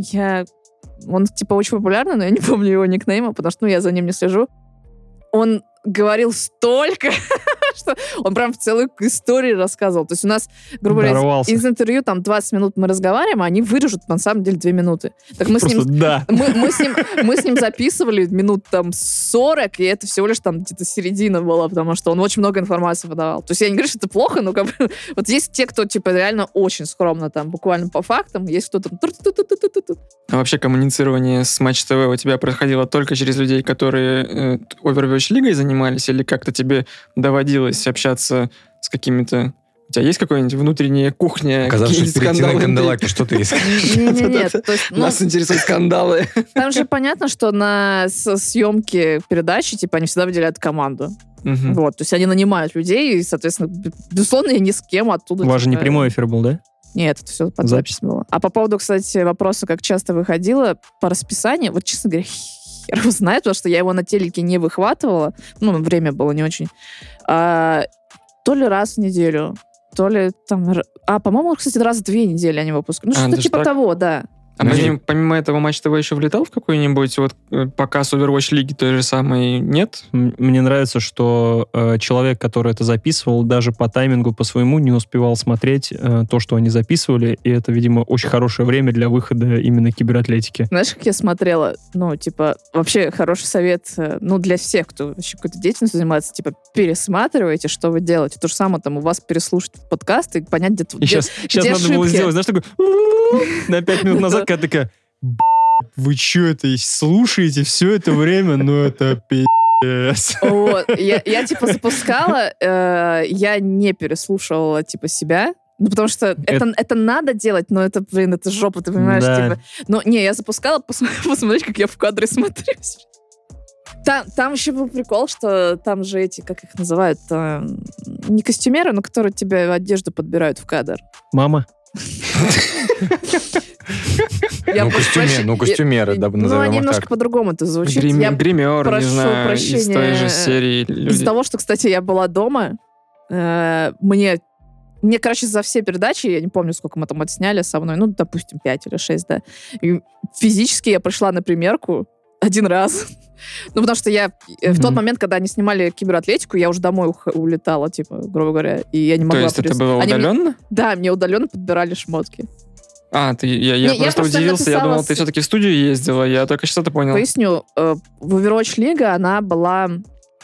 он, типа, очень популярный, но я не помню его никнейма, потому что, я за ним не слежу. Он говорил столько, что он прям в целую историю рассказывал. То есть у нас, грубо говоря, из интервью там 20 минут мы разговариваем, а они вырежут на самом деле 2 минуты. Так мы с ним записывали минут там 40, и это всего лишь там где-то середина была, потому что он очень много информации выдавал. То есть я не говорю, что это плохо, но как бы вот есть те, кто типа реально очень скромно там, буквально по фактам, есть кто там... А вообще коммуницирование с Матч ТВ у тебя происходило только через людей, которые Overwatch лигой занимались, или как-то тебе доводилось общаться с какими-то... У тебя есть какая-нибудь внутренняя кухня? Оказавшись перейти на Канделаки, что ты искал? Нет. Нас интересуют скандалы. Там же понятно, что на съемке передачи, типа, они всегда выделяют команду. Вот, то есть они нанимают людей, и, соответственно, безусловно, я ни с кем оттуда... У вас же не прямой эфир был, да? Нет, это все под запись было. А по поводу, кстати, вопроса, как часто выходила по расписанию, вот, честно говоря, хер его знает, потому что я его на телеке не выхватывала, время было не очень. То ли раз в неделю, то ли там... по-моему, кстати, раз в 2 недели они выпускают. Что-то типа того, да. А помимо этого Матч ТВ еще влетал в какой-нибудь показ Overwatch лиги той же самой? Нет? Мне нравится, что человек, который это записывал, даже по таймингу по своему не успевал смотреть то, что они записывали, и это, видимо, очень хорошее время для выхода именно кибератлетики. Знаешь, как я смотрела? Вообще хороший совет, для всех, кто вообще какой-то деятельностью занимается, пересматривайте, что вы делаете. То же самое там у вас переслушать подкаст и понять, где сейчас надо было сделать, знаешь, такой на 5 минут назад, когда такая, вы что это слушаете все это время? Это пи***ц. Вот, я запускала, я не переслушивала, себя, потому что это надо делать, но это жопа, ты понимаешь, да. Я запускала, посмотреть, как я в кадре смотрюсь. Там еще был прикол, что там же эти, как их называют, не костюмеры, но которые тебе одежду подбирают в кадр. Мама. Костюмеры, да, назовем они немножко по-другому это звучит. Гример, не знаю, прощения. из той же серии. Из-за того, что, кстати, я была дома, мне, за все передачи, я не помню, сколько мы там отсняли со мной, допустим, 5 или 6, да. И физически я пришла на примерку 1 раз. Потому что я в тот момент, когда они снимали кибератлетику, я уже домой улетала, грубо говоря, и я не могла... То есть это было удаленно? Да, мне удаленно подбирали шмотки. Я просто удивился, я думал, ты все-таки в студию ездила, я только сейчас это понял. Поясню, в Overwatch Лига она была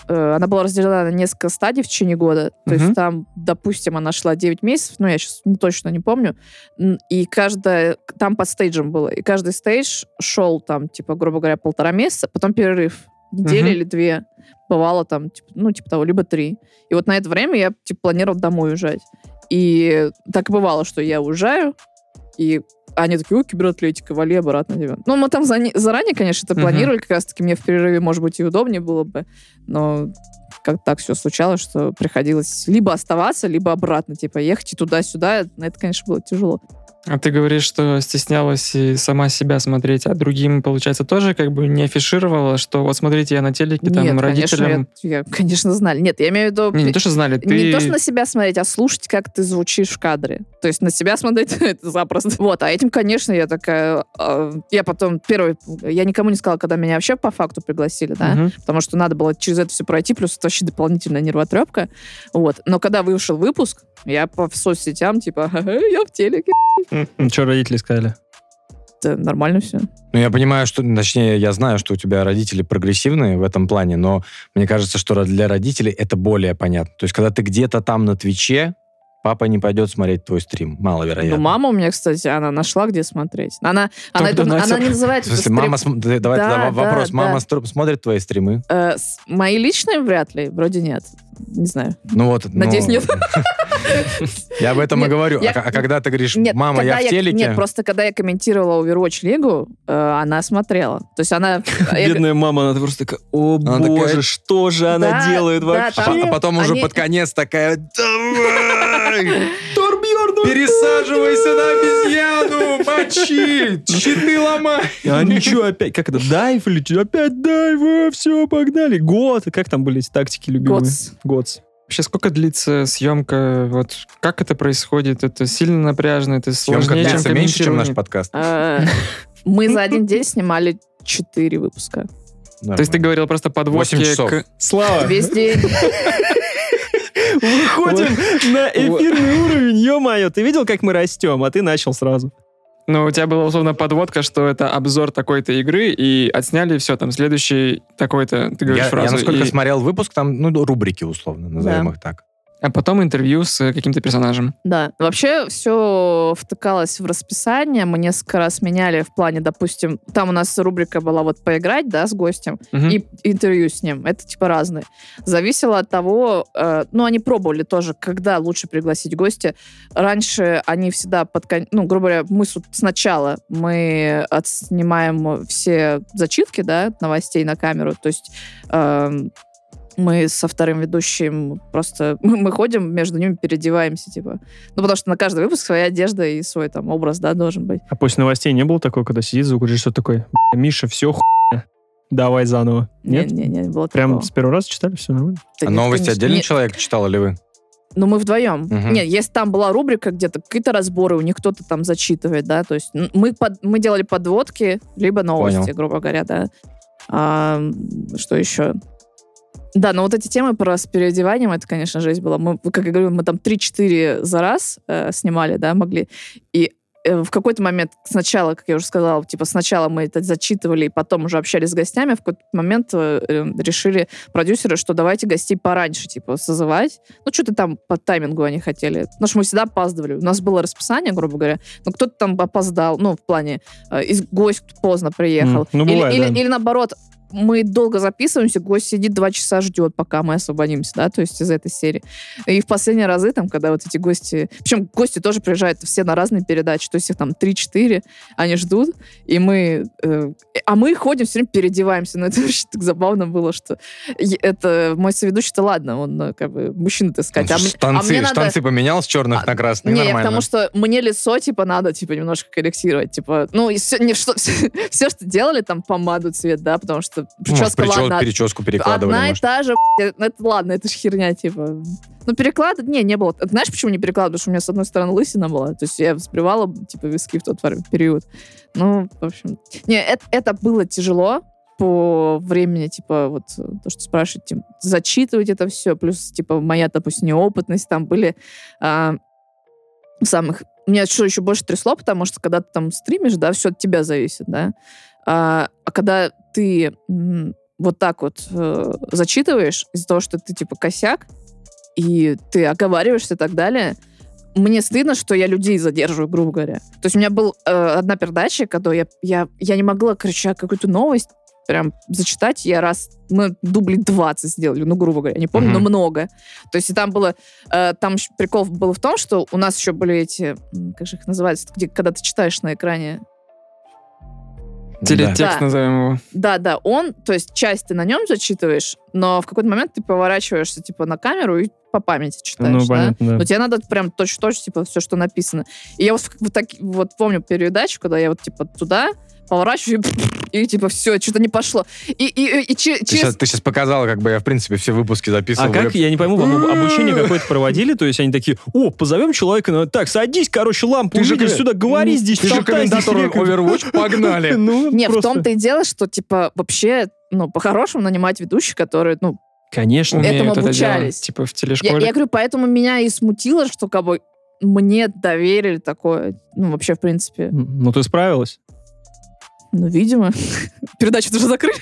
она была разделена на несколько стадий в течение года. То есть там, допустим, она шла 9 месяцев, я сейчас точно не помню, и там под стейджем было, и каждый стейдж шел там, типа, грубо говоря, 1,5 месяца, потом перерыв, неделя или 2. Бывало там, типа того, либо 3. И вот на это время я, планировала домой уезжать. И так и бывало, что я уезжаю, и они такие, кибератлетика, вали обратно. Ну, мы там заранее, конечно, это планировали, как раз-таки мне в перерыве, может быть, и удобнее было бы, но как так все случалось, что приходилось либо оставаться, либо обратно, ехать и туда-сюда. Это, конечно, было тяжело. А ты говоришь, что стеснялась и сама себя смотреть, а другим, получается, тоже не афишировала, что вот смотрите, я на телеке, там, Нет, родителям... конечно, знали. Нет, я имею в виду... Не то, что знали, ты... Не то, что на себя смотреть, а слушать, как ты звучишь в кадре. То есть на себя смотреть это запросто. Вот, а этим, конечно, я такая... Я потом я никому не сказала, когда меня вообще по факту пригласили, да, потому что надо было через это все пройти, плюс это вообще дополнительная нервотрепка. Вот. Но когда вышел выпуск, я по соцсетям, я в телеке. Что родители сказали? Да, нормально все. Ну, я понимаю, точнее, я знаю, что у тебя родители прогрессивные в этом плане, но мне кажется, что для родителей это более понятно. То есть, когда ты где-то там на Твиче, папа не пойдет смотреть твой стрим. Маловероятно. Ну, мама у меня, кстати, она нашла, где смотреть. Она не называет... В смысле, мама... Давай вопрос. Мама смотрит твои стримы? Мои личные вряд ли. Вроде нет. Не знаю. Ну вот. Надеюсь, нет. Я об этом и говорю. А когда ты говоришь, мама, я в телеке... Нет, просто когда я комментировала Overwatch Лигу, она смотрела. То есть она... Бедная мама, она просто такая, о боже, что же она делает вообще? А потом уже под конец такая, давай! Торбьерн, пересаживайся на обезьяну, мочи, щиты ломай. А ничего, опять, как это, дайв или что? Опять дайв, все, погнали. Год, как там были эти тактики любимые? Годс. Вообще, сколько длится съемка? Вот как это происходит? Это сильно напряжно? Это сложнее, чем комментирование? Меньше, чем наш подкаст. Мы за один день снимали 4 выпуска. То есть ты говорил просто подводки 8 часов. Слава! Весь день. Выходим на эфирный уровень, ё-моё. Ты видел, как мы растем, а ты начал сразу. Ну, у тебя была условно подводка, что это обзор такой-то игры, и отсняли все, там, следующий такой-то, ты говоришь фразу. Я насколько смотрел выпуск, там, рубрики, условно, назовем их так. А потом интервью с каким-то персонажем. Да. Вообще все втыкалось в расписание. Мы несколько раз меняли в плане, допустим, там у нас рубрика была вот поиграть, да, с гостем, и интервью с ним. Это разные. Зависело от того, они пробовали тоже, когда лучше пригласить гостя. Раньше они всегда грубо говоря, сначала мы отснимаем все зачитки, да, новостей на камеру, то есть мы со вторым ведущим просто... Мы ходим, между ними переодеваемся, потому что на каждый выпуск своя одежда и свой там образ, да, должен быть. А после новостей не было такого, когда сидит звукорежиссер такой, Миша, все хуйня, давай заново? Нет? Не было такого. Прям с первого раза читали, все нормально? А новости отдельный человек читал или вы? Ну, мы вдвоем. Нет, если там была рубрика где-то, какие-то разборы, у них кто-то там зачитывает, да, то есть мы делали подводки, либо новости, грубо говоря, да. Что еще? Да, но вот эти темы с переодеванием, это, конечно, жесть была. Мы, как я говорю, мы там 3-4 за раз снимали, да, могли. И в какой-то момент сначала, как я уже сказала, сначала мы это зачитывали, и потом уже общались с гостями, в какой-то момент решили продюсеры, что давайте гостей пораньше, созывать. Что-то там по таймингу они хотели. Потому что мы всегда опаздывали. У нас было расписание, грубо говоря, но кто-то там опоздал, в плане, гость поздно приехал. Или наоборот, мы долго записываемся, гость сидит 2 часа, ждет, пока мы освободимся, да, то есть из этой серии. И в последние разы, там, когда вот эти гости... Причем гости тоже приезжают все на разные передачи, то есть их там 3-4, они ждут, и мы... А мы ходим, все время переодеваемся. Но это вообще так забавно было, что... Это мой соведущий-то, ладно, он мужчина, так сказать. Штанцы поменял с черных на красные, нормально. Потому что мне лицо, надо, немножко корректировать. Все, что делали, там, помаду, цвет, да, потому что прическа, ладно. Переческу перекладывали. Одна и та же, это ладно, это же херня, перекладывать, не было. Знаешь, почему не перекладывать? Потому что у меня, с одной стороны, лысина была. То есть я сбривала, виски в тот период. В общем... Это было тяжело по времени, то, что спрашиваете, зачитывать это все. Плюс, моя, допустим, неопытность. Там были Меня что еще больше трясло, потому что когда ты там стримишь, да, все от тебя зависит, да. А когда ты вот так вот зачитываешь из-за того, что ты, типа, косяк, и ты оговариваешься и так далее, мне стыдно, что я людей задерживаю, грубо говоря. То есть у меня была одна передача, когда я не могла, короче, какую-то новость прям зачитать. Мы дублей 20 сделали, ну, грубо говоря, не помню, но много. То есть и там было... Там прикол был в том, что у нас еще были эти... Как же их называется? Когда ты читаешь на экране... Телетекст, назовем его. Да, то есть часть ты на нем зачитываешь, но в какой-то момент ты поворачиваешься, типа, на камеру и по памяти читаешь, ну, понятно, да? Но тебе надо прям точно-точно, типа, все, что написано. И я вот помню передачу, когда я вот, типа, туда поворачиваю, и типа, все, что-то не пошло. Ты сейчас показала, как бы я, в принципе, все выпуски записывал. А как, я не пойму, вам обучение какое-то проводили? То есть они такие, позовем человека, так, садись, короче, лампу увидишь сюда, говори здесь, ты же комментатор Overwatch, погнали. Не, в том-то и дело, что, типа, вообще, по-хорошему нанимать ведущих, которые, конечно, этому обучались. Типа в телешколе. Я говорю, поэтому меня и смутило, что, как бы, мне доверили такое, вообще, в принципе. Ну, ты справилась? Видимо. Передачу уже закрыли.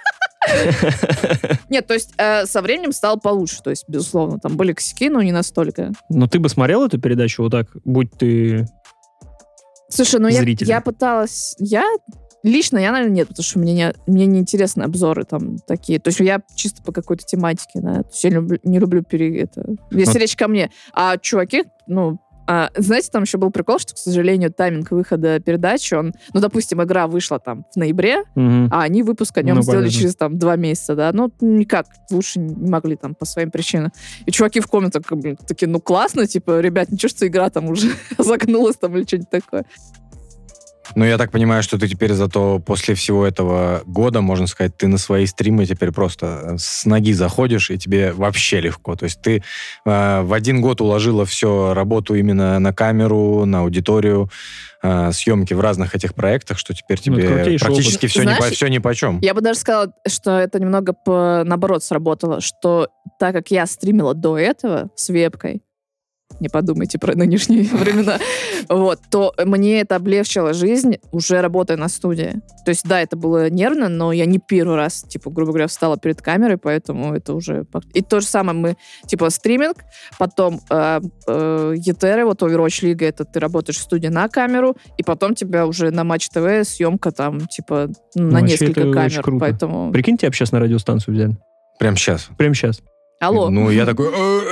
Нет, то есть со временем стало получше, то есть, безусловно, там были косяки, но не настолько. Но ты бы смотрел эту передачу вот так, будь ты Слушай, я пыталась... Лично я, наверное, нет, потому что мне не интересны обзоры там такие. То есть я чисто по какой-то тематике, да. То есть я не люблю если речь ко мне. А чуваки, знаете, там еще был прикол, что, к сожалению, тайминг выхода передачи, допустим, игра вышла там в ноябре, а они выпуск о нем сделали через 2 месяца, да, никак лучше не могли там по своим причинам. И чуваки в комментах такие, классно, типа, ребят, ничего, что игра там уже загнулась там или что-нибудь такое. Я так понимаю, что ты теперь зато после всего этого года, можно сказать, ты на свои стримы теперь просто с ноги заходишь, и тебе вообще легко. То есть ты в 1 год уложила всю работу именно на камеру, на аудиторию, съемки в разных этих проектах, что теперь тебе практически все нипочем. Я бы даже сказала, что это немного наоборот сработало, что так как я стримила до этого с вебкой, не подумайте про нынешние времена, то мне это облегчило жизнь, уже работая на студии. То есть, да, это было нервно, но я не первый раз, грубо говоря, встала перед камерой, поэтому это уже... И то же самое мы, стриминг, потом ETR, Overwatch League, это ты работаешь в студии на камеру, и потом тебя уже на Матч ТВ съемка там, на несколько камер. Поэтому... Прикинь, тебя сейчас на радиостанцию взяли. Прямо сейчас? Прямо сейчас. Алло. Я такой...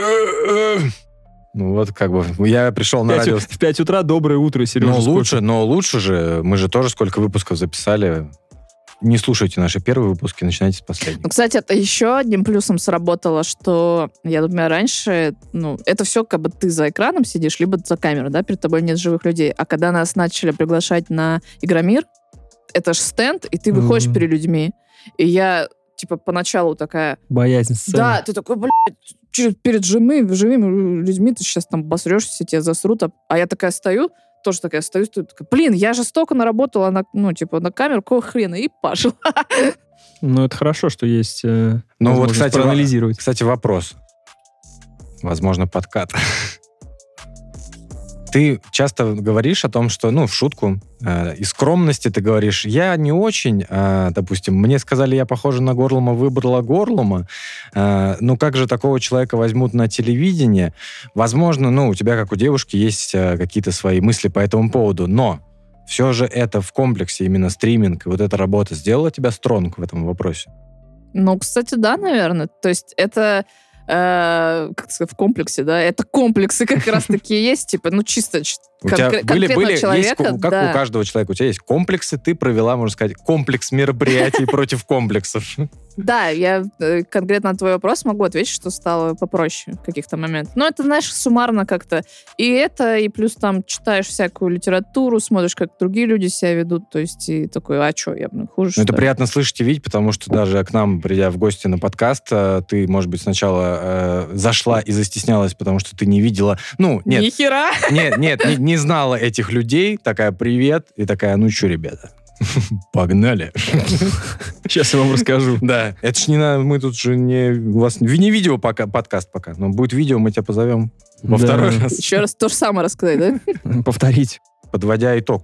я пришел на радио... В 5 утра, доброе утро, Сережа. Но лучше же, мы же тоже сколько выпусков записали. Не слушайте наши первые выпуски, начинайте с последних. Кстати, это еще одним плюсом сработало, что, я думаю, раньше, это все как бы ты за экраном сидишь, либо за камерой, да, перед тобой нет живых людей. А когда нас начали приглашать на Игромир, это же стенд, и ты выходишь перед людьми. И я, поначалу такая... Боязнь сцены. Да, ты такой, перед живыми людьми ты сейчас там обосрешься, тебя засрут. А я такая стою, такая, я же столько наработала на камеру, какого хрена, и пошла. Это хорошо, что есть возможность проанализировать. Кстати, вопрос. Возможно, подкат. Ты часто говоришь о том, что, в шутку, из скромности ты говоришь, я не очень, допустим, мне сказали, я похожа на Горлума, выбрала Горлума, как же такого человека возьмут на телевидение? Возможно, у тебя, как у девушки, есть какие-то свои мысли по этому поводу, но все же это в комплексе, именно стриминг, и вот эта работа сделала тебя стронг в этом вопросе? Кстати, да, наверное. То есть это... как сказать, в комплексе, да, это комплексы как раз-таки есть, чисто конкретного человека. Как у каждого человека, у тебя есть комплексы, ты провела, можно сказать, комплекс мероприятий против комплексов. Да, я конкретно на твой вопрос могу ответить, что стало попроще в каких-то моментах. Но это, знаешь, суммарно как-то. И плюс там читаешь всякую литературу, смотришь, как другие люди себя ведут, то есть и такой, что, я хуже, что ли? Это приятно слышать и видеть, потому что даже к нам, придя в гости на подкаст, ты, может быть, сначала зашла и застеснялась, потому что ты не видела... Нет. Ни хера! Нет, не знала этих людей. Такая, привет. И такая, что, ребята? Погнали. Сейчас я вам расскажу. Да, это ж не надо, мы тут же не... У вас не видео подкаст пока, но будет видео, мы тебя позовем во второй раз. Еще раз то же самое рассказать, да? Повторить. Подводя итог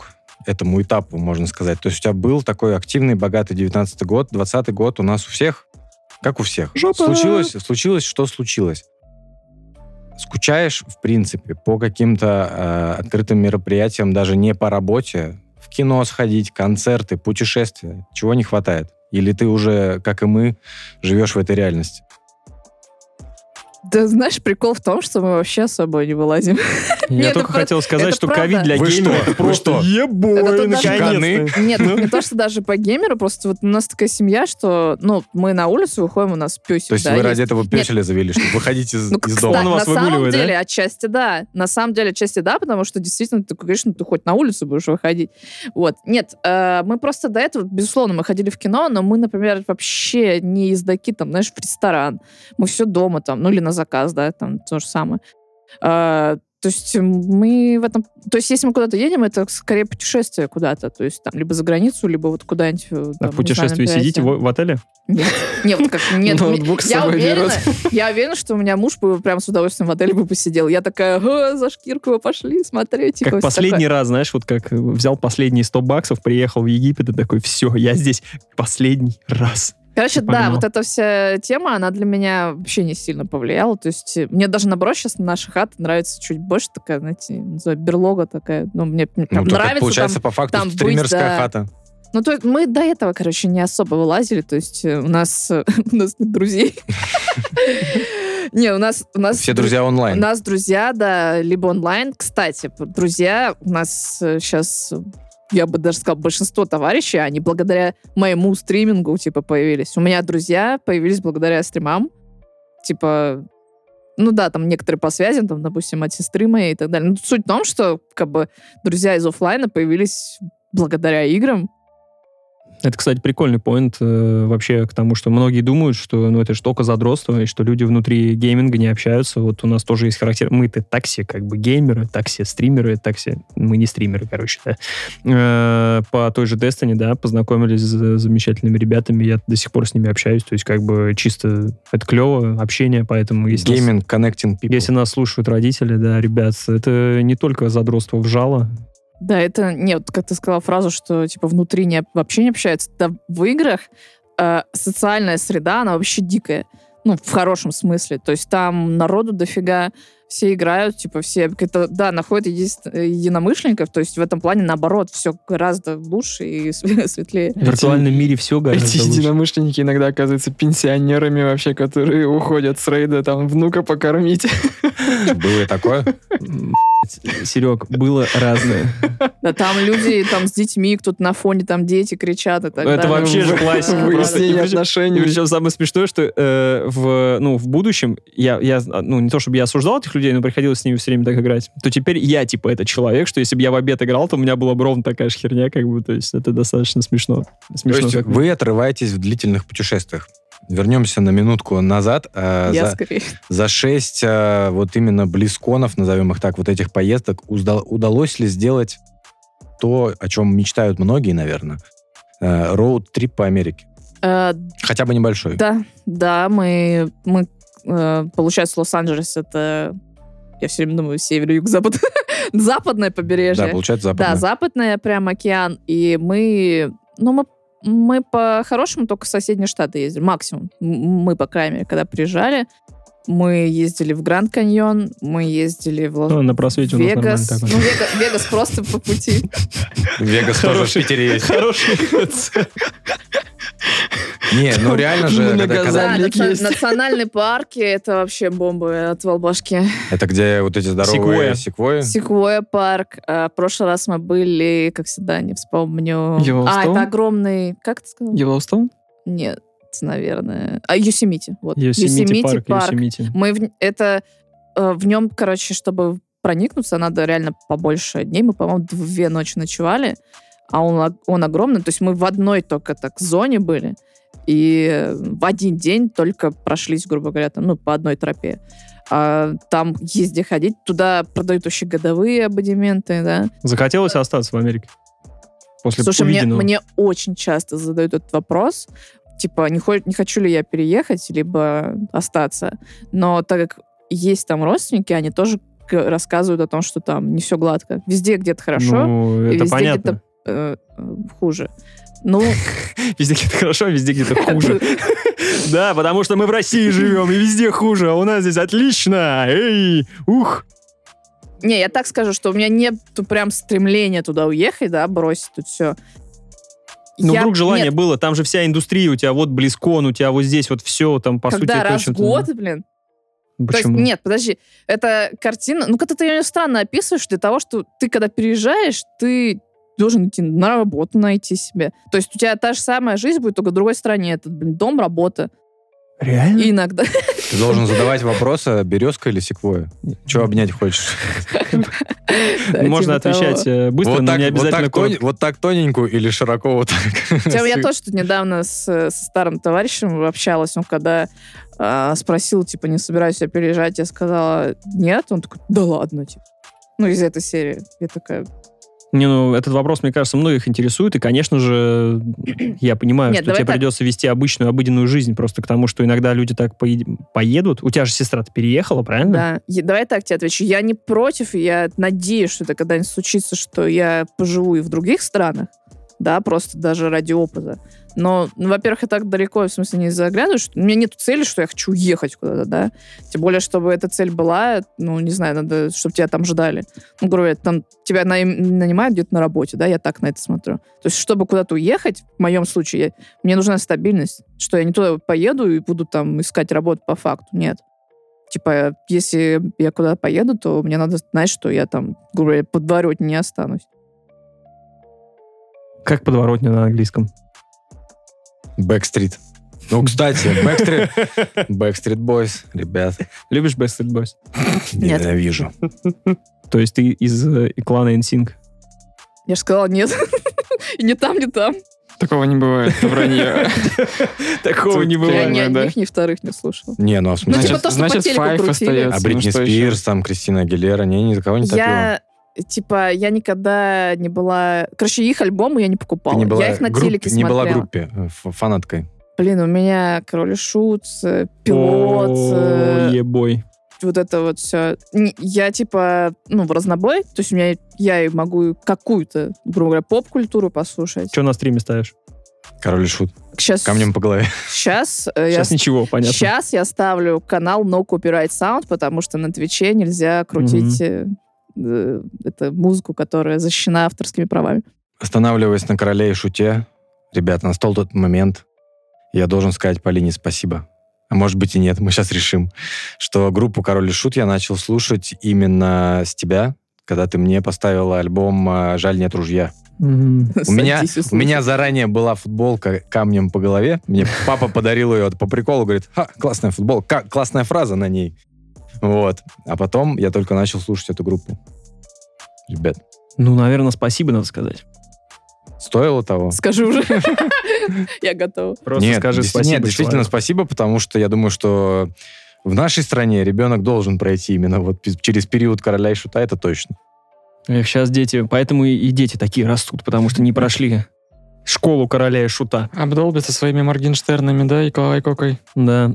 этому этапу, можно сказать? То есть у тебя был такой активный, богатый 19-й год, 20-й год у нас у всех, как у всех. Жопа! Случилось, что случилось. Скучаешь, в принципе, по каким-то открытым мероприятиям, даже не по работе, в кино сходить, концерты, путешествия. Чего не хватает? Или ты уже, как и мы, живешь в этой реальности? Да, знаешь, прикол в том, что мы вообще с собой не вылазим. Я только хотел сказать, что ковид для геймера это просто ебой, наконец-то. Нет, не то, что даже по геймеру, просто вот у нас такая семья, что, мы на улицу выходим, у нас песик. То есть вы ради этого пёселя завели, чтобы выходить из дома? Он вас выгуливает, да? На самом деле, отчасти да, потому что действительно, ты, конечно, ты хоть на улицу будешь выходить. Вот. Нет, мы просто до этого, безусловно, мы ходили в кино, но мы, например, вообще не ездаки, там, знаешь, в ресторан. Мы все дома там, или на заказ, да, там то же самое. То есть мы в этом... То есть если мы куда-то едем, это скорее путешествие куда-то. То есть там либо за границу, либо вот куда-нибудь... А в путешествии сидите в отеле? Нет, вот как... Нет, я уверена, что у меня муж бы прям с удовольствием в отеле бы посидел. Я такая, за шкирку вы пошли смотреть. Как последний раз, знаешь, вот как взял последние $100, приехал в Египет и такой, все, я здесь последний раз. Короче, да, вот эта вся тема, она для меня вообще не сильно повлияла. То есть мне даже, наоборот, сейчас наша хата нравится чуть больше, такая, знаете, берлога такая. Мне прям нравится. Получается, там, по факту, там стримерская хата. Ну, то есть мы до этого, короче, не особо вылазили. То есть у нас нет друзей. Не, у нас... Все друзья онлайн. У нас друзья, да, либо онлайн. Кстати, друзья у нас сейчас... Я бы даже сказала, большинство товарищей, они благодаря моему стримингу, появились. У меня друзья появились благодаря стримам. Там некоторые по связям, там, допустим, от сестры моей и так далее. Но суть в том, что, друзья из офлайна появились благодаря играм. Это, кстати, прикольный поинт вообще к тому, что многие думают, что это же только задротство, и что люди внутри гейминга не общаются. Вот у нас тоже есть характер. Мы-то такси геймеры, такси-стримеры, мы не стримеры, короче, да. По той же Destiny, да, познакомились с замечательными ребятами, я до сих пор с ними общаюсь, то есть чисто это клево, общение, поэтому... Gaming, connecting people. Если нас слушают родители, да, ребят, это не только задротство в жало. Да, это... Нет, как ты сказала фразу, что, внутри вообще не общаются. Да, в играх социальная среда, она вообще дикая. В хорошем смысле. То есть там народу дофига, все играют, все находят единомышленников. То есть в этом плане, наоборот, все гораздо лучше и светлее. В виртуальном мире все гораздо лучше. Эти единомышленники иногда оказываются пенсионерами вообще, которые уходят с рейда, там, внука покормить. Было и такое? Серег, было разное. Да, там люди с детьми, кто-то на фоне, там дети кричат и так далее. Это вообще же классика. Выяснение отношений. Причем самое смешное, что в будущем, я не то чтобы я осуждал этих людей, но приходилось с ними все время так играть, то теперь я, этот человек, что если бы я в обед играл, то у меня была бы ровно такая же херня, то есть это достаточно смешно. То есть вы отрываетесь в длительных путешествиях. Вернемся на минутку назад. За 6 именно близконов, назовем их так, этих поездок, удалось ли сделать то, о чем мечтают многие, наверное, роуд-трип по Америке? Хотя бы небольшой. Да, мы получается, Лос-Анджелес — это, я все время думаю, север, юг, запад. Западное побережье. Да, получается, западное. Да, западное, прям океан. И мы по-хорошему только в соседние штаты ездили. Максимум. Мы, по крайней мере, когда приезжали, мы ездили в Гранд Каньон, мы ездили в на просвете Вегас. У нас нормально так. Вегас просто по пути. Вегас тоже в Питере есть. Хороший. Не, реально же... Национальные парки — это вообще бомбы от волбашки. Это где эти здоровые секвойи? Секвойя парк. В прошлый раз мы были, как всегда, не вспомню. Это огромный... Как ты сказал? Йеллоустоун? Нет, наверное... Йосемити. Йосемити парк. Мы в нем, чтобы проникнуться, надо реально побольше дней. Мы, по-моему, 2 ночи ночевали, а он огромный. То есть мы в одной только зоне были. И в один день только прошлись, грубо говоря, по одной тропе. Там есть где ходить. Туда продают вообще годовые абонементы, да. Захотелось остаться в Америке? Слушай, мне очень часто задают этот вопрос. Не хочу ли я переехать, либо остаться. Но так как есть там родственники, они тоже рассказывают о том, что там не все гладко. Везде где-то хорошо. Это понятно. хуже. Ну... Везде где-то хорошо, а везде где-то хуже. Да, потому что мы в России живем, и везде хуже, а у нас здесь отлично. Эй, ух. Не, я так скажу, что у меня нет прям стремления туда уехать, да, бросить тут все. Ну, вдруг желание было, там же вся индустрия, у тебя вот Близкон, у тебя вот здесь вот все, там, по сути... Когда раз в год, блин. Почему? То есть, нет, подожди, это картина... Ну, как-то ты ее странно описываешь для того, что ты, когда переезжаешь, ты должен идти на работу найти себе. То есть у тебя та же самая жизнь будет, только в другой стране. Это, блин, дом, работа. Реально? И иногда. Ты должен задавать вопросы, березка или секвоя? Чего обнять хочешь? Можно отвечать быстро, но не обязательно коротко. Вот так тоненькую или широко вот так? Я тоже тут недавно со старым товарищем общалась, он когда спросил, типа, не собираюсь я переезжать, я сказала, нет. Он такой, да ладно, типа. Ну, из этой серии. Я такая... Не, ну, этот вопрос, мне кажется, многих интересует, и, конечно же, я понимаю, что тебе придется вести обычную, обыденную жизнь, просто к тому, что иногда люди так поедут. У тебя же сестра-то переехала, правильно? Да. Давай так тебе отвечу. Я не против, я надеюсь, что это когда-нибудь случится, что я поживу и в других странах, да, просто даже ради опыта. Но, ну, во-первых, я так далеко, в смысле, не заглядываю, что у меня нет цели, что я хочу уехать куда-то, да. Тем более, чтобы эта цель была, ну, не знаю, надо, чтобы тебя там ждали. Ну, говорю, там тебя нанимают где-то на работе, да, я так на это смотрю. То есть, чтобы куда-то уехать, в моем случае, мне нужна стабильность, что я не туда поеду и буду там искать работу по факту. Нет. Типа, если я куда-то поеду, то мне надо знать, что я там, говорю, подворотне не останусь. Как подворотня на английском? Backstreet. Ну, кстати, Backstreet Boys, ребят. Любишь Backstreet Boys? Нет. Ненавижу. То есть ты из клана NSYNC? Я же сказала нет. И не там, не там. Такого не бывает, это вранье. Такого не Я бывает. ни одних, ни вторых не слушала. Не, ну а в Ну, смысле... типа то, что по Значит, телеку Five крутили. остается. А Бритни что Спирс, еще? там, Кристина Агилера, не, такого не топила. Я никогда не была... Короче, их альбомы я не покупала. Ты не была Я их на телеке не смотрела. была группе, фанаткой. Блин, у меня Король и Шут, Пилот, Ебой. вот это вот все. Я типа, в разнобой. То есть я и могу какую-то, грубо говоря, поп-культуру послушать. Что на стриме ставишь? Король и Шут. Сейчас, Камнем по голове. Сейчас ничего, понятно. Сейчас я ставлю канал No Copyright Sound, потому что на Твиче нельзя крутить эту музыку, которая защищена авторскими правами. Останавливаясь на Короле и Шуте, ребята, настал тот момент, я должен сказать Полине спасибо. А может быть и нет, мы сейчас решим, что группу Король и Шут я начал слушать именно с тебя, когда ты мне поставила альбом «Жаль, нет ружья». У меня заранее была футболка «Камнем по голове». Мне папа подарил ее по приколу, говорит, классная футболка, классная фраза на ней. Вот. А потом я только начал слушать эту группу. Ребят. Ну, наверное, спасибо, надо сказать. Стоило того? Скажи уже. Я готова. Просто скажи спасибо. Нет, действительно спасибо, потому что я думаю, что в нашей стране ребенок должен пройти именно вот через период Короля и Шута, это точно. Эх, сейчас дети, поэтому и дети такие растут, потому что не прошли школу Короля и Шута. Обдолбятся своими Моргенштернами, да, и Кокой. Да.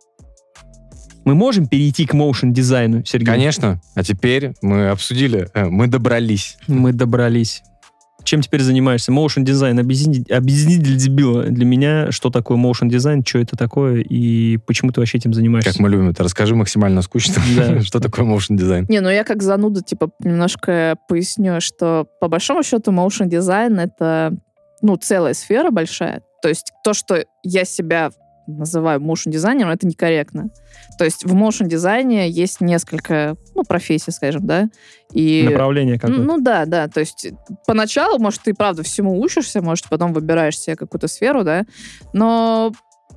Мы можем перейти к моушн-дизайну, Сергей? Конечно. А теперь мы обсудили, мы добрались. Мы добрались. Чем теперь занимаешься? Моушн-дизайн. Объясни для дебила. Для меня, что такое моушн-дизайн, что это такое, и почему ты вообще этим занимаешься? Как мы любим это. Расскажи максимально скучно, что такое моушн-дизайн. Не, я как зануда, немножко поясню, что по большому счету моушн-дизайн — это, целая сфера большая. То есть то, что я себя называю моушн-дизайнером, это некорректно. То есть в моушн-дизайне есть несколько, профессий, скажем, да. И, направление какое-то. Да. То есть поначалу, может, ты, правда, всему учишься, может, потом выбираешь себе какую-то сферу, да. Но,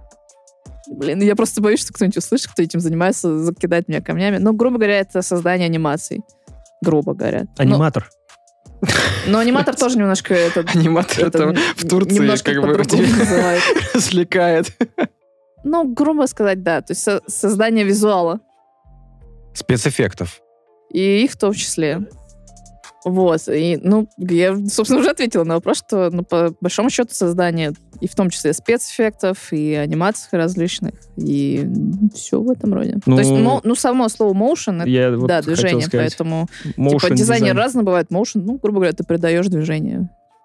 я просто боюсь, что кто-нибудь услышит, кто этим занимается, закидает меня камнями. Грубо говоря, это создание анимаций. Грубо говоря. Аниматор. Но аниматор тоже немножко... Аниматор это в Турции как бы развлекает. Грубо сказать, да. То есть создание визуала. Спецэффектов. И их в том числе. Вот. И, я, собственно, уже ответила на вопрос, что, по большому счету, создание и в том числе спецэффектов, и анимаций различных, и все в этом роде. То есть, само слово motion, это, движение, поэтому, дизайнеры разные бывают. Motion, грубо говоря, ты придаешь движение.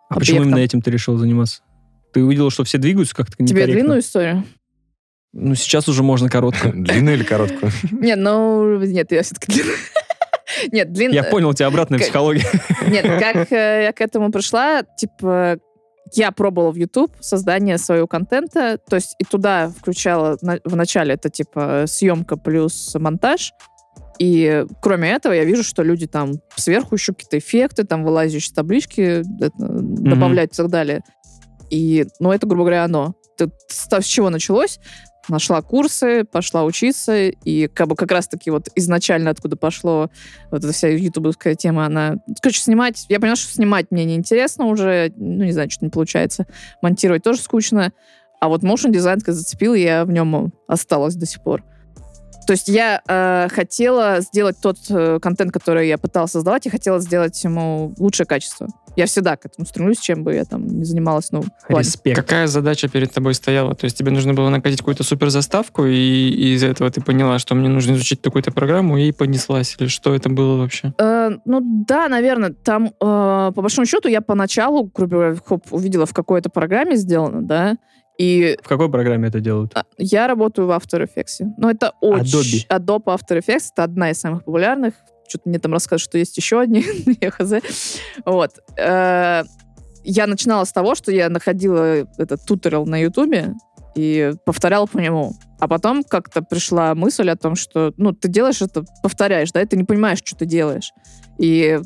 А почему именно этим ты решил заниматься? Ты увидела, что все двигаются как-то некорректно? Тебе длинную историю? Ну, сейчас уже можно короткую. Длинную или короткую? Нет, я все-таки длинную. Нет, длинная. Я понял, у тебя обратная психология. Нет, как я к этому пришла, типа, я пробовала в YouTube создание своего контента, то есть и туда включала в начале это, типа, съемка плюс монтаж, и кроме этого я вижу, что люди там сверху еще какие-то эффекты, там вылазящие таблички добавляют и так далее. И, ну, это, грубо говоря, оно. С чего началось? Нашла курсы, пошла учиться, и как раз-таки вот изначально откуда пошло вот эта вся ютубовская тема, она... Короче, снимать... Я поняла, что снимать мне неинтересно уже, ну, не знаю, что-то не получается. Монтировать тоже скучно. А вот motion дизайн зацепил, и я в нем осталась до сих пор. То есть я хотела сделать тот контент, который я пыталась создавать, и хотела сделать ему лучшее качество. Я всегда к этому стремлюсь, чем бы я там не занималась. Ну, респект. Какая задача перед тобой стояла? То есть тебе нужно было накатить какую-то суперзаставку, и из-за этого ты поняла, что мне нужно изучить такую-то программу, и понеслась? Или что это было вообще? Ну да, наверное. Там, по большому счету, я поначалу, грубо говоря, увидела в какой-то программе сделано, да, и... В какой программе это делают? Я работаю в After Effects. Но это очень... Adobe After Effects — это одна из самых популярных. Что-то мне там рассказывают, что есть еще одни. Я хз. Вот. Я начинала с того, что я находила этот туториал на Ютубе и повторяла по нему. А потом как-то пришла мысль о том, что, ну, ты делаешь это, повторяешь, да, и ты не понимаешь, что ты делаешь. И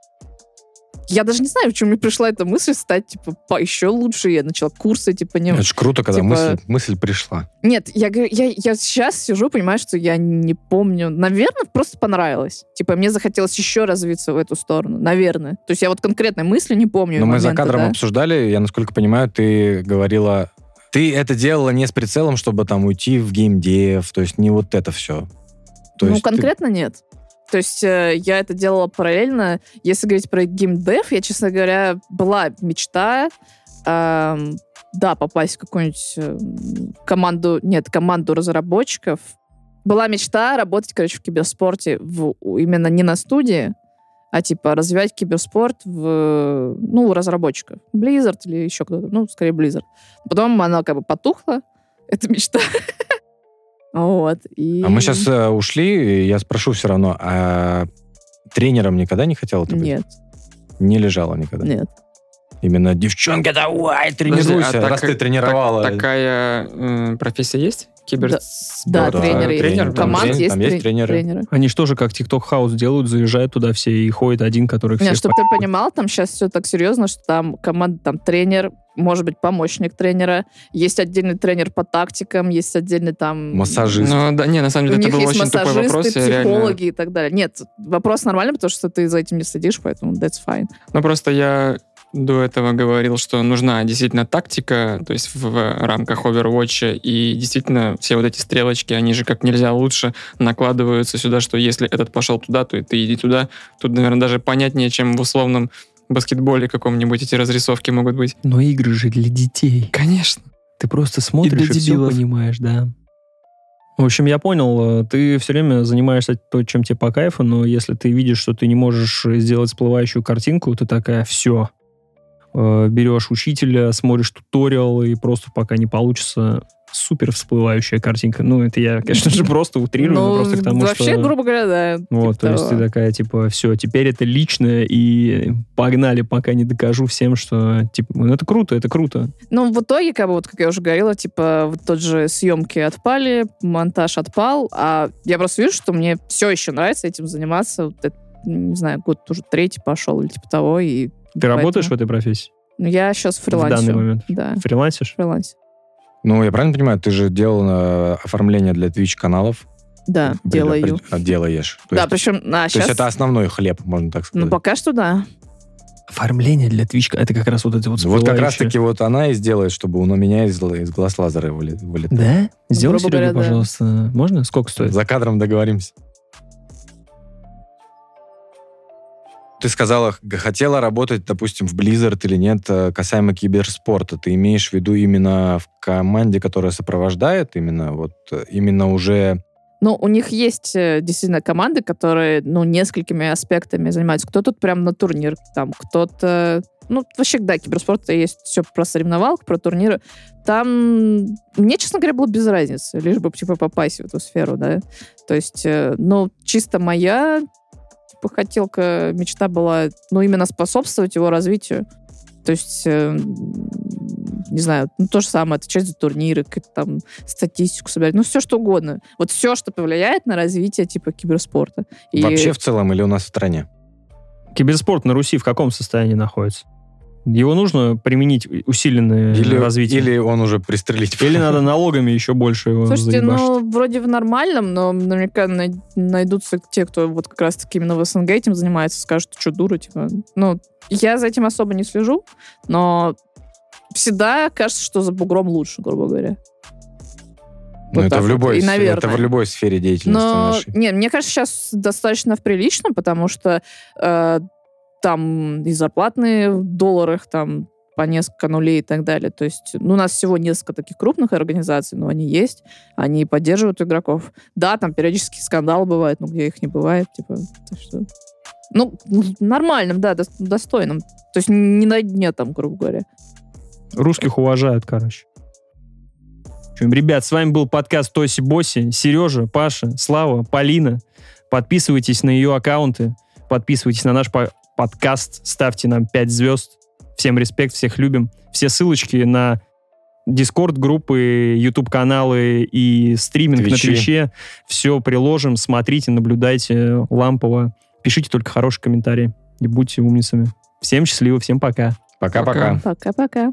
я даже не знаю, почему мне пришла эта мысль стать, типа, еще лучше. Я начала курсы, типа, не... Это же круто, когда типа... мысль пришла. Нет, я сейчас сижу, понимаю, что я не помню. Наверное, просто понравилось. Типа, мне захотелось еще развиться в эту сторону. Наверное. То есть я вот конкретной мысли не помню. Но мы момента, за кадром обсуждали, я, насколько понимаю, ты говорила... Ты это делала не с прицелом, чтобы там уйти в геймдев, то есть не вот это все. Конкретно нет. То есть я это делала параллельно. Если говорить про геймдев, я, честно говоря, была мечта, попасть в какую-нибудь команду разработчиков. Была мечта работать, в киберспорте именно не на студии, а типа развивать киберспорт у разработчиков. Blizzard или еще кто-то. Скорее Blizzard. Потом она потухла, эта мечта. Вот, и... А мы сейчас ушли, и я спрошу все равно, а тренером никогда не хотела ты быть? Нет. Не лежала никогда? Нет. Именно девчонка, давай, тренируйся, раз ты тренировала. Такая профессия есть? Да, тренеры. Команд есть тренеры. Они что же, как TikTok House делают, заезжают туда все и ходит один, который всех... Нет, чтобы ты понимал, там сейчас все так серьезно, что там команда, там тренер, может быть, помощник тренера, есть отдельный тренер по тактикам, есть отдельный там... Массажист. Ну, да, не, на самом деле, это был очень тупой вопрос. Психологи и так далее. Нет, вопрос нормальный, потому что ты за этим не следишь, поэтому that's fine. Ну, просто я до этого говорил, что нужна действительно тактика, то есть в рамках Overwatch, и действительно все вот эти стрелочки, они же как нельзя лучше накладываются сюда, что если этот пошел туда, то ты иди туда. Тут, наверное, даже понятнее, чем в условном баскетболе каком-нибудь эти разрисовки могут быть. Но игры же для детей. Конечно. Ты просто смотришь и все понимаешь, да. В общем, я понял, ты все время занимаешься то, чем тебе по кайфу, но если ты видишь, что ты не можешь сделать всплывающую картинку, ты такая, все, берешь учителя, смотришь туториал, и просто пока не получится супер всплывающая картинка. Ну, это я, конечно же, просто утрирую, просто к тому, вообще, что... грубо говоря, да. Вот, то есть ты такая, типа, все, теперь это личное, и погнали, пока не докажу всем, что, типа, ну, это круто, это круто. Ну, в итоге, как я уже говорила, типа, вот тот же съемки отпали, монтаж отпал, а я просто вижу, что мне все еще нравится этим заниматься. Вот это, не знаю, год уже 3-й пошел или типа того, и... Ты работаешь в этой профессии? Ну, я сейчас фрилансю. В данный момент? Да. Фрилансишь? Фриланс. Ну, я правильно понимаю, ты же делала оформление для Twitch-каналов? Да, делаю. Делаешь. Да, причем... То есть это основной хлеб, можно так сказать? Ну, пока что да. Оформление для Twitch, это как раз вот это вот Вот как раз-таки вот она и сделает, чтобы у меня из глаз лазеры вылетали. Да? Сделай, Серега, пожалуйста. Можно? Сколько стоит? За кадром договоримся. Ты сказала, хотела работать, допустим, в Blizzard или нет, касаемо киберспорта. Ты имеешь в виду именно в команде, которая сопровождает, именно уже Ну, у них есть действительно команды, которые, несколькими аспектами занимаются. Кто-то прям на турнир, там, кто-то... вообще, да, киберспорт есть все про соревновалку, про турниры. Там мне, честно говоря, было без разницы, лишь бы, попасть в эту сферу, да. То есть, чисто моя хотелка, мечта была, именно способствовать его развитию. То есть, не знаю, то же самое, отвечать за турниры, там, статистику собирать, все что угодно. Вот все, что повлияет на развитие, киберспорта. Вообще в целом или у нас в стране? Киберспорт на Руси в каком состоянии находится? Его нужно применить усиленное развитие? Или он уже пристрелить? Или надо налогами еще больше его заебашить? Слушайте, вроде в нормальном, но наверняка найдутся те, кто вот как раз-таки именно в СНГ этим занимается, скажут, ты что, дура? Я за этим особо не слежу, но всегда кажется, что за бугром лучше, грубо говоря. Это в любой сфере деятельности нашей. Нет, мне кажется, сейчас достаточно прилично, потому что там и зарплатные в долларах, там по несколько нулей и так далее. То есть, у нас всего несколько таких крупных организаций, но они есть, они поддерживают игроков. Да, там периодически скандалы бывают, где их не бывает, нормальным, да, достойным. То есть не на дне там, грубо говоря. Русских уважают, короче. Ребят, с вами был подкаст Тоси Боси, Сережа, Паша, Слава, Полина. Подписывайтесь на ее аккаунты, подписывайтесь на наш подкаст, ставьте нам 5 звезд. Всем респект, всех любим. Все ссылочки на Дискорд-группы, YouTube-каналы и стриминг на Твиче. Все приложим, смотрите, наблюдайте лампово. Пишите только хорошие комментарии и будьте умницами. Всем счастливо, всем пока. Пока-пока. Пока-пока.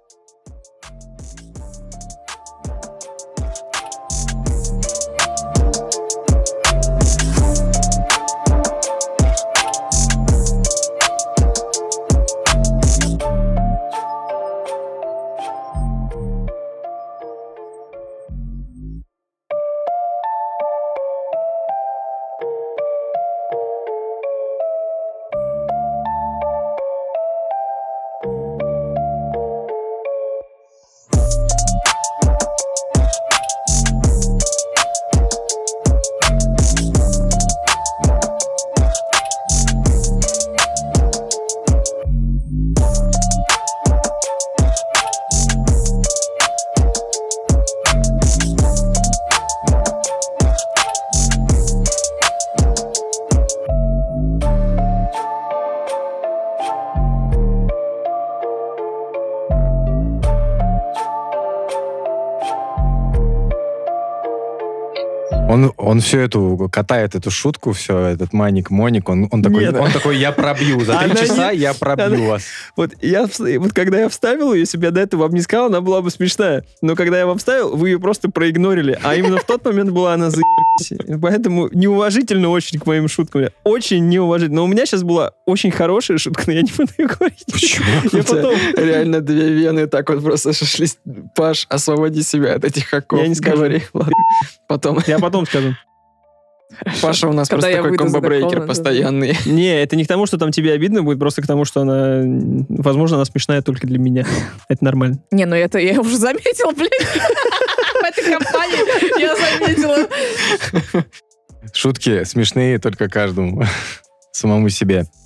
Он все катает эту шутку, все, этот Моник, он такой, я пробью, за 3 часа я пробью вас. Вот когда я вставил ее, если бы я до этого вам не сказал, она была бы смешная. Но когда я вам вставил, вы ее просто проигнорили. А именно в тот момент была она заебись. Поэтому неуважительно очень к моим шуткам. Очень неуважительно. Но у меня сейчас была очень хорошая шутка, но я не буду ее говорить. Почему? Я потом... Реально 2 вены так вот просто сошлись. Паш, освободи себя от этих хаков. Я не скажу. Ладно. Я потом скажу. Паша у нас Когда просто такой комбо-брейкер постоянный. Не, это не к тому, что там тебе обидно будет, просто к тому, что она, возможно, она смешная только для меня. Это нормально. Не, это я уже заметила, блин. В этой компании я заметила. Шутки смешные только каждому. Самому себе.